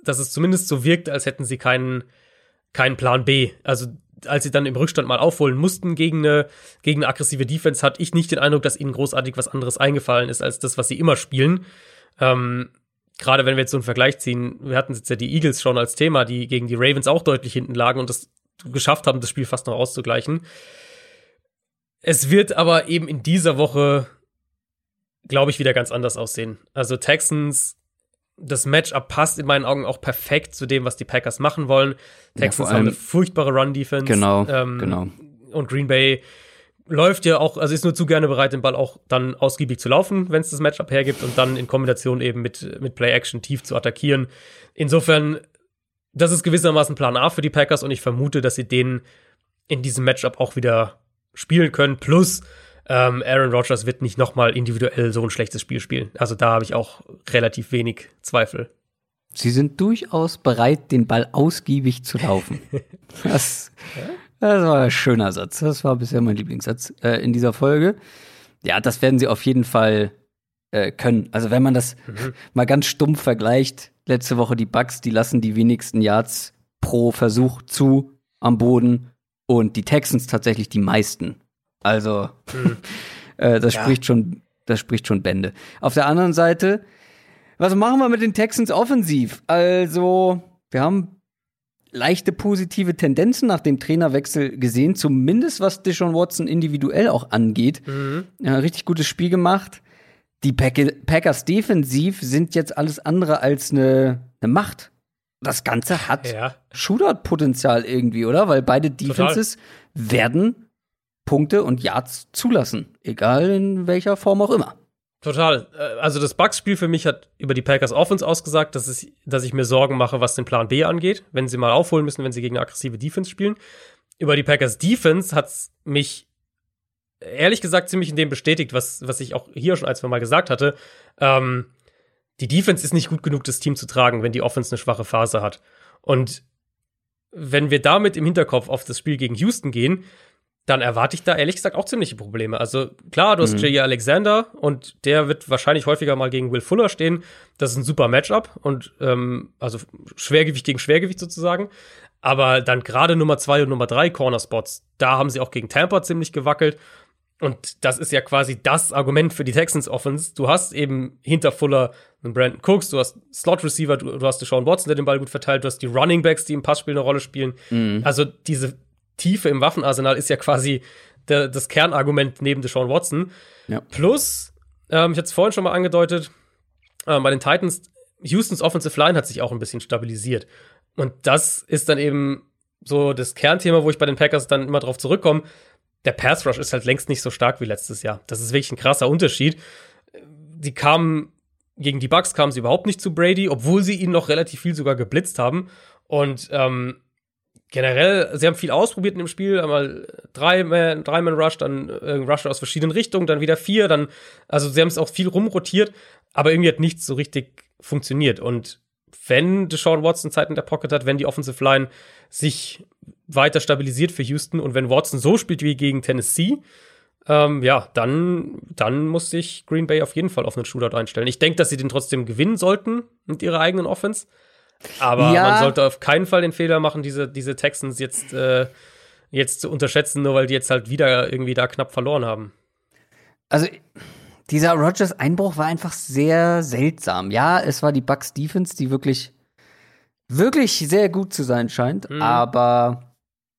Speaker 2: dass es zumindest so wirkt, als hätten sie keinen, keinen Plan B. Also als sie dann im Rückstand mal aufholen mussten gegen eine, gegen eine aggressive Defense, hatte ich nicht den Eindruck, dass ihnen großartig was anderes eingefallen ist, als das, was sie immer spielen. Ähm, Gerade wenn wir jetzt so einen Vergleich ziehen, wir hatten jetzt ja die Eagles schon als Thema, die gegen die Ravens auch deutlich hinten lagen und das geschafft haben, das Spiel fast noch auszugleichen. Es wird aber eben in dieser Woche, glaube ich, wieder ganz anders aussehen. Also Texans, das Matchup passt in meinen Augen auch perfekt zu dem, was die Packers machen wollen. Texans ja, haben eine furchtbare Run-Defense.
Speaker 1: Genau,
Speaker 2: ähm,
Speaker 1: genau.
Speaker 2: Und Green Bay läuft ja auch, also ist nur zu gerne bereit, den Ball auch dann ausgiebig zu laufen, wenn es das Matchup hergibt und dann in Kombination eben mit, mit Play-Action tief zu attackieren. Insofern, das ist gewissermaßen Plan A für die Packers und ich vermute, dass sie den in diesem Matchup auch wieder spielen können. Plus, ähm, Aaron Rodgers wird nicht nochmal individuell so ein schlechtes Spiel spielen. Also da habe ich auch relativ wenig Zweifel.
Speaker 1: Sie sind durchaus bereit, den Ball ausgiebig zu laufen. Das, das war ein schöner Satz. Das war bisher mein Lieblingssatz äh, in dieser Folge. Ja, das werden sie auf jeden Fall äh, können. Also wenn man das mhm. mal ganz stumpf vergleicht, letzte Woche die Bucks, die lassen die wenigsten Yards pro Versuch zu am Boden und die Texans tatsächlich die meisten. Also mhm. äh, das ja. spricht schon, das spricht schon Bände. Auf der anderen Seite, was machen wir mit den Texans offensiv? Also, wir haben leichte positive Tendenzen nach dem Trainerwechsel gesehen, zumindest was Deshaun Watson individuell auch angeht. Mhm. Ja, richtig gutes Spiel gemacht. Die Pack- Packers defensiv sind jetzt alles andere als eine, eine Macht. Das Ganze hat ja. Shootout-Potenzial irgendwie, oder? Weil beide Defenses Total. werden Punkte und Yards zulassen. Egal in welcher Form auch immer.
Speaker 2: Total. Also das Bucks-Spiel für mich hat über die Packers Offense ausgesagt, dass, es, dass ich mir Sorgen mache, was den Plan B angeht, wenn sie mal aufholen müssen, wenn sie gegen eine aggressive Defense spielen. Über die Packers Defense hat es mich ehrlich gesagt ziemlich in dem bestätigt, was, was ich auch hier schon ein, zwei Mal gesagt hatte. Ähm, die Defense ist nicht gut genug, das Team zu tragen, wenn die Offense eine schwache Phase hat. Und wenn wir damit im Hinterkopf auf das Spiel gegen Houston gehen, dann erwarte ich da ehrlich gesagt auch ziemliche Probleme. Also klar, du hast mhm. J. Alexander und der wird wahrscheinlich häufiger mal gegen Will Fuller stehen. Das ist ein super Matchup und ähm, also Schwergewicht gegen Schwergewicht sozusagen. Aber dann gerade Nummer zwei und Nummer drei Cornerspots, da haben sie auch gegen Tampa ziemlich gewackelt. Und das ist ja quasi das Argument für die Texans Offense. Du hast eben hinter Fuller einen Brandon Cooks, du hast Slot Receiver, du, du hast Deshaun Watson, der den Ball gut verteilt, du hast die Running Backs, die im Passspiel eine Rolle spielen. Mhm. Also diese Tiefe im Waffenarsenal ist ja quasi der, das Kernargument neben Deshaun Watson. Ja. Plus, ähm, ich hatte es vorhin schon mal angedeutet, äh, bei den Titans, Houstons Offensive Line hat sich auch ein bisschen stabilisiert. Und das ist dann eben so das Kernthema, wo ich bei den Packers dann immer drauf zurückkomme. Der Pass Rush ist halt längst nicht so stark wie letztes Jahr. Das ist wirklich ein krasser Unterschied. Die kamen, gegen die Bucks kamen sie überhaupt nicht zu Brady, obwohl sie ihn noch relativ viel sogar geblitzt haben. Und ähm, generell, sie haben viel ausprobiert in dem Spiel, einmal drei Man, drei Man Rush, dann äh, Rush aus verschiedenen Richtungen, dann wieder vier, dann, also sie haben es auch viel rumrotiert, aber irgendwie hat nichts so richtig funktioniert. Und wenn Deshaun Watson Zeit in der Pocket hat, wenn die Offensive Line sich weiter stabilisiert für Houston und wenn Watson so spielt wie gegen Tennessee, ähm, ja, dann, dann muss sich Green Bay auf jeden Fall auf einen Shootout einstellen. Ich denke, dass sie den trotzdem gewinnen sollten mit ihrer eigenen Offense. Aber ja. man sollte auf keinen Fall den Fehler machen, diese, diese Texans jetzt, äh, jetzt zu unterschätzen, nur weil die jetzt halt wieder irgendwie da knapp verloren haben.
Speaker 1: Also, dieser Rodgers-Einbruch war einfach sehr seltsam. Ja, es war die Bucks Defense, die wirklich, wirklich sehr gut zu sein scheint. Mhm. Aber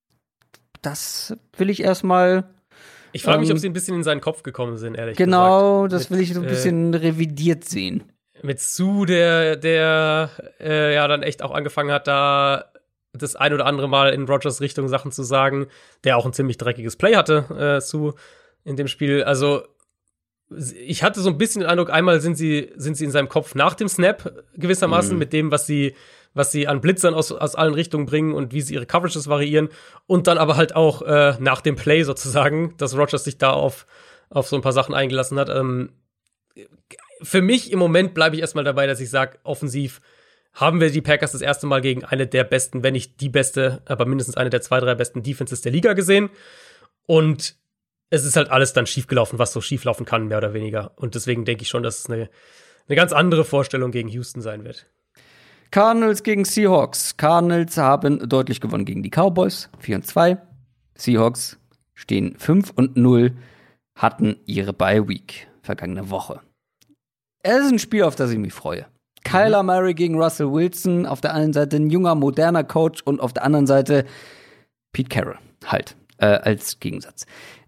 Speaker 1: das will ich erstmal.
Speaker 2: Ich frage mich, ähm, ob sie ein bisschen in seinen Kopf gekommen sind, ehrlich
Speaker 1: genau, gesagt. Genau, das
Speaker 2: Mit,
Speaker 1: will ich so ein bisschen äh, revidiert sehen.
Speaker 2: Mit Sue, der, der äh, ja dann echt auch angefangen hat, da das ein oder andere Mal in Rodgers Richtung Sachen zu sagen, der auch ein ziemlich dreckiges Play hatte, äh, Sue, in dem Spiel. Also, ich hatte so ein bisschen den Eindruck, einmal sind sie, sind sie in seinem Kopf nach dem Snap gewissermaßen mhm. mit dem, was sie, was sie an Blitzern aus, aus allen Richtungen bringen und wie sie ihre Coverages variieren. Und dann aber halt auch äh, nach dem Play sozusagen, dass Rodgers sich da auf, auf so ein paar Sachen eingelassen hat. Ähm, Für mich im Moment bleibe ich erstmal dabei, dass ich sage, offensiv haben wir die Packers das erste Mal gegen eine der besten, wenn nicht die beste, aber mindestens eine der zwei, drei besten Defenses der Liga gesehen. Und es ist halt alles dann schiefgelaufen, was so schieflaufen kann, mehr oder weniger. Und deswegen denke ich schon, dass es eine, eine ganz andere Vorstellung gegen Houston sein wird.
Speaker 1: Cardinals gegen Seahawks. Cardinals haben deutlich gewonnen gegen die Cowboys, vier und zwei. Seahawks stehen fünf und null, hatten ihre Bye-Week vergangene Woche. Es ist ein Spiel, auf das ich mich freue. Kyler Murray gegen Russell Wilson, auf der einen Seite ein junger, moderner Coach und auf der anderen Seite Pete Carroll, halt, äh, als Gegensatz.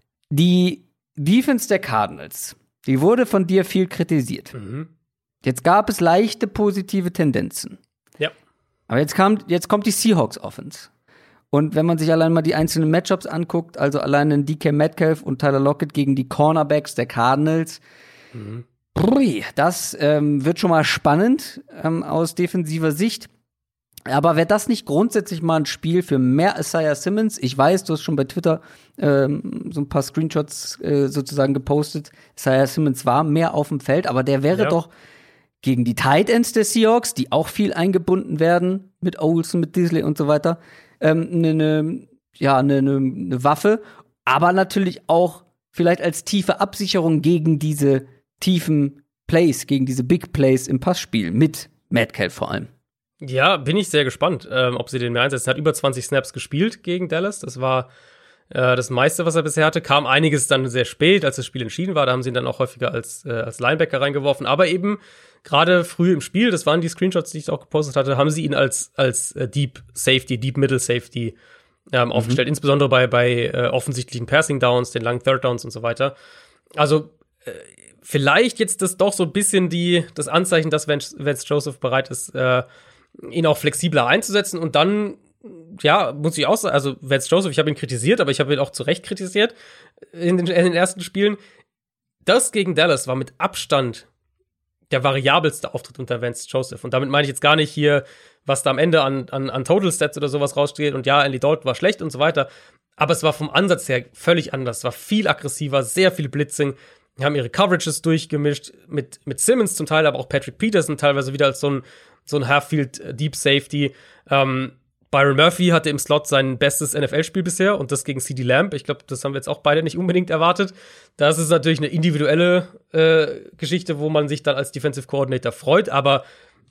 Speaker 1: Die Defense der Cardinals, die wurde von dir viel kritisiert.
Speaker 2: Mhm.
Speaker 1: Jetzt gab es leichte positive Tendenzen.
Speaker 2: Ja.
Speaker 1: Aber jetzt, kam, jetzt kommt die Seahawks-Offense. Und wenn man sich allein mal die einzelnen Matchups anguckt, also allein in D K Metcalf und Tyler Lockett gegen die Cornerbacks der Cardinals,
Speaker 2: Mhm.
Speaker 1: Brrr, das ähm, wird schon mal spannend ähm, aus defensiver Sicht. Aber wäre das nicht grundsätzlich mal ein Spiel für mehr Isaiah Simmons? Ich weiß, du hast schon bei Twitter ähm, so ein paar Screenshots äh, sozusagen gepostet. Isaiah Simmons war mehr auf dem Feld, aber der wäre
Speaker 2: Ja.
Speaker 1: doch gegen die Tight Ends der Seahawks, die auch viel eingebunden werden, mit Olsen, mit Disley und so weiter, ähm, eine ne, ja, eine ne, ne Waffe. Aber natürlich auch vielleicht als tiefe Absicherung gegen diese tiefen Plays, gegen diese Big Plays im Passspiel, mit Metcalf vor allem.
Speaker 2: Ja, bin ich sehr gespannt, ähm, ob sie den mehr einsetzen. Er hat über zwanzig Snaps gespielt gegen Dallas. Das war äh, das meiste, was er bisher hatte. Kam einiges dann sehr spät, als das Spiel entschieden war. Da haben sie ihn dann auch häufiger als, äh, als Linebacker reingeworfen. Aber eben gerade früh im Spiel, das waren die Screenshots, die ich auch gepostet hatte, haben sie ihn als, als äh, Deep Safety, Deep Middle Safety ähm, mhm. aufgestellt. Insbesondere bei, bei äh, offensichtlichen Passing Downs, den langen Third Downs und so weiter. Also äh, vielleicht jetzt das doch so ein bisschen die, das Anzeichen, dass Vance, Vance Joseph bereit ist, äh, ihn auch flexibler einzusetzen. Und dann, ja, muss ich auch sagen, also Vance Joseph, ich habe ihn kritisiert, aber ich habe ihn auch zu Recht kritisiert in den, in den ersten Spielen. Das gegen Dallas war mit Abstand der variabelste Auftritt unter Vance Joseph. Und damit meine ich jetzt gar nicht hier, was da am Ende an, an, an Total Stats oder sowas raussteht. Und ja, Andy Dalton war schlecht und so weiter. Aber es war vom Ansatz her völlig anders. Es war viel aggressiver, sehr viel Blitzing. Die haben ihre Coverages durchgemischt, mit, mit Simmons zum Teil, aber auch Patrick Peterson teilweise wieder als so ein, so ein Half-Field Deep Safety. Ähm, Byron Murphy hatte im Slot sein bestes N F L-Spiel bisher und das gegen CeeDee Lamb. Ich glaube, das haben wir jetzt auch beide nicht unbedingt erwartet. Das ist natürlich eine individuelle äh, Geschichte, wo man sich dann als Defensive Coordinator freut, aber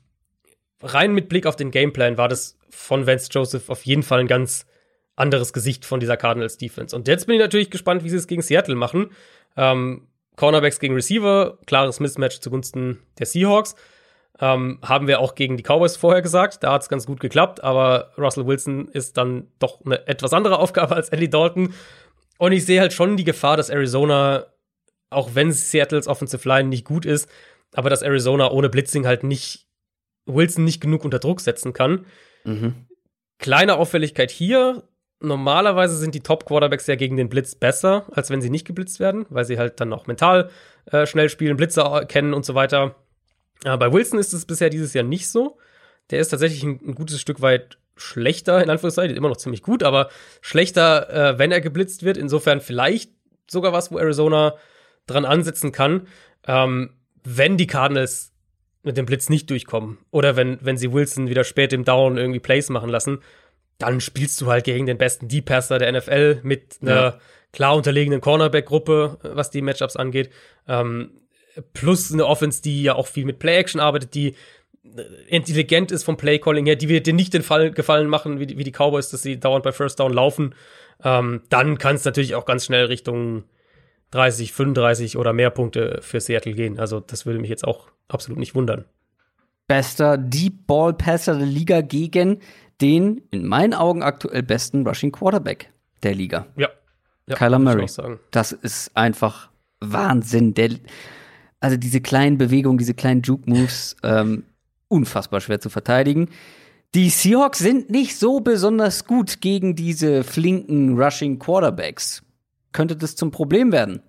Speaker 2: rein mit Blick auf den Gameplan war das von Vance Joseph auf jeden Fall ein ganz anderes Gesicht von dieser Cardinals Defense. Und jetzt bin ich natürlich gespannt, wie sie es gegen Seattle machen. Ähm, Cornerbacks gegen Receiver, klares Mismatch zugunsten der Seahawks. Ähm, haben wir auch gegen die Cowboys vorher gesagt. Da hat es ganz gut geklappt, aber Russell Wilson ist dann doch eine etwas andere Aufgabe als Andy Dalton. Und ich sehe halt schon die Gefahr, dass Arizona, auch wenn Seattles Offensive Line nicht gut ist, aber dass Arizona ohne Blitzing halt nicht Wilson nicht genug unter Druck setzen kann.
Speaker 1: Mhm.
Speaker 2: Kleine Auffälligkeit hier. Normalerweise sind die Top-Quarterbacks ja gegen den Blitz besser, als wenn sie nicht geblitzt werden, weil sie halt dann auch mental äh, schnell spielen, Blitzer kennen und so weiter. Äh, bei Wilson ist es bisher dieses Jahr nicht so. Der ist tatsächlich ein, ein gutes Stück weit schlechter, in Anführungszeichen, immer noch ziemlich gut, aber schlechter, äh, wenn er geblitzt wird. Insofern vielleicht sogar was, wo Arizona dran ansetzen kann, ähm, wenn die Cardinals mit dem Blitz nicht durchkommen. Oder wenn, wenn sie Wilson wieder spät im Down irgendwie Plays machen lassen, dann spielst du halt gegen den besten Deep-Passer der N F L mit einer ja. klar unterlegenen Cornerback-Gruppe, was die Matchups angeht. Ähm, plus eine Offense, die ja auch viel mit Play-Action arbeitet, die intelligent ist vom Play-Calling her, die wir dir nicht den Fall gefallen machen, wie die, wie die Cowboys, dass sie dauernd bei First Down laufen. Ähm, dann kann es natürlich auch ganz schnell Richtung dreißig, fünfunddreißig oder mehr Punkte für Seattle gehen. Also das würde mich jetzt auch absolut nicht wundern.
Speaker 1: Bester Deep-Ball-Passer der Liga gegen den in meinen Augen aktuell besten Rushing Quarterback der Liga.
Speaker 2: Ja. ja
Speaker 1: Kyler Murray.
Speaker 2: Ich auch sagen.
Speaker 1: Das ist einfach Wahnsinn. Der, also diese kleinen Bewegungen, diese kleinen Juke-Moves, ähm, unfassbar schwer zu verteidigen. Die Seahawks sind nicht so besonders gut gegen diese flinken Rushing Quarterbacks. Könnte das zum Problem werden?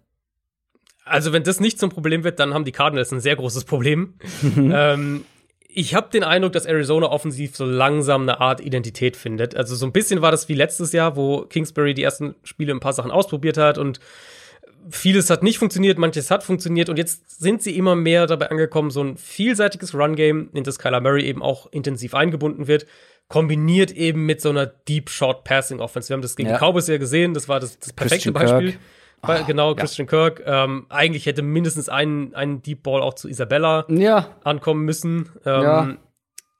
Speaker 2: Also wenn das nicht zum Problem wird, dann haben die Cardinals ein sehr großes Problem. ähm, Ich habe den Eindruck, dass Arizona offensiv so langsam eine Art Identität findet. Also so ein bisschen war das wie letztes Jahr, wo Kingsbury die ersten Spiele ein paar Sachen ausprobiert hat und vieles hat nicht funktioniert, manches hat funktioniert und jetzt sind sie immer mehr dabei angekommen, so ein vielseitiges Run-Game, in das Kyler Murray eben auch intensiv eingebunden wird, kombiniert eben mit so einer Deep-Shot-Passing-Offense. Wir haben das gegen
Speaker 1: ja.
Speaker 2: die Cowboys ja gesehen, das war das, das perfekte
Speaker 1: Christian
Speaker 2: Beispiel.
Speaker 1: Kirk.
Speaker 2: Weil, genau,
Speaker 1: ja.
Speaker 2: Christian Kirk. Ähm, eigentlich hätte mindestens ein, ein Deep Ball auch zu Isabella
Speaker 1: ja.
Speaker 2: ankommen müssen. Ähm,
Speaker 1: ja.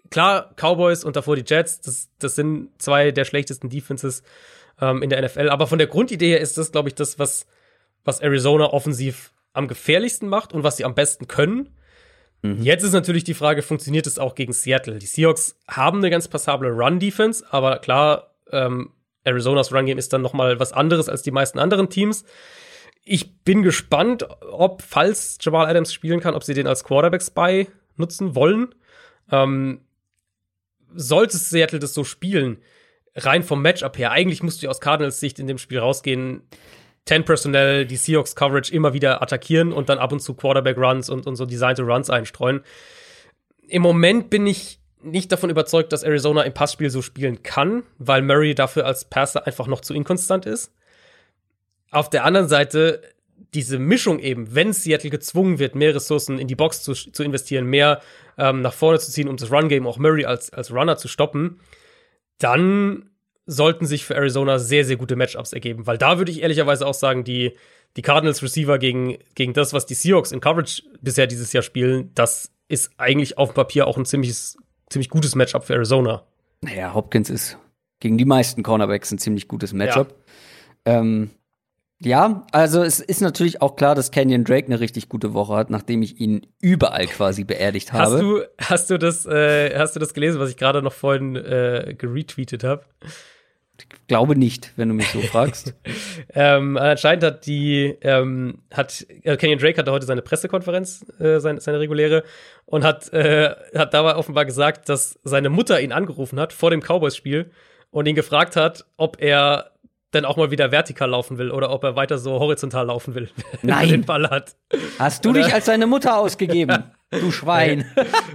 Speaker 2: klar, Cowboys und davor die Jets, das, das sind zwei der schlechtesten Defenses ähm, in der N F L. Aber von der Grundidee her ist das, glaube ich, das, was, was Arizona offensiv am gefährlichsten macht und was sie am besten können. Mhm. Jetzt ist natürlich die Frage, funktioniert es auch gegen Seattle? Die Seahawks haben eine ganz passable Run-Defense, aber klar, ähm, Arizonas Run-Game ist dann noch mal was anderes als die meisten anderen Teams. Ich bin gespannt, ob, falls Jamal Adams spielen kann, ob sie den als Quarterback-Spy nutzen wollen. Ähm, sollte Seattle das so spielen, rein vom Matchup her, eigentlich musst du aus Cardinals Sicht in dem Spiel rausgehen, zehn Personnel, die Seahawks Coverage immer wieder attackieren und dann ab und zu Quarterback Runs und, und so designte Runs einstreuen. Im Moment bin ich nicht davon überzeugt, dass Arizona im Passspiel so spielen kann, weil Murray dafür als Passer einfach noch zu inkonstant ist. Auf der anderen Seite, diese Mischung eben, wenn Seattle gezwungen wird, mehr Ressourcen in die Box zu, zu investieren, mehr ähm, nach vorne zu ziehen, um das Run-Game auch Murray als, als Runner zu stoppen, dann sollten sich für Arizona sehr, sehr gute Matchups ergeben. Weil da würde ich ehrlicherweise auch sagen, die, die Cardinals Receiver gegen, gegen das, was die Seahawks in Coverage bisher dieses Jahr spielen, das ist eigentlich auf dem Papier auch ein ziemliches, ziemlich gutes Matchup für Arizona.
Speaker 1: Naja, Hopkins ist gegen die meisten Cornerbacks ein ziemlich gutes Matchup. Ja. Ähm, ja, also es ist natürlich auch klar, dass Kenyon Drake eine richtig gute Woche hat, nachdem ich ihn überall quasi beerdigt habe.
Speaker 2: Hast du, hast du, das, äh, hast du das gelesen, was ich gerade noch vorhin äh, geretweetet habe?
Speaker 1: Ich glaube nicht, wenn du mich so fragst.
Speaker 2: ähm, anscheinend hat die, ähm, hat, äh, Kenyon Drake hatte heute seine Pressekonferenz, äh, seine, seine reguläre, und hat, äh, hat dabei offenbar gesagt, dass seine Mutter ihn angerufen hat vor dem Cowboys-Spiel und ihn gefragt hat, ob er dann auch mal wieder vertikal laufen will oder ob er weiter so horizontal laufen will, wenn
Speaker 1: Nein.
Speaker 2: er den Ball hat.
Speaker 1: Hast du oder? dich als seine Mutter ausgegeben, du Schwein.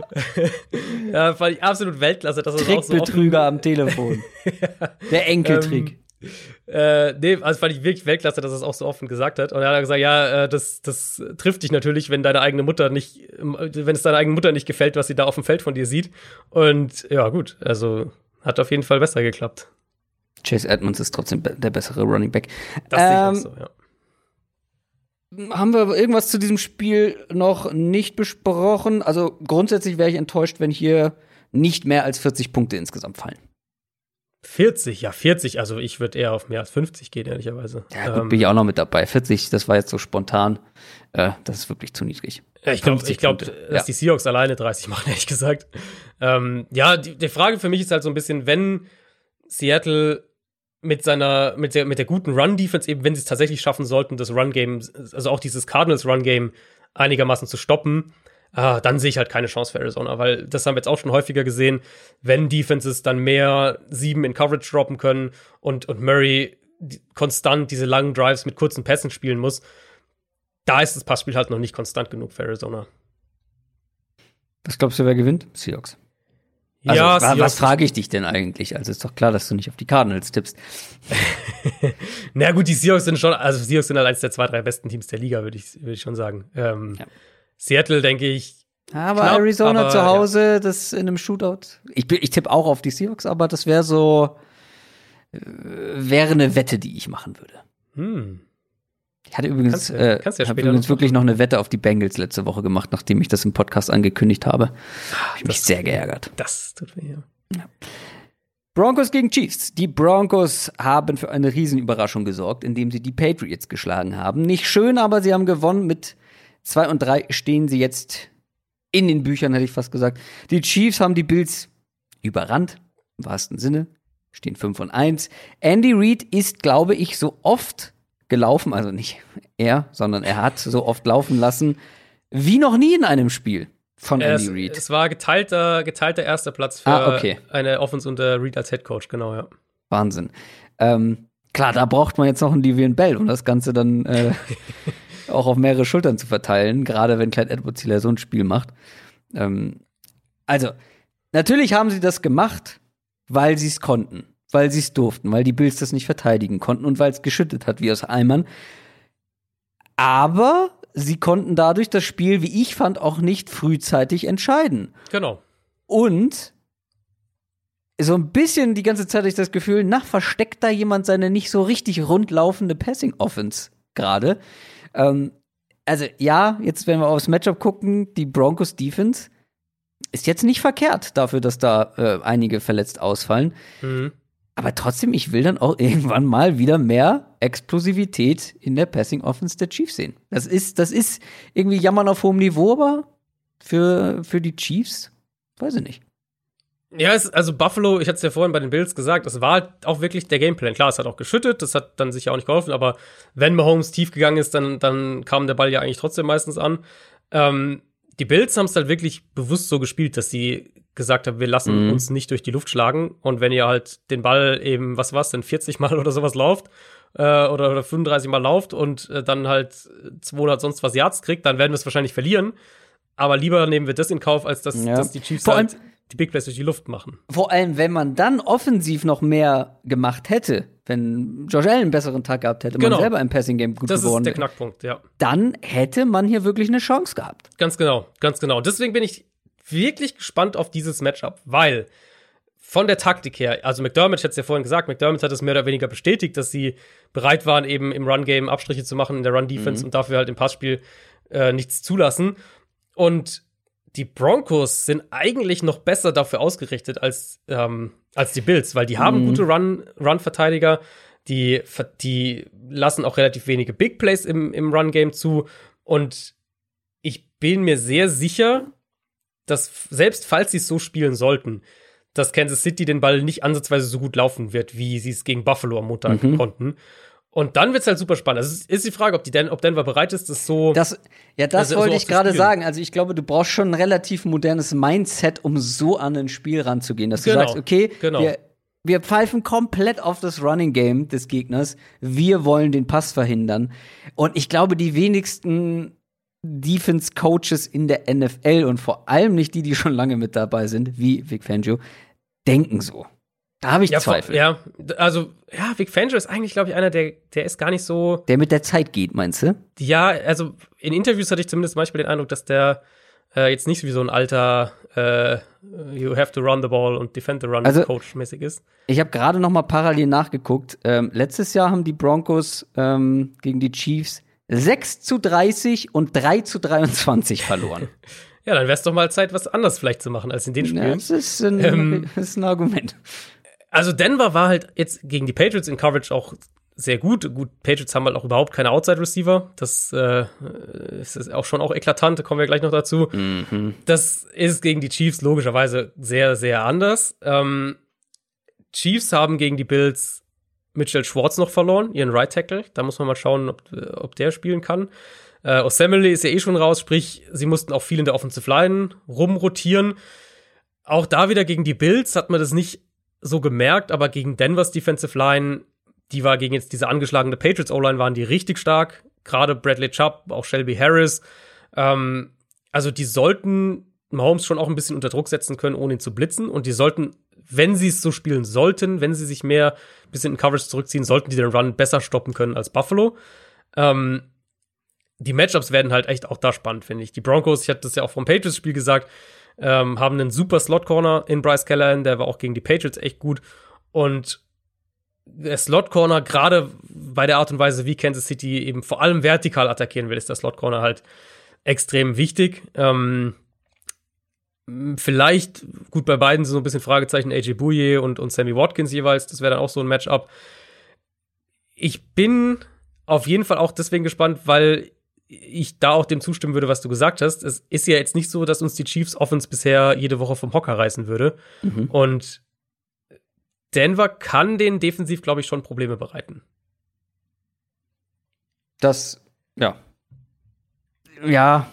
Speaker 2: Ja, fand ich absolut Weltklasse. Dass
Speaker 1: Trickbetrüger so am Telefon. Ja. Der Enkeltrick.
Speaker 2: Ähm, äh, nee, also fand ich wirklich Weltklasse, dass er es auch so offen gesagt hat. Und er hat gesagt, ja, äh, das, das trifft dich natürlich, wenn deine eigene Mutter nicht, wenn es deiner eigenen Mutter nicht gefällt, was sie da auf dem Feld von dir sieht. Und ja, gut, also hat auf jeden Fall besser geklappt.
Speaker 1: Chase Edmonds ist trotzdem be- der bessere Running Back.
Speaker 2: Das ähm, sehe ich auch so,
Speaker 1: ja. Haben wir irgendwas zu diesem Spiel noch nicht besprochen? Also grundsätzlich wäre ich enttäuscht, wenn hier nicht mehr als vierzig Punkte insgesamt fallen.
Speaker 2: vierzig, ja, vierzig. Also ich würde eher auf mehr als fünfzig gehen, ehrlicherweise.
Speaker 1: Ja, gut, ähm, bin ich auch noch mit dabei. vierzig, das war jetzt so spontan. Äh, das ist wirklich zu niedrig.
Speaker 2: Ja, ich glaube, ich glaub, dass ja. die Seahawks alleine dreißig machen, ehrlich gesagt. Ähm, ja, die, die Frage für mich ist halt so ein bisschen, wenn Seattle mit seiner, mit der, mit der guten Run-Defense, eben wenn sie es tatsächlich schaffen sollten, das Run-Game, also auch dieses Cardinals-Run-Game einigermaßen zu stoppen, ah, dann sehe ich halt keine Chance für Arizona, weil das haben wir jetzt auch schon häufiger gesehen, wenn Defenses dann mehr sieben in Coverage droppen können und, und Murray die, konstant diese langen Drives mit kurzen Pässen spielen muss, da ist das Passspiel halt noch nicht konstant genug für Arizona.
Speaker 1: Was glaubst du, wer gewinnt? Seahawks. Also, ja, was, was frage ich dich denn eigentlich? Also ist doch klar, dass du nicht auf die Cardinals tippst.
Speaker 2: Na gut, die Seahawks sind schon, also Seahawks sind halt eins der zwei, drei besten Teams der Liga, würde ich, würde ich schon sagen. Ähm, ja. Seattle, denke ich.
Speaker 1: Aber knapp, Arizona aber, zu Hause, ja. Das in einem Shootout. Ich, ich tippe auch auf die Seahawks, aber das wäre so, äh, wäre eine Wette, die ich machen würde. Hm. Ich hatte übrigens, kannst, äh, kannst ja habe übrigens noch wirklich noch eine Wette auf die Bengals letzte Woche gemacht, nachdem ich das im Podcast angekündigt habe. Habe ich mich sehr geärgert.
Speaker 2: Das tut weh.
Speaker 1: Ja. Broncos gegen Chiefs. Die Broncos haben für eine Riesenüberraschung gesorgt, indem sie die Patriots geschlagen haben. Nicht schön, aber sie haben gewonnen. Mit zwei und drei stehen sie jetzt in den Büchern, hätte ich fast gesagt. Die Chiefs haben die Bills überrannt, im wahrsten Sinne, stehen fünf und eins. Andy Reid ist, glaube ich, so oft gelaufen, also nicht er, sondern er hat so oft laufen lassen, wie noch nie in einem Spiel von Andy
Speaker 2: es,
Speaker 1: Reid.
Speaker 2: Es war geteilter, geteilter erster Platz für
Speaker 1: ah, okay.
Speaker 2: eine Offense unter Reid als Headcoach, genau, ja.
Speaker 1: Wahnsinn. Ähm, klar, da braucht man jetzt noch einen Le'Veon Bell, um das Ganze dann äh, auch auf mehrere Schultern zu verteilen, gerade wenn Clyde Edwards-Helaire so ein Spiel macht. Ähm, also, natürlich haben sie das gemacht, weil sie es konnten. Weil sie es durften, weil die Bills das nicht verteidigen konnten und weil es geschüttet hat wie aus Eimern. Aber sie konnten dadurch das Spiel, wie ich fand, auch nicht frühzeitig entscheiden.
Speaker 2: Genau.
Speaker 1: Und so ein bisschen die ganze Zeit hatte ich das Gefühl, na, versteckt da jemand seine nicht so richtig rundlaufende Passing-Offense gerade. Ähm, also ja, jetzt wenn wir aufs Matchup gucken, die Broncos-Defense ist jetzt nicht verkehrt dafür, dass da äh, einige verletzt ausfallen.
Speaker 2: Mhm.
Speaker 1: Aber trotzdem, ich will dann auch irgendwann mal wieder mehr Explosivität in der Passing Offense der Chiefs sehen. Das ist, das ist irgendwie Jammern auf hohem Niveau, aber für, für die Chiefs, weiß ich nicht.
Speaker 2: Ja, es, also Buffalo, ich hatte es ja vorhin bei den Bills gesagt, das war halt auch wirklich der Gameplan. Klar, es hat auch geschüttet, das hat dann sicher auch nicht geholfen, aber wenn Mahomes tief gegangen ist, dann, dann kam der Ball ja eigentlich trotzdem meistens an. Ähm, die Bills haben es halt wirklich bewusst so gespielt, dass sie gesagt haben, wir lassen mhm. uns nicht durch die Luft schlagen. Und wenn ihr halt den Ball eben, was war's denn, vierzig Mal oder sowas lauft, äh, oder, oder fünfunddreißig Mal lauft und äh, dann halt zweihundert sonst was Yards kriegt, dann werden wir es wahrscheinlich verlieren. Aber lieber nehmen wir das in Kauf, als dass, ja. dass die Chiefs
Speaker 1: Vor
Speaker 2: halt die Big Plays durch die Luft machen.
Speaker 1: Vor allem, wenn man dann offensiv noch mehr gemacht hätte, wenn Josh Allen einen besseren Tag gehabt hätte,
Speaker 2: genau.
Speaker 1: man selber im Passing-Game gut
Speaker 2: das
Speaker 1: geworden
Speaker 2: ist der Knackpunkt, ja.
Speaker 1: Dann hätte man hier wirklich eine Chance gehabt.
Speaker 2: Ganz genau, ganz genau. Deswegen bin ich wirklich gespannt auf dieses Matchup, weil von der Taktik her, also McDermott, ich hatte es ja vorhin gesagt, McDermott hat es mehr oder weniger bestätigt, dass sie bereit waren, eben im Run-Game Abstriche zu machen in der Run-Defense mhm. und dafür halt im Passspiel äh, nichts zulassen. Und die Broncos sind eigentlich noch besser dafür ausgerichtet als, ähm, als die Bills, weil die haben mhm. gute Run, Run-Verteidiger, die, die lassen auch relativ wenige Big Plays im, im Run-Game zu. Und ich bin mir sehr sicher, dass selbst falls sie es so spielen sollten, dass Kansas City den Ball nicht ansatzweise so gut laufen wird, wie sie es gegen Buffalo am Montag mhm. konnten. Und dann wird's halt super spannend. Also ist die Frage, ob, die Den- ob Denver bereit ist, das so
Speaker 1: das, Ja, das
Speaker 2: also
Speaker 1: wollte
Speaker 2: so
Speaker 1: ich gerade sagen. Also ich glaube, du brauchst schon ein relativ modernes Mindset, um so an ein Spiel ranzugehen. Dass
Speaker 2: genau.
Speaker 1: du sagst, okay,
Speaker 2: genau.
Speaker 1: wir, wir pfeifen komplett auf das Running Game des Gegners. Wir wollen den Pass verhindern. Und ich glaube, die wenigsten Defense-Coaches in der N F L und vor allem nicht die, die schon lange mit dabei sind, wie Vic Fangio, denken so. Da habe ich
Speaker 2: ja,
Speaker 1: Zweifel.
Speaker 2: Ja, also, ja, Vic Fangio ist eigentlich, glaube ich, einer, der, der ist gar nicht so.
Speaker 1: Der mit der Zeit geht, meinst du?
Speaker 2: Ja, also in Interviews hatte ich zumindest manchmal den Eindruck, dass der äh, jetzt nicht wie so ein alter äh, You have to run the ball und defend the run
Speaker 1: also,
Speaker 2: Coach mäßig ist.
Speaker 1: Ich habe gerade noch mal parallel nachgeguckt. Ähm, letztes Jahr haben die Broncos ähm, gegen die Chiefs sechs zu dreißig und drei zu dreiundzwanzig verloren.
Speaker 2: Ja, dann wäre es doch mal Zeit, was anders vielleicht zu machen als in den Spielen.
Speaker 1: Ja, das ist ein,
Speaker 2: ähm,
Speaker 1: das ist ein Argument.
Speaker 2: Also Denver war halt jetzt gegen die Patriots in Coverage auch sehr gut. Gut, Patriots haben halt auch überhaupt keine Outside-Receiver. Das äh, ist auch schon auch eklatant, da kommen wir gleich noch dazu.
Speaker 1: Mhm.
Speaker 2: Das ist gegen die Chiefs logischerweise sehr, sehr anders. Ähm, Chiefs haben gegen die Bills Mitchell Schwartz noch verloren, ihren Right Tackle. Da muss man mal schauen, ob, ob der spielen kann. Äh, Osemele ist ja eh schon raus, sprich, sie mussten auch viel in der Offensive Line rumrotieren. Auch da wieder gegen die Bills hat man das nicht so gemerkt, aber gegen Denvers Defensive Line, die war gegen jetzt diese angeschlagene Patriots O-Line, waren die richtig stark. Gerade Bradley Chubb, auch Shelby Harris. Ähm, also die sollten Mahomes schon auch ein bisschen unter Druck setzen können, ohne ihn zu blitzen. Und die sollten, wenn sie es so spielen sollten, wenn sie sich mehr ein bisschen in Coverage zurückziehen, sollten die den Run besser stoppen können als Buffalo. Ähm, die Matchups werden halt echt auch da spannend, finde ich. Die Broncos, ich hatte das ja auch vom Patriots-Spiel gesagt, ähm, haben einen super Slot-Corner in Bryce Callahan, der war auch gegen die Patriots echt gut. Und der Slot-Corner, gerade bei der Art und Weise, wie Kansas City eben vor allem vertikal attackieren will, ist der Slot-Corner halt extrem wichtig. Ähm, vielleicht, gut, bei beiden sind so ein bisschen Fragezeichen, A J Bouye und, und Sammy Watkins jeweils, das wäre dann auch so ein Matchup. Ich bin auf jeden Fall auch deswegen gespannt, weil ich da auch dem zustimmen würde, was du gesagt hast. Es ist ja jetzt nicht so, dass uns die Chiefs Offense bisher jede Woche vom Hocker reißen würde. Mhm. Und Denver kann den defensiv, glaube ich, schon Probleme bereiten.
Speaker 1: Das, ja. Ja.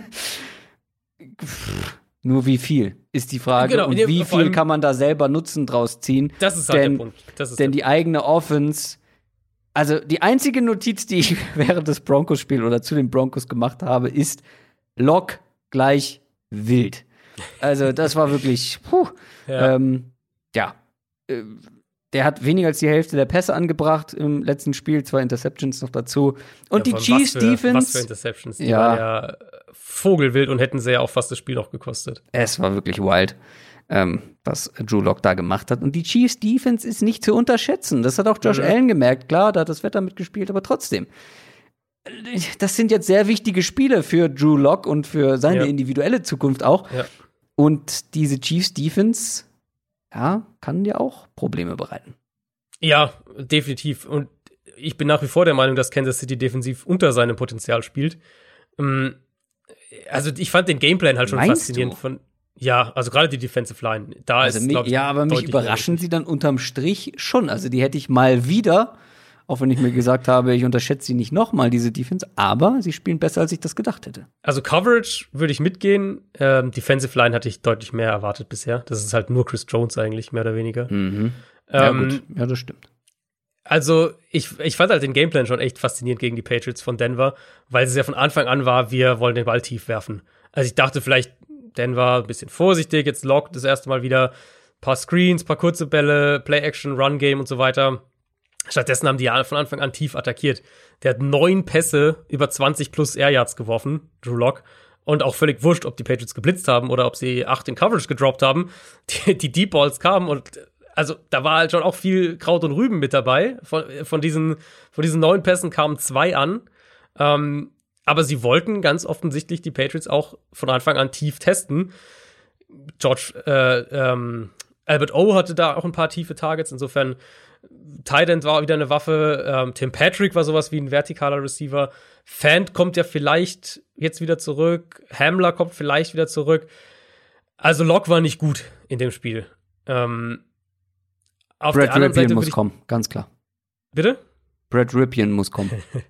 Speaker 1: Nur wie viel ist die Frage.
Speaker 2: Genau,
Speaker 1: und wie viel kann man da selber Nutzen draus ziehen?
Speaker 2: Das ist halt
Speaker 1: denn,
Speaker 2: der Punkt. Das ist
Speaker 1: denn
Speaker 2: der
Speaker 1: die
Speaker 2: Punkt.
Speaker 1: eigene Offense, also die einzige Notiz, die ich während des Broncos-Spiels oder zu den Broncos gemacht habe, ist Lock gleich wild. Also das war wirklich, puh, ja. Ähm, ja. Der hat weniger als die Hälfte der Pässe angebracht im letzten Spiel, zwei Interceptions noch dazu. Und
Speaker 2: ja,
Speaker 1: die Chiefs
Speaker 2: was für,
Speaker 1: Defense.
Speaker 2: Was für Interceptions, die
Speaker 1: ja.
Speaker 2: waren ja vogelwild und hätten sie ja auch fast das Spiel noch gekostet.
Speaker 1: Es war wirklich wild, ähm, was Drew Lock da gemacht hat. Und die Chiefs Defense ist nicht zu unterschätzen. Das hat auch Josh mhm. Allen gemerkt. Klar, da hat das Wetter mitgespielt, aber trotzdem. Das sind jetzt sehr wichtige Spiele für Drew Lock und für seine ja. individuelle Zukunft auch.
Speaker 2: Ja.
Speaker 1: Und diese Chiefs-Defense, ja, kann dir auch Probleme bereiten.
Speaker 2: Ja, definitiv. Und ich bin nach wie vor der Meinung, dass Kansas City defensiv unter seinem Potenzial spielt. Also ich fand den Gameplan halt schon
Speaker 1: Meinst
Speaker 2: faszinierend
Speaker 1: du?
Speaker 2: von. Ja, also gerade die Defensive Line. Da
Speaker 1: Also
Speaker 2: ist,
Speaker 1: mich,
Speaker 2: glaub ich,
Speaker 1: ja, aber mich
Speaker 2: deutlich
Speaker 1: überraschen
Speaker 2: mehr.
Speaker 1: sie dann unterm Strich schon. Also die hätte ich mal wieder, auch wenn ich mir gesagt habe, ich unterschätze sie nicht nochmal, diese Defense, aber sie spielen besser, als ich das gedacht hätte.
Speaker 2: Also Coverage würde ich mitgehen. Ähm, Defensive Line hatte ich deutlich mehr erwartet bisher. Das ist halt nur Chris Jones eigentlich, mehr oder weniger.
Speaker 1: Mhm. Ja,
Speaker 2: Ähm,
Speaker 1: gut. Ja, das stimmt.
Speaker 2: Also, ich, ich fand halt den Gameplan schon echt faszinierend gegen die Patriots von Denver, weil es ja von Anfang an war, wir wollen den Ball tief werfen. Also ich dachte vielleicht, Denver ein bisschen vorsichtig, jetzt Lock das erste Mal wieder paar Screens, paar kurze Bälle, Play-Action, Run-Game und so weiter. Stattdessen haben die ja von Anfang an tief attackiert. Der hat neun Pässe über zwanzig plus Air Yards geworfen, Drew Lock. Und auch völlig wurscht, ob die Patriots geblitzt haben oder ob sie acht in Coverage gedroppt haben. Die, die Deep Balls kamen und also da war halt schon auch viel Kraut und Rüben mit dabei. Von, von, diesen, von diesen neun Pässen kamen zwei an. Ähm, aber sie wollten ganz offensichtlich die Patriots auch von Anfang an tief testen. George, äh, ähm, Albert O hatte da auch ein paar tiefe Targets. Insofern, Tight End war wieder eine Waffe. Ähm, Tim Patrick war sowas wie ein vertikaler Receiver. Fant kommt ja vielleicht jetzt wieder zurück. Hamler kommt vielleicht wieder zurück. Also Locke war nicht gut in dem Spiel. Ähm, auf
Speaker 1: Brad
Speaker 2: der anderen
Speaker 1: Ripien
Speaker 2: Seite
Speaker 1: muss
Speaker 2: ich,
Speaker 1: kommen, ganz klar.
Speaker 2: Bitte?
Speaker 1: Brad Ripien muss kommen.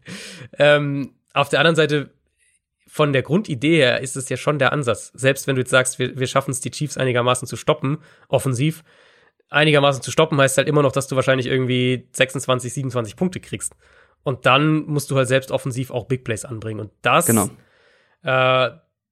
Speaker 2: ähm, auf der anderen Seite, von der Grundidee her, ist es ja schon der Ansatz. Selbst wenn du jetzt sagst, wir, wir schaffen es, die Chiefs einigermaßen zu stoppen, offensiv, einigermaßen zu stoppen, heißt halt immer noch, dass du wahrscheinlich irgendwie sechsundzwanzig, siebenundzwanzig Punkte kriegst. Und dann musst du halt selbst offensiv auch Big Plays anbringen. Und das,
Speaker 1: Genau.
Speaker 2: äh,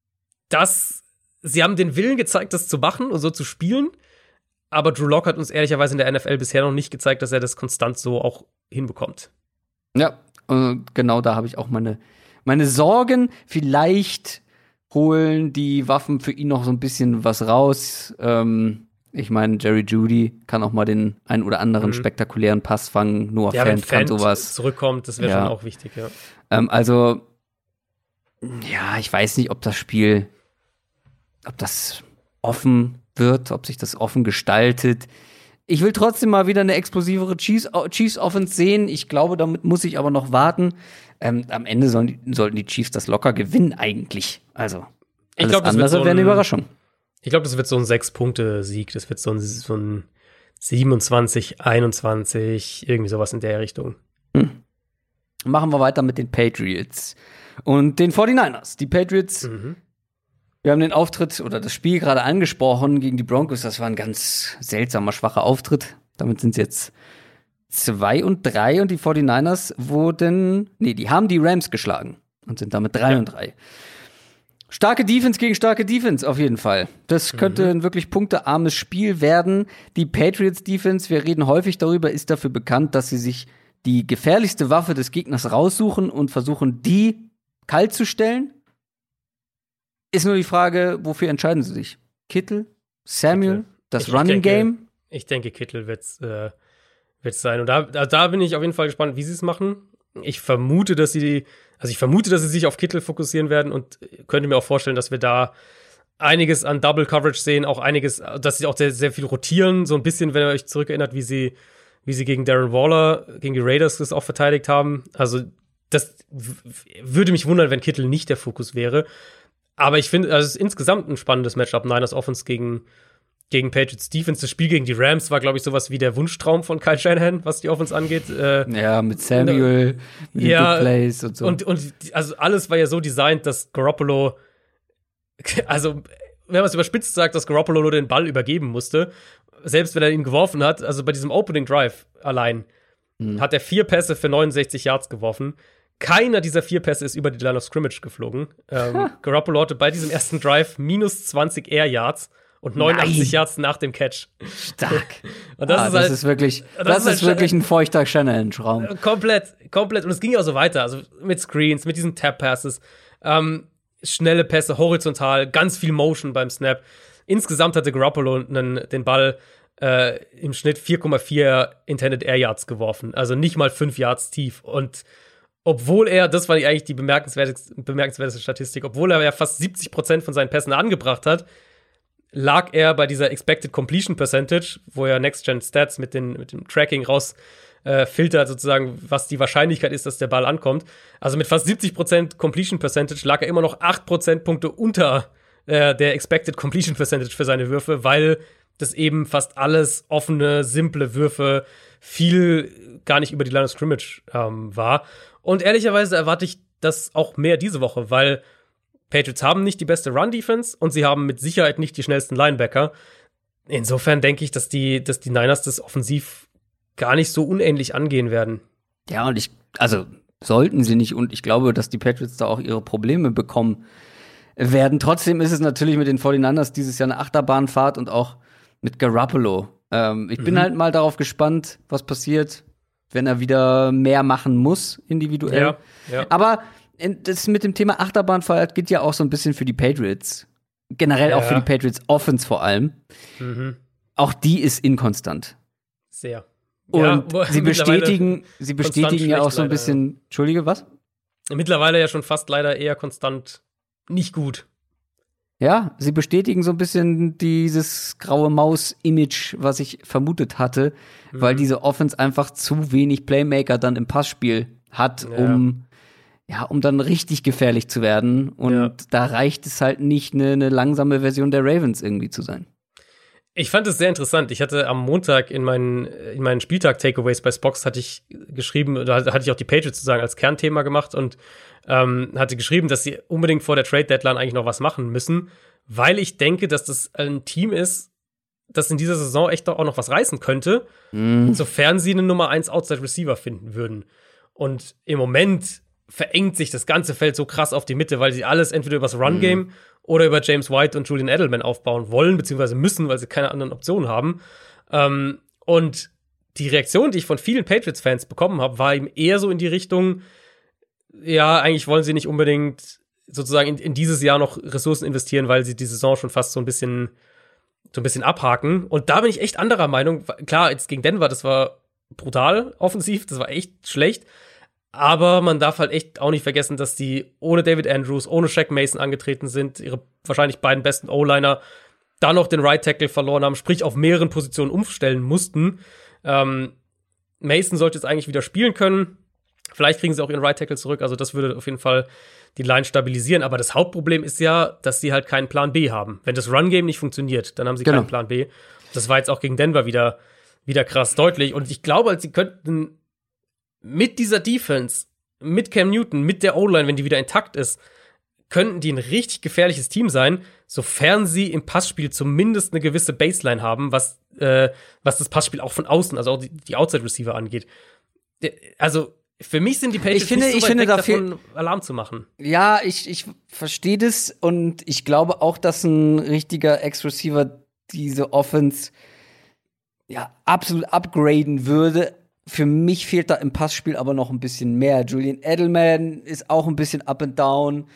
Speaker 2: das, sie haben den Willen gezeigt, das zu machen und so zu spielen. Aber Drew Lock hat uns ehrlicherweise in der N F L bisher noch nicht gezeigt, dass er das konstant so auch hinbekommt.
Speaker 1: Ja, und genau da habe ich auch meine, meine Sorgen. Vielleicht holen die Waffen für ihn noch so ein bisschen was raus. Ähm, ich meine, Jerry Jeudy kann auch mal den einen oder anderen
Speaker 2: Mhm.
Speaker 1: spektakulären Pass fangen. Noah
Speaker 2: Ja,
Speaker 1: Fant
Speaker 2: wenn
Speaker 1: kann
Speaker 2: Fant
Speaker 1: sowas.
Speaker 2: zurückkommt, das wäre
Speaker 1: Ja.
Speaker 2: schon auch wichtig, ja.
Speaker 1: Ähm, also, ja, ich weiß nicht, ob das Spiel, ob das offen wird, ob sich das offen gestaltet. Ich will trotzdem mal wieder eine explosivere Chiefs, Chiefs Offense sehen. Ich glaube, damit muss ich aber noch warten. Ähm, am Ende sollen die, sollten die Chiefs das locker gewinnen eigentlich. Also,
Speaker 2: Ich
Speaker 1: alles
Speaker 2: glaub, das wird
Speaker 1: andere
Speaker 2: so
Speaker 1: wäre eine
Speaker 2: ein-
Speaker 1: Überraschung.
Speaker 2: Ich glaube, das wird so ein Sechs-Punkte-Sieg. Das wird so ein, so ein siebenundzwanzig, einundzwanzig, irgendwie sowas in der Richtung.
Speaker 1: Machen wir weiter mit den Patriots und den forty-niners. Die Patriots,
Speaker 2: Mhm.
Speaker 1: wir haben den Auftritt oder das Spiel gerade angesprochen gegen die Broncos. Das war ein ganz seltsamer, schwacher Auftritt. Damit sind es jetzt zwei und drei und die forty-niners wurden, nee, die haben die Rams geschlagen und sind damit drei
Speaker 2: Ja.
Speaker 1: und drei. Starke Defense gegen starke Defense auf jeden Fall. Das könnte ein wirklich punktearmes Spiel werden. Die Patriots Defense, wir reden häufig darüber, ist dafür bekannt, dass sie sich die gefährlichste Waffe des Gegners raussuchen und versuchen, die kalt zu stellen. Ist nur die Frage, wofür entscheiden sie sich? Kittle, Samuel,
Speaker 2: Kittle.
Speaker 1: das
Speaker 2: Ich
Speaker 1: Running
Speaker 2: denke-
Speaker 1: Game?
Speaker 2: Ich denke, Kittel wird's, äh, wird's sein. Und da, da, da bin ich auf jeden Fall gespannt, wie sie es machen. Ich vermute, dass sie, also ich vermute, dass sie sich auf Kittel fokussieren werden und könnte mir auch vorstellen, dass wir da einiges an Double Coverage sehen, auch einiges, dass sie auch sehr, sehr viel rotieren, so ein bisschen, wenn ihr euch zurückerinnert, wie sie, wie sie gegen Darren Waller, gegen die Raiders das auch verteidigt haben. Also, das w- würde mich wundern, wenn Kittel nicht der Fokus wäre. Aber ich finde, also es ist insgesamt ein spannendes Matchup, Niners Offense gegen, gegen Patriots Defense. Das Spiel gegen die Rams war, glaube ich, sowas wie der Wunschtraum von Kyle Shanahan, was die Offense angeht. Äh,
Speaker 1: Ja, mit Samuel, mit den
Speaker 2: Ja,
Speaker 1: Big Plays und so.
Speaker 2: Und, und die- also alles war ja so designt, dass Garoppolo, also wenn man es überspitzt sagt, dass Garoppolo nur den Ball übergeben musste, selbst wenn er ihn geworfen hat, also bei diesem Opening Drive allein,
Speaker 1: Mhm.
Speaker 2: hat er vier Pässe für neunundsechzig Yards geworfen. Keiner dieser vier Pässe ist über die Line of Scrimmage geflogen. Ähm, Garoppolo hatte bei diesem ersten Drive minus zwanzig Air Yards und neunundachtzig
Speaker 1: Nein.
Speaker 2: Yards nach dem Catch.
Speaker 1: Stark.
Speaker 2: Und das
Speaker 1: ah,
Speaker 2: ist
Speaker 1: das
Speaker 2: halt
Speaker 1: ist wirklich,
Speaker 2: das
Speaker 1: das,
Speaker 2: ist halt
Speaker 1: ist wirklich ein feuchter Shanahan-Traum.
Speaker 2: komplett, komplett. Und es ging ja auch so weiter. Also mit Screens, mit diesen Tap-Passes, ähm, schnelle Pässe, horizontal, ganz viel Motion beim Snap. Insgesamt hatte Garoppolo einen, den Ball äh, im Schnitt vier Komma vier Intended Air Yards geworfen. Also nicht mal fünf Yards tief. Und obwohl er, das war eigentlich die bemerkenswerte, bemerkenswerte Statistik, obwohl er ja fast siebzig Prozent von seinen Pässen angebracht hat, lag er bei dieser Expected Completion Percentage, wo ja Next-Gen Stats mit, den, mit dem Tracking raus äh, filtert sozusagen, was die Wahrscheinlichkeit ist, dass der Ball ankommt. Also mit fast siebzig Prozent Completion Percentage lag er immer noch acht Prozentpunkte unter äh, der Expected Completion Percentage für seine Würfe, weil das eben fast alles offene, simple Würfe, viel gar nicht über die Line of Scrimmage ähm, war. Und ehrlicherweise erwarte ich das auch mehr diese Woche, weil Patriots haben nicht die beste Run-Defense und sie haben mit Sicherheit nicht die schnellsten Linebacker. Insofern denke ich, dass die, dass die Niners das offensiv gar nicht so unähnlich angehen werden.
Speaker 1: Ja, und ich, also sollten sie nicht, und ich glaube, dass die Patriots da auch ihre Probleme bekommen werden. Trotzdem ist es natürlich mit den forty-niners dieses Jahr eine Achterbahnfahrt und auch mit Garoppolo. Ähm, ich bin mhm. halt mal darauf gespannt, was passiert, wenn er wieder mehr machen muss, individuell.
Speaker 2: Ja, ja.
Speaker 1: Aber das mit dem Thema Achterbahnfahrt geht ja auch so ein bisschen für die Patriots. Generell
Speaker 2: ja.
Speaker 1: auch für die Patriots Offense vor allem.
Speaker 2: Mhm.
Speaker 1: Auch die ist inkonstant.
Speaker 2: Sehr.
Speaker 1: Und
Speaker 2: ja,
Speaker 1: sie bestätigen, sie bestätigen ja auch so ein bisschen, leider. Entschuldige, was?
Speaker 2: Mittlerweile ja schon fast leider eher konstant nicht gut.
Speaker 1: Ja, sie bestätigen so ein bisschen dieses graue Maus-Image, was ich vermutet hatte, mhm. weil diese Offense einfach zu wenig Playmaker dann im Passspiel hat, ja. um ja, um dann richtig gefährlich zu werden. Und ja. da reicht es halt nicht, eine, eine langsame Version der Ravens irgendwie zu sein.
Speaker 2: Ich fand es sehr interessant. Ich hatte am Montag in meinen, in meinen Spieltag-Takeaways bei Spox hatte ich geschrieben, da hatte ich auch die Patriots sozusagen als Kernthema gemacht und ähm, hatte geschrieben, dass sie unbedingt vor der Trade-Deadline eigentlich noch was machen müssen, weil ich denke, dass das ein Team ist, das in dieser Saison echt auch noch was reißen könnte, mm. sofern sie einen Nummer eins Outside-Receiver finden würden. Und im Moment verengt sich das ganze Feld so krass auf die Mitte, weil sie alles entweder übers Run-Game mm. oder über James White und Julian Edelman aufbauen wollen, beziehungsweise müssen, weil sie keine anderen Optionen haben. Ähm, und die Reaktion, die ich von vielen Patriots-Fans bekommen habe, war eben eher so in die Richtung, ja, eigentlich wollen sie nicht unbedingt sozusagen in, in dieses Jahr noch Ressourcen investieren, weil sie die Saison schon fast so ein bisschen so ein bisschen abhaken. Und da bin ich echt anderer Meinung. Klar, jetzt gegen Denver, das war brutal offensiv, das war echt schlecht. Aber man darf halt echt auch nicht vergessen, dass die ohne David Andrews, ohne Shaq Mason angetreten sind, ihre wahrscheinlich beiden besten O-Liner, da noch den Right Tackle verloren haben, sprich auf mehreren Positionen umstellen mussten. Ähm, Mason sollte jetzt eigentlich wieder spielen können. Vielleicht kriegen sie auch ihren Right Tackle zurück, also das würde auf jeden Fall die Line stabilisieren. Aber das Hauptproblem ist ja, dass sie halt keinen Plan B haben. Wenn das Run-Game nicht funktioniert, dann haben sie genau. keinen Plan B. Das war jetzt auch gegen Denver wieder, wieder krass deutlich. Und ich glaube, sie könnten mit dieser Defense, mit Cam Newton, mit der O-Line, wenn die wieder intakt ist, könnten die ein richtig gefährliches Team sein, sofern sie im Passspiel zumindest eine gewisse Baseline haben, was, äh, was das Passspiel auch von außen, also auch die, die Outside-Receiver angeht. Also für mich sind die Patriots
Speaker 1: ich finde,
Speaker 2: nicht so
Speaker 1: ich
Speaker 2: weit
Speaker 1: finde
Speaker 2: weg
Speaker 1: dafür,
Speaker 2: davon, Alarm zu machen.
Speaker 1: Ja, ich, ich verstehe das und ich glaube auch, dass ein richtiger Ex-Receiver diese Offense ja absolut upgraden würde. Für mich fehlt da im Passspiel aber noch ein bisschen mehr. Julian Edelman ist auch ein bisschen up and down.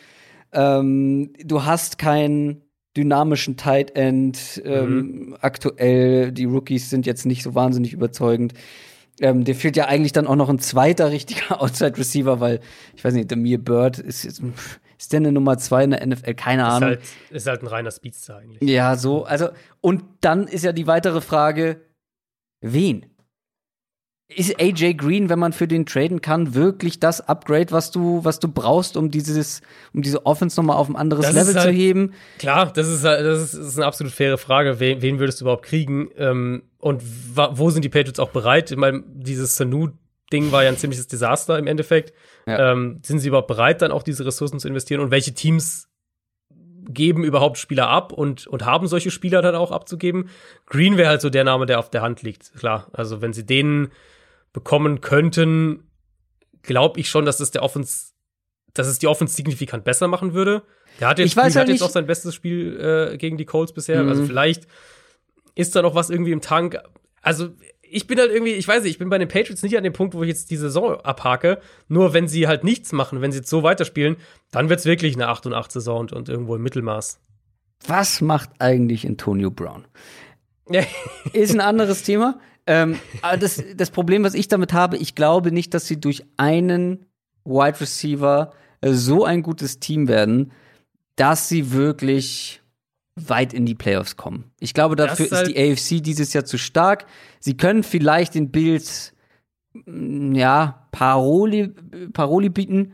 Speaker 1: Ähm, du hast keinen dynamischen Tight End ähm, mhm. aktuell. Die Rookies sind jetzt nicht so wahnsinnig überzeugend. Ähm, dir fehlt ja eigentlich dann auch noch ein zweiter richtiger Outside-Receiver, weil, ich weiß nicht, Damiere Byrd ist jetzt, ist der eine Nummer zwei in der N F L? Keine ist Ahnung.
Speaker 2: Halt, ist halt ein reiner Speedster eigentlich.
Speaker 1: Ja, so, also, und dann ist ja die weitere Frage, wen? Ist A J Green, wenn man für den traden kann, wirklich das Upgrade, was du, was du brauchst, um dieses, um diese Offense nochmal auf ein anderes das Level halt, zu heben?
Speaker 2: Klar, das ist, das ist, das ist eine absolut faire Frage. Wen, wen würdest du überhaupt kriegen? Ähm, und wa- wo sind die Patriots auch bereit? Ich meine, dieses Sanu-Ding war ja ein ziemliches Desaster im Endeffekt. Ja. Ähm, sind sie überhaupt bereit, dann auch diese Ressourcen zu investieren? Und welche Teams geben überhaupt Spieler ab und, und haben solche Spieler dann auch abzugeben? Green wäre halt so der Name, der auf der Hand liegt. Klar, also wenn sie den bekommen könnten, glaube ich schon, dass es der Offense, dass es die Offense signifikant besser machen würde. Der hat jetzt,
Speaker 1: ich weiß
Speaker 2: Green
Speaker 1: halt
Speaker 2: hat jetzt
Speaker 1: nicht.
Speaker 2: auch sein bestes Spiel äh, gegen die Colts bisher.
Speaker 1: Mhm.
Speaker 2: Also vielleicht ist da noch was irgendwie im Tank. Also ich bin halt irgendwie, ich weiß nicht, ich bin bei den Patriots nicht an dem Punkt, wo ich jetzt die Saison abhake. Nur wenn sie halt nichts machen, wenn sie jetzt so weiterspielen, dann wird's wirklich eine acht und acht Saison und, und irgendwo im Mittelmaß.
Speaker 1: Was macht eigentlich Antonio Brown? Ist ein anderes Thema. Ähm, aber das, das Problem, was ich damit habe, ich glaube nicht, dass sie durch einen Wide Receiver äh, so ein gutes Team werden, dass sie wirklich weit in die Playoffs kommen. Ich glaube, dafür
Speaker 2: ist, halt
Speaker 1: ist die A F C dieses Jahr zu stark. Sie können vielleicht den Bills ja, Paroli, Paroli bieten,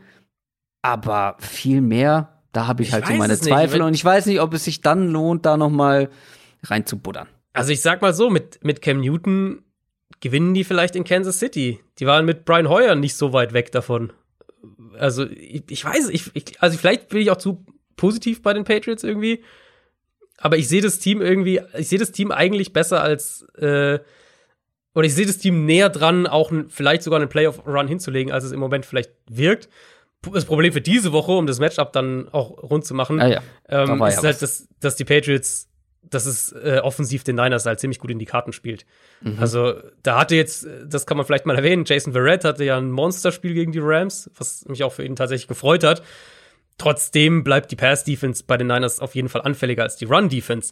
Speaker 1: aber viel mehr, da habe ich, ich halt so meine Zweifel und ich weiß nicht, ob es sich dann lohnt, da noch mal reinzubuddern.
Speaker 2: Also ich sag mal so, mit, mit Cam Newton gewinnen die vielleicht in Kansas City. Die waren mit Brian Hoyer nicht so weit weg davon. Also ich, ich weiß, ich, ich, also vielleicht bin ich auch zu positiv bei den Patriots irgendwie, aber ich sehe das Team irgendwie, ich sehe das Team eigentlich besser als äh, oder ich sehe das Team näher dran, auch vielleicht sogar einen Playoff-Run hinzulegen, als es im Moment vielleicht wirkt. Das Problem für diese Woche, um das Matchup dann auch rund zu machen,
Speaker 1: ah ja,
Speaker 2: ähm,
Speaker 1: da
Speaker 2: ist
Speaker 1: ja
Speaker 2: halt, dass, dass die Patriots, dass es äh, offensiv den Niners halt ziemlich gut in die Karten spielt. Mhm. Also da hatte jetzt, das kann man vielleicht mal erwähnen, Jason Verrett hatte ja ein Monsterspiel gegen die Rams, was mich auch für ihn tatsächlich gefreut hat. Trotzdem bleibt die Pass-Defense bei den Niners auf jeden Fall anfälliger als die Run-Defense.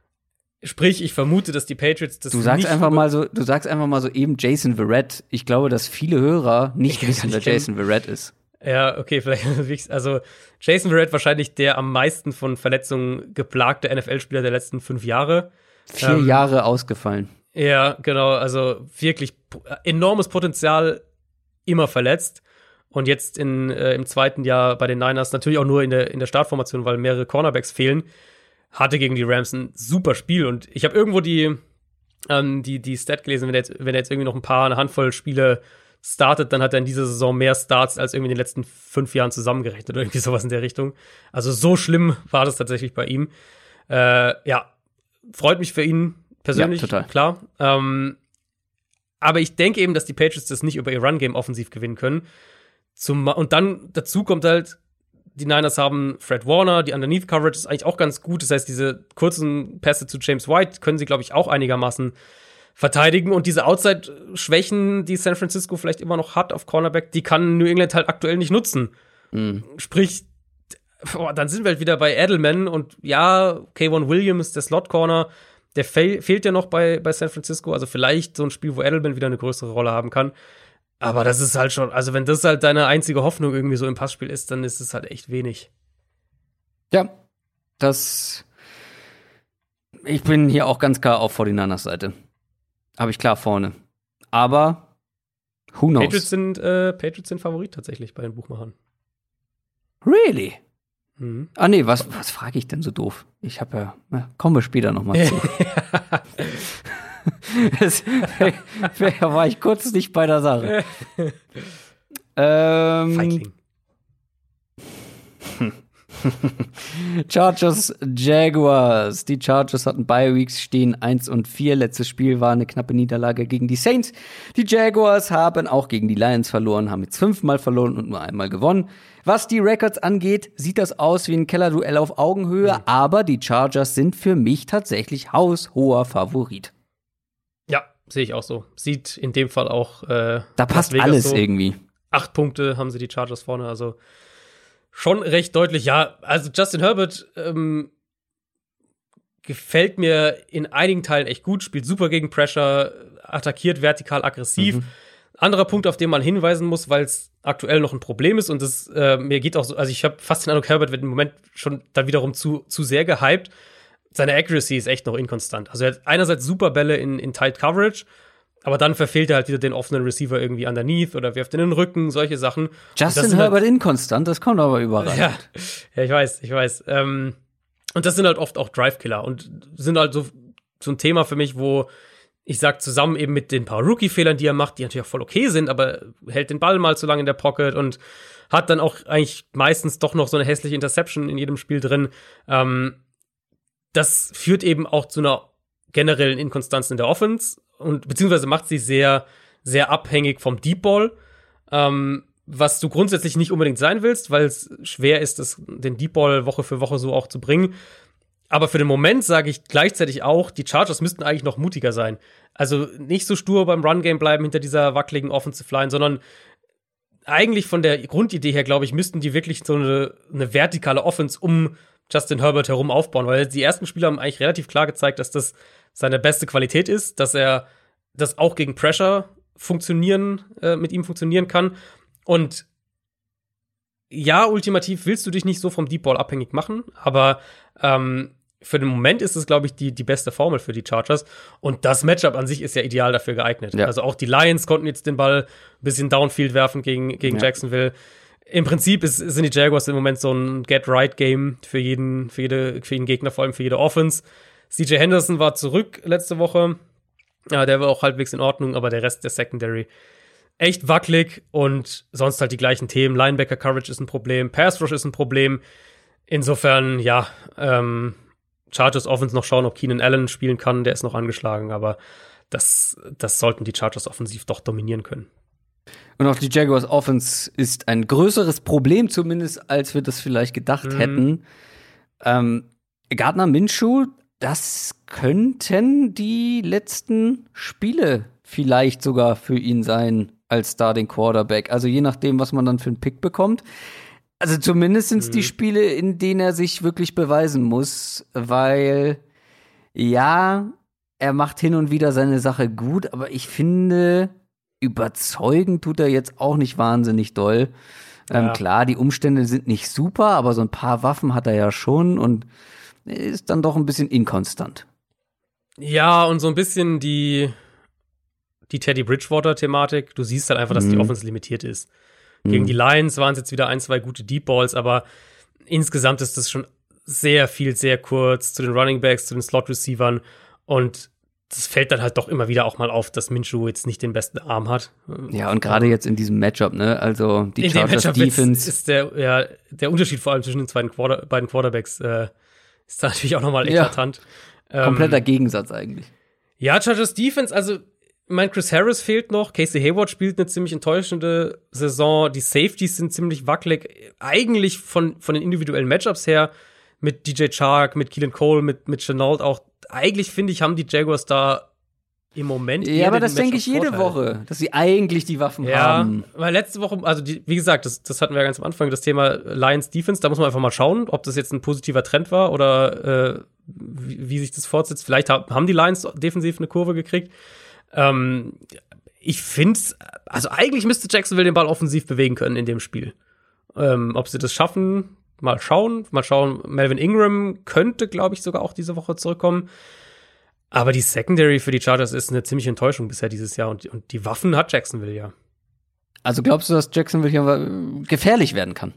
Speaker 2: Sprich, ich vermute, dass die Patriots das
Speaker 1: du sagst
Speaker 2: nicht
Speaker 1: einfach mal so, du sagst einfach mal so eben Jason Verrett. Ich glaube, dass viele Hörer nicht wissen, wer Jason Verrett ist.
Speaker 2: Ja, okay, vielleicht. Also Jason Verrett wahrscheinlich der am meisten von Verletzungen geplagte N F L-Spieler der letzten fünf Jahre.
Speaker 1: Vier ähm, Jahre ausgefallen.
Speaker 2: Ja, genau. Also wirklich enormes Potenzial, immer verletzt. Und jetzt in, äh, im zweiten Jahr bei den Niners natürlich auch nur in der in der Startformation, weil mehrere Cornerbacks fehlen. Hatte gegen die Rams ein super Spiel und ich habe irgendwo die, ähm, die, die Stat gelesen, wenn er, jetzt, wenn er jetzt irgendwie noch ein paar, eine Handvoll Spiele startet, dann hat er in dieser Saison mehr Starts als irgendwie in den letzten fünf Jahren zusammengerechnet oder irgendwie sowas in der Richtung. Also so schlimm war das tatsächlich bei ihm. Äh, ja, freut mich für ihn persönlich,
Speaker 1: ja, total.
Speaker 2: Klar. Ähm, aber ich denke eben, dass die Patriots das nicht über ihr Run-Game offensiv gewinnen können. Zum, und dann dazu kommt halt, die Niners haben Fred Warner, die Underneath-Coverage ist eigentlich auch ganz gut. Das heißt, diese kurzen Pässe zu James White können sie, glaube ich, auch einigermaßen verteidigen. Und diese Outside-Schwächen, die San Francisco vielleicht immer noch hat auf Cornerback, die kann New England halt aktuell nicht nutzen. Mhm. Sprich, boah, dann sind wir halt wieder bei Edelman. Und ja, K'Waun Williams, der Slot-Corner, der fe- fehlt ja noch bei, bei San Francisco. Also vielleicht so ein Spiel, wo Edelman wieder eine größere Rolle haben kann. Aber das ist halt schon, also wenn das halt deine einzige Hoffnung irgendwie so im Passspiel ist, dann ist es halt echt wenig.
Speaker 1: Ja, das ich bin hier auch ganz klar auf forty-niners Seite. Habe ich klar vorne. Aber who knows?
Speaker 2: Patriots sind, äh, Patriots sind Favorit tatsächlich bei den Buchmachern.
Speaker 1: Really?
Speaker 2: Mhm.
Speaker 1: Ah nee, was, was frage ich denn so doof? Ich habe ja, na, kommen wir später noch mal zu. Das, da war ich kurz nicht bei der Sache. ähm,
Speaker 2: Feigling.
Speaker 1: Chargers, Jaguars. Die Chargers hatten Bye-Weeks, stehen eins und vier. Letztes Spiel war eine knappe Niederlage gegen die Saints. Die Jaguars haben auch gegen die Lions verloren, haben jetzt fünfmal verloren und nur einmal gewonnen. Was die Records angeht, sieht das aus wie ein Kellerduell auf Augenhöhe, mhm. aber die Chargers sind für mich tatsächlich haushoher Favorit.
Speaker 2: Ja, sehe ich auch so. Sieht in dem Fall auch äh,
Speaker 1: da passt alles so. Irgendwie.
Speaker 2: Acht Punkte haben sie die Chargers vorne, also schon recht deutlich. Ja, also Justin Herbert ähm, gefällt mir in einigen Teilen echt gut, spielt super gegen Pressure, attackiert vertikal aggressiv. Mhm. Anderer Punkt, auf den man hinweisen muss, weil es aktuell noch ein Problem ist und das äh, mir geht auch so, also ich habe fast den Eindruck, Herbert wird im Moment schon dann wiederum zu, zu sehr gehypt. Seine Accuracy ist echt noch inkonstant. Also er hat einerseits super Bälle in, in Tight Coverage, aber dann verfehlt er halt wieder den offenen Receiver irgendwie underneath oder wirft in den Rücken, solche Sachen.
Speaker 1: Justin Herbert halt inkonstant, das kommt aber überraschend.
Speaker 2: Ja, ja, ich weiß, ich weiß. Ähm, und das sind halt oft auch Drive-Killer und sind halt so, so ein Thema für mich, wo ich sag, zusammen eben mit den paar Rookie-Fehlern, die er macht, die natürlich auch voll okay sind, aber hält den Ball mal zu lange in der Pocket und hat dann auch eigentlich meistens doch noch so eine hässliche Interception in jedem Spiel drin. Ähm, das führt eben auch zu einer generellen Inkonstanz in der Offense und beziehungsweise macht sie sehr, sehr abhängig vom Deep Ball, ähm, was du grundsätzlich nicht unbedingt sein willst, weil es schwer ist, das, den Deep Ball Woche für Woche so auch zu bringen. Aber für den Moment sage ich gleichzeitig auch, die Chargers müssten eigentlich noch mutiger sein. Also nicht so stur beim Run-Game bleiben hinter dieser wackeligen Offensive Line, sondern eigentlich von der Grundidee her, glaube ich, müssten die wirklich so eine, eine vertikale Offense um Justin Herbert herum aufbauen, weil die ersten Spiele haben eigentlich relativ klar gezeigt, dass das seine beste Qualität ist, dass er das auch gegen Pressure funktionieren, äh, mit ihm funktionieren kann. Und ja, ultimativ willst du dich nicht so vom Deep Ball abhängig machen, aber ähm, für den Moment ist es, glaube ich, die, die beste Formel für die Chargers. Und das Matchup an sich ist ja ideal dafür geeignet. Ja. Also auch die Lions konnten jetzt den Ball ein bisschen downfield werfen gegen, gegen ja. Jacksonville. Im Prinzip ist, sind die Jaguars im Moment so ein Get-Right-Game für jeden, für, jede, für jeden Gegner, vor allem für jede Offense. C J Henderson war zurück letzte Woche. Ja, der war auch halbwegs in Ordnung, aber der Rest der Secondary echt wackelig und sonst halt die gleichen Themen. Linebacker-Coverage ist ein Problem, Pass-Rush ist ein Problem. Insofern, ja, ähm, Chargers Offense noch schauen, ob Keenan Allen spielen kann, der ist noch angeschlagen, aber das, das sollten die Chargers offensiv doch dominieren können.
Speaker 1: Und auch die Jaguars Offense ist ein größeres Problem, zumindest als wir das vielleicht gedacht mhm. hätten. Ähm, Gardner Minshew, das könnten die letzten Spiele vielleicht sogar für ihn sein als Starting Quarterback. Also je nachdem, was man dann für einen Pick bekommt. Also zumindest sind es mhm. die Spiele, in denen er sich wirklich beweisen muss, weil ja, er macht hin und wieder seine Sache gut, aber ich finde, überzeugend tut er jetzt auch nicht wahnsinnig doll. Ja. Ähm, klar, die Umstände sind nicht super, aber so ein paar Waffen hat er ja schon und ist dann doch ein bisschen inkonstant.
Speaker 2: Ja, und so ein bisschen die, die Teddy Bridgewater-Thematik. Du siehst halt einfach, dass mhm. die Offense limitiert ist. Gegen die Lions waren es jetzt wieder ein, zwei gute Deep Balls, aber insgesamt ist das schon sehr viel, sehr kurz zu den Running Backs, zu den Slot-Receivern und das fällt dann halt doch immer wieder auch mal auf, dass Minshew jetzt nicht den besten Arm hat.
Speaker 1: Ja, und gerade jetzt in diesem Matchup, ne, also die
Speaker 2: in
Speaker 1: Chargers
Speaker 2: dem
Speaker 1: Defense.
Speaker 2: Ist der, ja, der Unterschied vor allem zwischen den beiden, Quarter, beiden Quarterbacks äh, ist da natürlich auch nochmal eklatant.
Speaker 1: Ja, kompletter ähm, Gegensatz eigentlich.
Speaker 2: Ja, Chargers Defense, also ich meine, Chris Harris fehlt noch, Casey Hayward spielt eine ziemlich enttäuschende Saison, die Safeties sind ziemlich wackelig. Eigentlich von, von den individuellen Matchups her mit D J Chark, mit Keelan Cole, mit, mit Chenault auch, eigentlich finde ich, haben die Jaguars da im Moment
Speaker 1: ja, aber das denke ich jede Woche, dass sie eigentlich die Waffen
Speaker 2: ja,
Speaker 1: haben.
Speaker 2: Ja, weil letzte Woche, also die, wie gesagt, das, das hatten wir ja ganz am Anfang, das Thema Lions Defense, da muss man einfach mal schauen, ob das jetzt ein positiver Trend war oder äh, wie, wie sich das fortsetzt. Vielleicht haben die Lions defensiv eine Kurve gekriegt. Ähm, ich finde, also eigentlich müsste Jacksonville den Ball offensiv bewegen können in dem Spiel. Ähm, ob sie das schaffen, mal schauen. Mal schauen, Melvin Ingram könnte, glaube ich, sogar auch diese Woche zurückkommen. Aber die Secondary für die Chargers ist eine ziemliche Enttäuschung bisher dieses Jahr. Und, und die Waffen hat Jacksonville ja.
Speaker 1: Also glaubst du, dass Jacksonville hier gefährlich werden kann?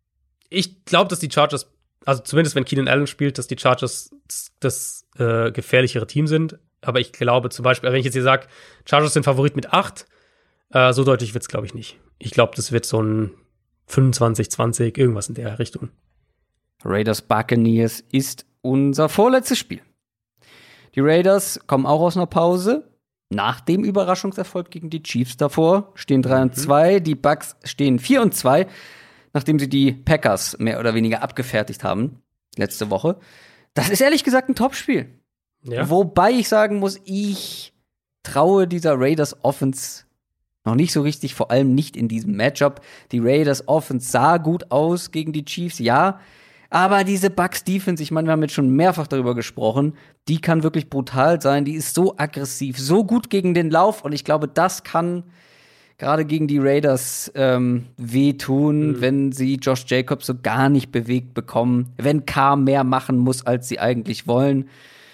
Speaker 2: Ich glaube, dass die Chargers, also zumindest wenn Keenan Allen spielt, dass die Chargers das äh, gefährlichere Team sind. Aber ich glaube zum Beispiel, wenn ich jetzt hier sage, Chargers sind Favorit mit acht, äh, so deutlich wird's, glaube ich, nicht. Ich glaube, das wird so ein fünfundzwanzig zwanzig, irgendwas in der Richtung.
Speaker 1: Raiders Buccaneers ist unser vorletztes Spiel. Die Raiders kommen auch aus einer Pause. Nach dem Überraschungserfolg gegen die Chiefs davor stehen drei und zwei, die Bucks stehen vier und zwei, nachdem sie die Packers mehr oder weniger abgefertigt haben letzte Woche. Das ist ehrlich gesagt ein Topspiel. Ja. Wobei ich sagen muss, ich traue dieser Raiders Offense noch nicht so richtig, vor allem nicht in diesem Matchup. Die Raiders Offense sah gut aus gegen die Chiefs, ja. Aber diese Bucks Defense, ich meine, wir haben jetzt schon mehrfach darüber gesprochen, die kann wirklich brutal sein. Die ist so aggressiv, so gut gegen den Lauf. Und ich glaube, das kann gerade gegen die Raiders ähm, wehtun, mhm. wenn sie Josh Jacobs so gar nicht bewegt bekommen. Wenn Carr mehr machen muss, als sie eigentlich wollen.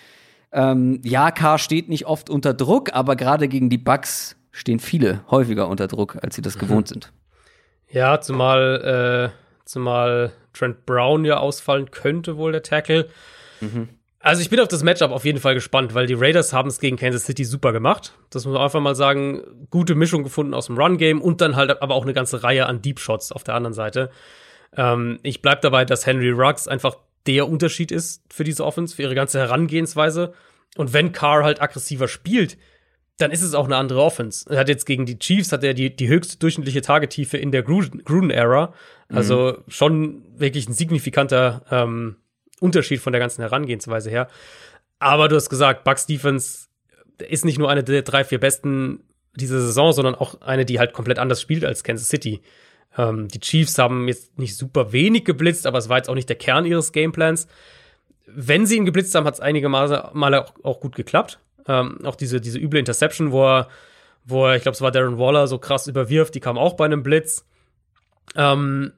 Speaker 1: Ähm, ja, Carr steht nicht oft unter Druck, aber gerade gegen die Bucks stehen viele häufiger unter Druck, als sie das mhm. gewohnt sind.
Speaker 2: Ja, zumal, äh, zumal Trent Brown ja ausfallen könnte, wohl der Tackle. Mhm. Also ich bin auf das Matchup auf jeden Fall gespannt, weil die Raiders haben es gegen Kansas City super gemacht. Das muss man einfach mal sagen, gute Mischung gefunden aus dem Run-Game und dann halt aber auch eine ganze Reihe an Deep Shots auf der anderen Seite. Ähm, ich bleib dabei, dass Henry Ruggs einfach der Unterschied ist für diese Offense, für ihre ganze Herangehensweise. Und wenn Carr halt aggressiver spielt, dann ist es auch eine andere Offense. Er hat jetzt gegen die Chiefs hat er die, die höchste durchschnittliche Tagetiefe in der Gruden-Era. Also mhm. schon wirklich ein signifikanter ähm, Unterschied von der ganzen Herangehensweise her. Aber du hast gesagt, Bucks Defense ist nicht nur eine der drei, vier besten dieser Saison, sondern auch eine, die halt komplett anders spielt als Kansas City. Ähm, die Chiefs haben jetzt nicht super wenig geblitzt, aber es war jetzt auch nicht der Kern ihres Gameplans. Wenn sie ihn geblitzt haben, hat es einige Male, Male auch, auch gut geklappt. Ähm, auch diese, diese üble Interception, wo er, wo er, ich glaube, es war Darren Waller, so krass überwirft, die kam auch bei einem Blitz. Ähm,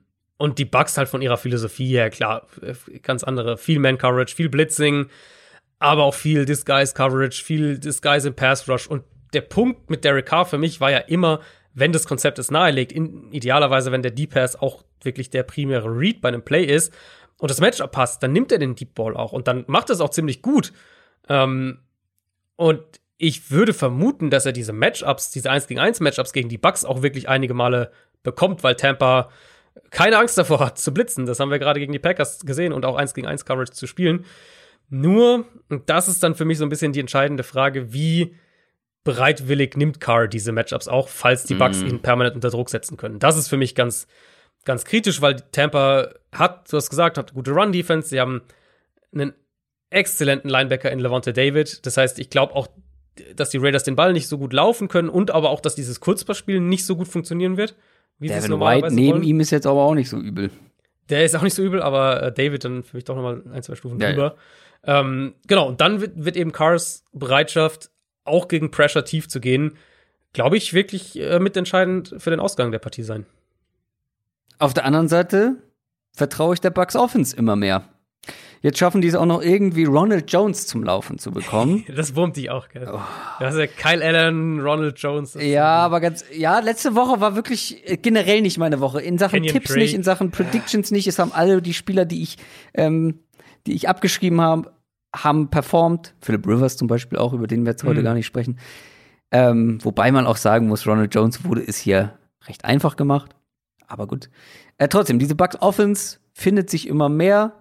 Speaker 2: Und die Bucks halt von ihrer Philosophie her, klar, ganz andere. Viel Man-Coverage, viel Blitzing, aber auch viel Disguise-Coverage, viel Disguise im Pass-Rush. Und der Punkt mit Derek Carr für mich war ja immer, wenn das Konzept es nahelegt, in, idealerweise, wenn der Deep Pass auch wirklich der primäre Read bei einem Play ist und das Matchup passt, dann nimmt er den Deep Ball auch und dann macht er es auch ziemlich gut. Ähm, und ich würde vermuten, dass er diese Matchups, diese eins gegen eins Matchups gegen die Bucks auch wirklich einige Male bekommt, weil Tampa keine Angst davor hat, zu blitzen. Das haben wir gerade gegen die Packers gesehen und auch eins gegen eins Coverage zu spielen. Nur, und das ist dann für mich so ein bisschen die entscheidende Frage, wie bereitwillig nimmt Carr diese Matchups auch, falls die Bucks mm. ihn permanent unter Druck setzen können. Das ist für mich ganz, ganz kritisch, weil Tampa hat, du hast gesagt, hat eine gute Run-Defense. Sie haben einen exzellenten Linebacker in Lavonte David. Das heißt, ich glaube auch, dass die Raiders den Ball nicht so gut laufen können und aber auch, dass dieses Kurzpassspiel nicht so gut funktionieren wird. Wie
Speaker 1: Devin White neben wollen. ihm ist jetzt aber auch nicht so übel.
Speaker 2: Der ist auch nicht so übel, aber äh, David dann für mich doch nochmal ein, zwei Stufen ja, drüber. Ja. Ähm, genau, und dann wird, wird eben Carrs Bereitschaft, auch gegen Pressure tief zu gehen, glaube ich, wirklich äh, mitentscheidend für den Ausgang der Partie sein.
Speaker 1: Auf der anderen Seite vertraue ich der Bucks Offense immer mehr. Jetzt schaffen die es auch noch irgendwie, Ronald Jones zum Laufen zu bekommen.
Speaker 2: Das wurmt dich auch, gell? Oh. Du hast ja Kyle Allen, Ronald Jones.
Speaker 1: Ja, aber ganz, ja, letzte Woche war wirklich generell nicht meine Woche. In Sachen Kenyon Tipps Drake. nicht, in Sachen Predictions nicht. Es haben alle die Spieler, die ich, ähm, die ich abgeschrieben habe, haben performt. Philip Rivers zum Beispiel auch, über den wir jetzt heute mhm. gar nicht sprechen. Ähm, wobei man auch sagen muss, Ronald Jones wurde es hier recht einfach gemacht. Aber gut. Äh, trotzdem, diese Bucks Offense findet sich immer mehr.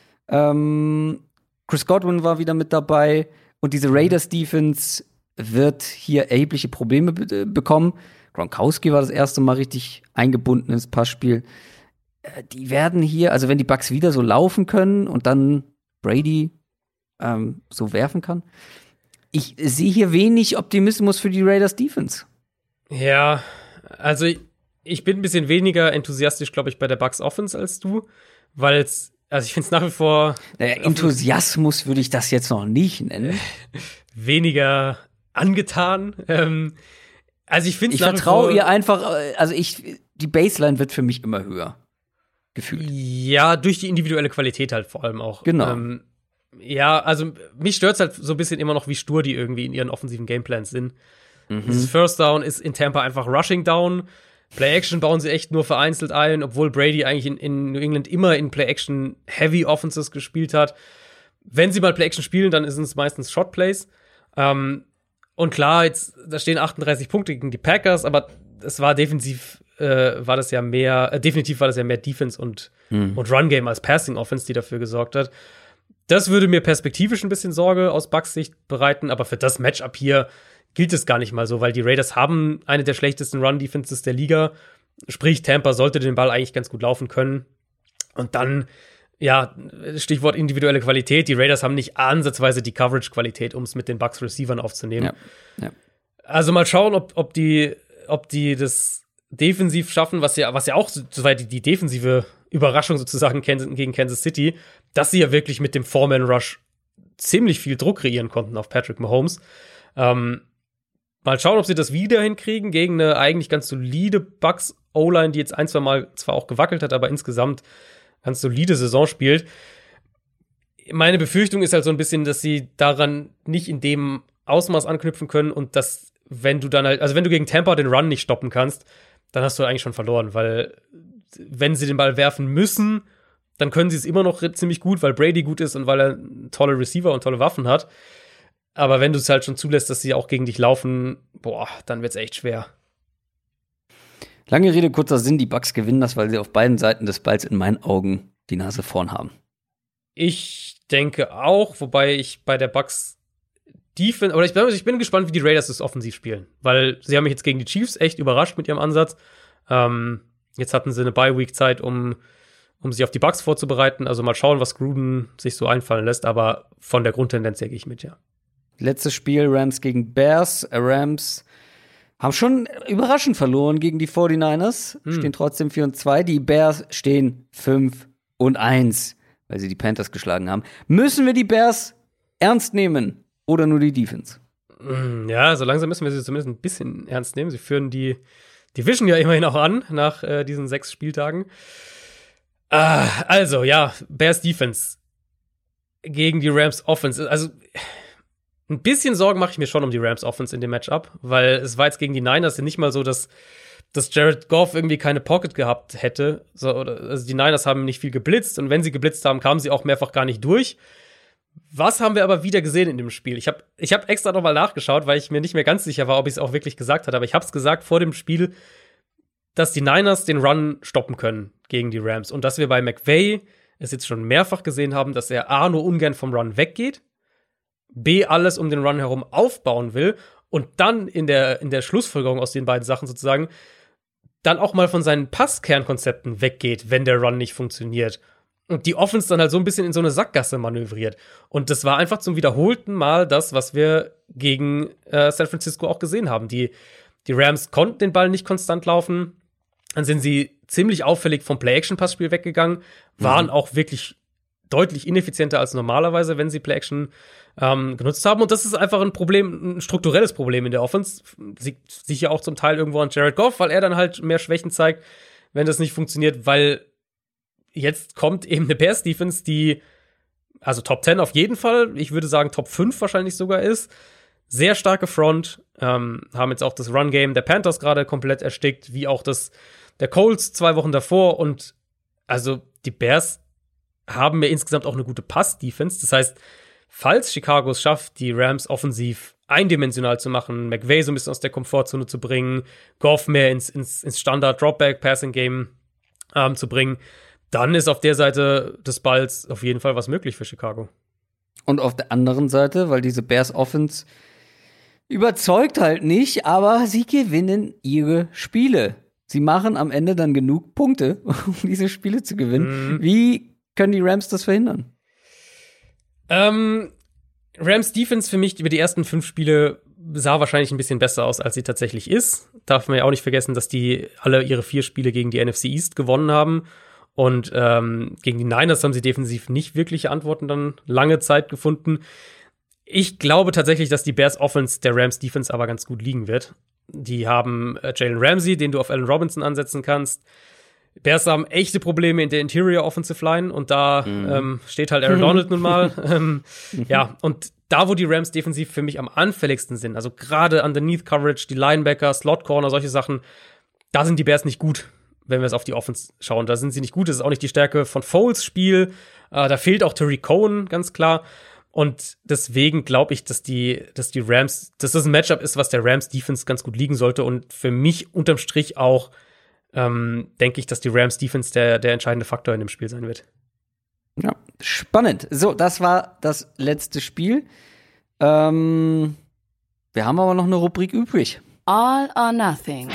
Speaker 1: Ähm, Chris Godwin war wieder mit dabei. Und diese Raiders Defense wird hier erhebliche Probleme be- bekommen. Gronkowski war das erste Mal richtig eingebunden ins Passspiel. Äh, die werden hier, also wenn die Bucks wieder so laufen können und dann Brady ähm, so werfen kann. Ich sehe hier wenig Optimismus für die Raiders Defense.
Speaker 2: Ja, also ich, ich bin ein bisschen weniger enthusiastisch, glaube ich, bei der Bucks Offense als du, weil es, also ich finde es nach wie vor
Speaker 1: naja, Enthusiasmus würde ich das jetzt noch nicht nennen.
Speaker 2: Weniger angetan. Ähm, also ich finde
Speaker 1: Ich vertraue ihr einfach, also ich, die Baseline wird für mich immer höher gefühlt.
Speaker 2: Ja, durch die individuelle Qualität halt vor allem auch.
Speaker 1: Genau.
Speaker 2: Ähm, Ja, also mich stört's halt so ein bisschen immer noch, wie stur die irgendwie in ihren offensiven Gameplans sind. Mhm. Dieses First Down ist in Tampa einfach Rushing Down. Play-Action bauen sie echt nur vereinzelt ein, obwohl Brady eigentlich in, in New England immer in Play-Action Heavy Offenses gespielt hat. Wenn sie mal Play-Action spielen, dann sind es meistens Shot-Plays. Ähm, und klar, jetzt, da stehen achtunddreißig Punkte gegen die Packers, aber es war defensiv, äh, war das ja mehr, äh, definitiv war das ja mehr Defense und, mhm. und Run-Game als Passing-Offense, die dafür gesorgt hat. Das würde mir perspektivisch ein bisschen Sorge aus Bucks Sicht bereiten, aber für das Matchup hier gilt es gar nicht mal so, weil die Raiders haben eine der schlechtesten Run-Defenses der Liga. Sprich, Tampa sollte den Ball eigentlich ganz gut laufen können. Und dann, ja, Stichwort individuelle Qualität. Die Raiders haben nicht ansatzweise die Coverage-Qualität, um es mit den Bucks-Receivern aufzunehmen. Ja, ja. Also mal schauen, ob, ob, die, ob die das defensiv schaffen, was ja, was ja auch, soweit die, die defensive Überraschung sozusagen gegen Kansas City, dass sie ja wirklich mit dem Four-Man-Rush ziemlich viel Druck kreieren konnten auf Patrick Mahomes. Ähm, mal schauen, ob sie das wieder hinkriegen gegen eine eigentlich ganz solide Bucks-O-Line, die jetzt ein, zwei Mal zwar auch gewackelt hat, aber insgesamt ganz solide Saison spielt. Meine Befürchtung ist halt so ein bisschen, dass sie daran nicht in dem Ausmaß anknüpfen können und dass, wenn du dann halt, also wenn du gegen Tampa den Run nicht stoppen kannst, dann hast du eigentlich schon verloren, weil wenn sie den Ball werfen müssen, dann können sie es immer noch ziemlich gut, weil Brady gut ist und weil er tolle Receiver und tolle Waffen hat. Aber wenn du es halt schon zulässt, dass sie auch gegen dich laufen, boah, dann wird's echt schwer.
Speaker 1: Lange Rede, kurzer Sinn, die Bucks gewinnen das, weil sie auf beiden Seiten des Balls in meinen Augen die Nase vorn haben.
Speaker 2: Ich denke auch, wobei ich bei der Bucks Defense, oder ich, ich bin gespannt, wie die Raiders das offensiv spielen, weil sie haben mich jetzt gegen die Chiefs echt überrascht mit ihrem Ansatz. Ähm, jetzt hatten sie eine Bye-Week-Zeit, um um sich auf die Bucks vorzubereiten. Also mal schauen, was Gruden sich so einfallen lässt, aber von der Grundtendenz her gehe ich mit, ja.
Speaker 1: Letztes Spiel, Rams gegen Bears. Rams haben schon überraschend verloren gegen die forty-niners, hm. stehen trotzdem vier und zwei. Die Bears stehen fünf und eins, weil sie die Panthers geschlagen haben. Müssen wir die Bears ernst nehmen oder nur die Defense?
Speaker 2: Ja, so langsam müssen wir sie zumindest ein bisschen ernst nehmen. Sie führen die Division ja immerhin auch an nach äh, diesen sechs Spieltagen. Ah, also, ja, Bears Defense gegen die Rams Offense. Also, ein bisschen Sorgen mache ich mir schon um die Rams Offense in dem Matchup, weil es war jetzt gegen die Niners ja nicht mal so, dass, dass Jared Goff irgendwie keine Pocket gehabt hätte. So, oder, also die Niners haben nicht viel geblitzt und wenn sie geblitzt haben, kamen sie auch mehrfach gar nicht durch. Was haben wir aber wieder gesehen in dem Spiel? Ich habe ich hab extra noch mal nachgeschaut, weil ich mir nicht mehr ganz sicher war, ob ich es auch wirklich gesagt hatte. Aber ich habe es gesagt vor dem Spiel, dass die Niners den Run stoppen können gegen die Rams. Und dass wir bei McVay es jetzt schon mehrfach gesehen haben, dass er A, nur ungern vom Run weggeht, B, alles um den Run herum aufbauen will und dann in der, in der Schlussfolgerung aus den beiden Sachen sozusagen dann auch mal von seinen Passkernkonzepten weggeht, wenn der Run nicht funktioniert. Und die Offense dann halt so ein bisschen in so eine Sackgasse manövriert. Und das war einfach zum wiederholten Mal das, was wir gegen äh, San Francisco auch gesehen haben. Die, die Rams konnten den Ball nicht konstant laufen. Dann sind sie ziemlich auffällig vom Play-Action-Passspiel weggegangen, waren mhm. auch wirklich deutlich ineffizienter als normalerweise, wenn sie Play-Action ähm, genutzt haben. Und das ist einfach ein Problem, ein strukturelles Problem in der Offense. Liegt sicher auch zum Teil irgendwo an Jared Goff, weil er dann halt mehr Schwächen zeigt, wenn das nicht funktioniert, weil jetzt kommt eben eine Bears-Defense, die also Top zehn auf jeden Fall, ich würde sagen Top fünf wahrscheinlich sogar ist. Sehr starke Front, ähm, haben jetzt auch das Run-Game der Panthers gerade komplett erstickt, wie auch das der Colts zwei Wochen davor. Und also die Bears haben ja insgesamt auch eine gute Pass-Defense. Das heißt, falls Chicago es schafft, die Rams offensiv eindimensional zu machen, McVay so ein bisschen aus der Komfortzone zu bringen, Goff mehr ins, ins, ins Standard-Dropback-Passing-Game ähm, zu bringen, dann ist auf der Seite des Balls auf jeden Fall was möglich für Chicago.
Speaker 1: Und auf der anderen Seite, weil diese Bears Offense überzeugt halt nicht, aber sie gewinnen ihre Spiele. Sie machen am Ende dann genug Punkte, um diese Spiele zu gewinnen. Mhm. Wie können die Rams das verhindern?
Speaker 2: Ähm, Rams Defense für mich über die ersten fünf Spiele sah wahrscheinlich ein bisschen besser aus, als sie tatsächlich ist. Darf man ja auch nicht vergessen, dass die alle ihre vier Spiele gegen die N F C East gewonnen haben. Und ähm, gegen die Niners haben sie defensiv nicht wirkliche Antworten dann lange Zeit gefunden. Ich glaube tatsächlich, dass die Bears Offense der Rams Defense aber ganz gut liegen wird. Die haben äh, Jalen Ramsey, den du auf Allen Robinson ansetzen kannst. Bears haben echte Probleme in der Interior Offensive Line und da mhm. ähm, steht halt Aaron Donald nun mal. ähm, ja, und da, wo die Rams defensiv für mich am anfälligsten sind, also gerade Underneath Coverage, die Linebacker, Slot Corner, solche Sachen, da sind die Bears nicht gut, wenn wir es auf die Offense schauen. Da sind sie nicht gut, das ist auch nicht die Stärke von Foles Spiel. Äh, da fehlt auch Tariq Cohen, ganz klar. Und deswegen glaube ich, dass die, dass die Rams, dass das ein Matchup ist, was der Rams Defense ganz gut liegen sollte. Und für mich unterm Strich auch ähm, denke ich, dass die Rams Defense der, der entscheidende Faktor in dem Spiel sein wird.
Speaker 1: Ja, spannend. So, das war das letzte Spiel. Ähm, wir haben aber noch eine Rubrik übrig.
Speaker 3: All or Nothing.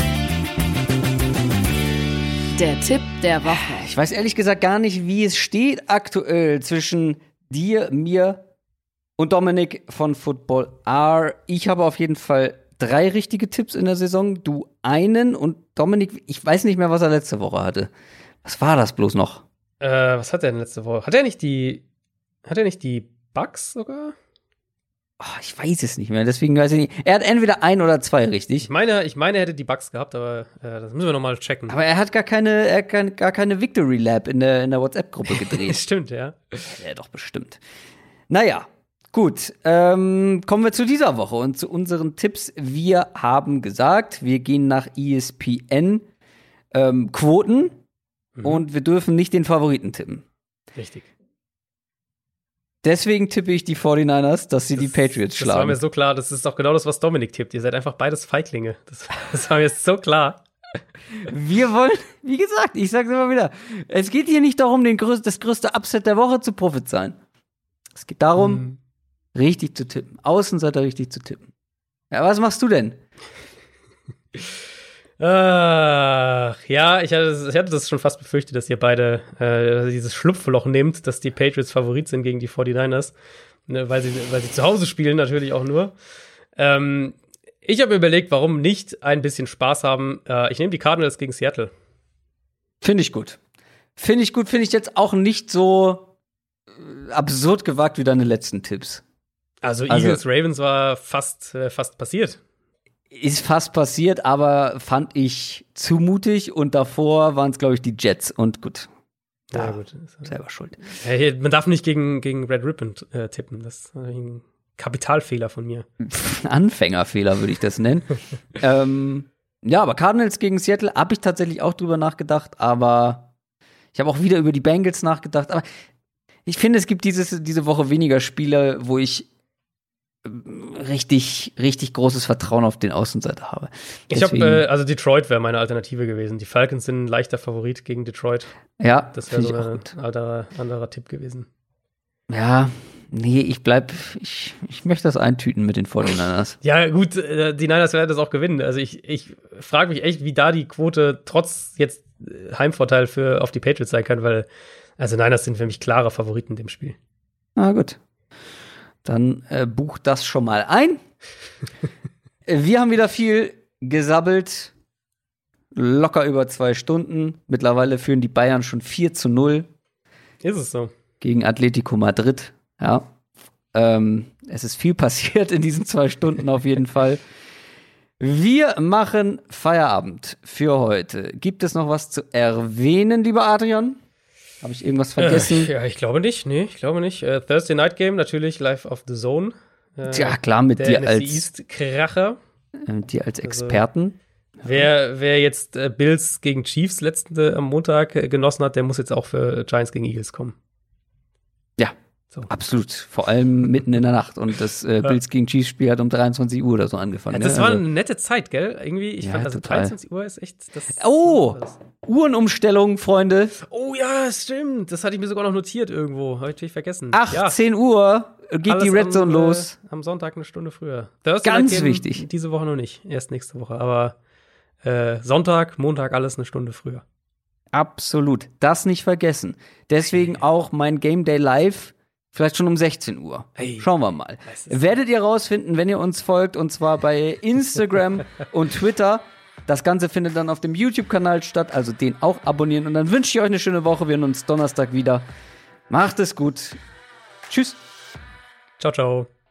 Speaker 3: Der Tipp der Woche.
Speaker 1: Ich weiß ehrlich gesagt gar nicht, wie es steht aktuell zwischen dir, mir und Dominik von Football R. Ich habe auf jeden Fall drei richtige Tipps in der Saison, du einen und Dominik, ich weiß nicht mehr, was er letzte Woche hatte. Was war das bloß noch?
Speaker 2: Äh, was hat er denn letzte Woche? Hat er nicht die, hat er nicht die Bucks sogar?
Speaker 1: Oh, ich weiß es nicht mehr, deswegen weiß ich nicht. Er hat entweder ein oder zwei richtig.
Speaker 2: Ich meine, ich meine, er hätte die Bucks gehabt, aber äh, das müssen wir noch mal checken.
Speaker 1: Aber er hat gar keine, er kann, gar keine Victory Lab in der, in der WhatsApp-Gruppe gedreht.
Speaker 2: Stimmt, ja.
Speaker 1: Ja, doch bestimmt. Naja, gut. Ähm, kommen wir zu dieser Woche und zu unseren Tipps. Wir haben gesagt, wir gehen nach E S P N ähm, Quoten mhm. und wir dürfen nicht den Favoriten tippen.
Speaker 2: Richtig.
Speaker 1: Deswegen tippe ich die forty-niners, dass sie
Speaker 2: das,
Speaker 1: die Patriots schlagen.
Speaker 2: Das war mir so klar. Das ist doch genau das, was Dominik tippt. Ihr seid einfach beides Feiglinge. Das, das war mir so klar.
Speaker 1: Wir wollen, wie gesagt, ich sag's immer wieder, es geht hier nicht darum, den größ- das größte Upset der Woche zu prophezeien. Es geht darum, mhm. richtig zu tippen. Außenseiter richtig zu tippen. Ja, was machst du denn?
Speaker 2: Ach, ja, ich hatte, das, ich hatte das schon fast befürchtet, dass ihr beide äh, dieses Schlupfloch nehmt, dass die Patriots Favorit sind gegen die forty-niners, ne, weil sie, weil sie zu Hause spielen natürlich auch nur. Ähm, ich habe mir überlegt, warum nicht ein bisschen Spaß haben. Äh, ich nehme die Cardinals gegen Seattle.
Speaker 1: Finde ich gut. Finde ich gut, finde ich jetzt auch nicht so äh, absurd gewagt wie deine letzten Tipps.
Speaker 2: Also, also Eagles Ravens war fast, äh, fast passiert.
Speaker 1: Ist fast passiert, aber fand ich zu mutig und davor waren es, glaube ich, die Jets und gut. Da,
Speaker 2: ja, gut.
Speaker 1: Selber schuld.
Speaker 2: Ja, hier, man darf nicht gegen, gegen Red Ribbon äh, tippen. Das ist ein Kapitalfehler von mir.
Speaker 1: Anfängerfehler würde ich das nennen. ähm, ja, aber Cardinals gegen Seattle habe ich tatsächlich auch drüber nachgedacht, aber ich habe auch wieder über die Bengals nachgedacht. Aber ich finde, es gibt dieses, diese Woche weniger Spiele, wo ich richtig, richtig großes Vertrauen auf den Außenseiter habe.
Speaker 2: Ich habe, äh, also Detroit wäre meine Alternative gewesen. Die Falcons sind ein leichter Favorit gegen Detroit.
Speaker 1: Ja,
Speaker 2: das wäre so ein anderer, anderer Tipp gewesen.
Speaker 1: Ja, nee, ich bleib, ich, ich möchte das eintüten mit den forty-niners.
Speaker 2: Ja, gut, äh, die Niners werden das auch gewinnen. Also ich, ich frage mich echt, wie da die Quote trotz jetzt Heimvorteil für auf die Patriots sein kann, weil, also Niners sind für mich klare Favoriten in dem Spiel.
Speaker 1: Na gut. Dann äh, bucht das schon mal ein. Wir haben wieder viel gesabbelt. Locker über zwei Stunden. Mittlerweile führen die Bayern schon vier zu null.
Speaker 2: Ist es so?
Speaker 1: Gegen Atletico Madrid. Ja. Ähm, es ist viel passiert in diesen zwei Stunden auf jeden Fall. Wir machen Feierabend für heute. Gibt es noch was zu erwähnen, lieber Adrian? Habe ich irgendwas vergessen?
Speaker 2: Äh, ja, ich glaube nicht. Nee, ich glaube nicht. Äh, Thursday Night Game natürlich live auf The Zone. Äh,
Speaker 1: ja, klar, mit
Speaker 2: der
Speaker 1: dir
Speaker 2: N F C
Speaker 1: als
Speaker 2: East Kracher.
Speaker 1: Äh, mit dir als Experten.
Speaker 2: Also, wer, wer jetzt äh, Bills gegen Chiefs letzte am Montag äh, genossen hat, der muss jetzt auch für Giants gegen Eagles kommen.
Speaker 1: Ja, so. Absolut. Vor allem mitten in der Nacht. Und das äh, Bills gegen Chiefs Spiel hat um dreiundzwanzig Uhr oder so angefangen.
Speaker 2: Ja, das
Speaker 1: ne?
Speaker 2: war
Speaker 1: also,
Speaker 2: eine nette Zeit, gell? Irgendwie, ich
Speaker 1: ja,
Speaker 2: fand, also
Speaker 1: total.
Speaker 2: dreiundzwanzig Uhr ist echt das.
Speaker 1: Oh,
Speaker 2: das
Speaker 1: Uhrenumstellung, Freunde.
Speaker 2: Oh ja, stimmt. Das hatte ich mir sogar noch notiert irgendwo. Habe ich natürlich vergessen.
Speaker 1: achtzehn ja. Uhr geht
Speaker 2: Alles
Speaker 1: die Red Zone
Speaker 2: am,
Speaker 1: los.
Speaker 2: Äh, am Sonntag eine Stunde früher. Thursday
Speaker 1: Ganz
Speaker 2: Game
Speaker 1: wichtig.
Speaker 2: Diese Woche noch nicht. Erst nächste Woche. Aber äh, Sonntag, Montag, alles eine Stunde früher.
Speaker 1: Absolut. Das nicht vergessen. Deswegen auch mein Game Day Live. Vielleicht schon um sechzehn Uhr.
Speaker 2: Hey.
Speaker 1: Schauen wir mal. Werdet ihr rausfinden, wenn ihr uns folgt, und zwar bei Instagram und Twitter. Das Ganze findet dann auf dem YouTube-Kanal statt, also den auch abonnieren. Und dann wünsche ich euch eine schöne Woche. Wir sehen uns Donnerstag wieder. Macht es gut. Tschüss.
Speaker 2: Ciao, ciao.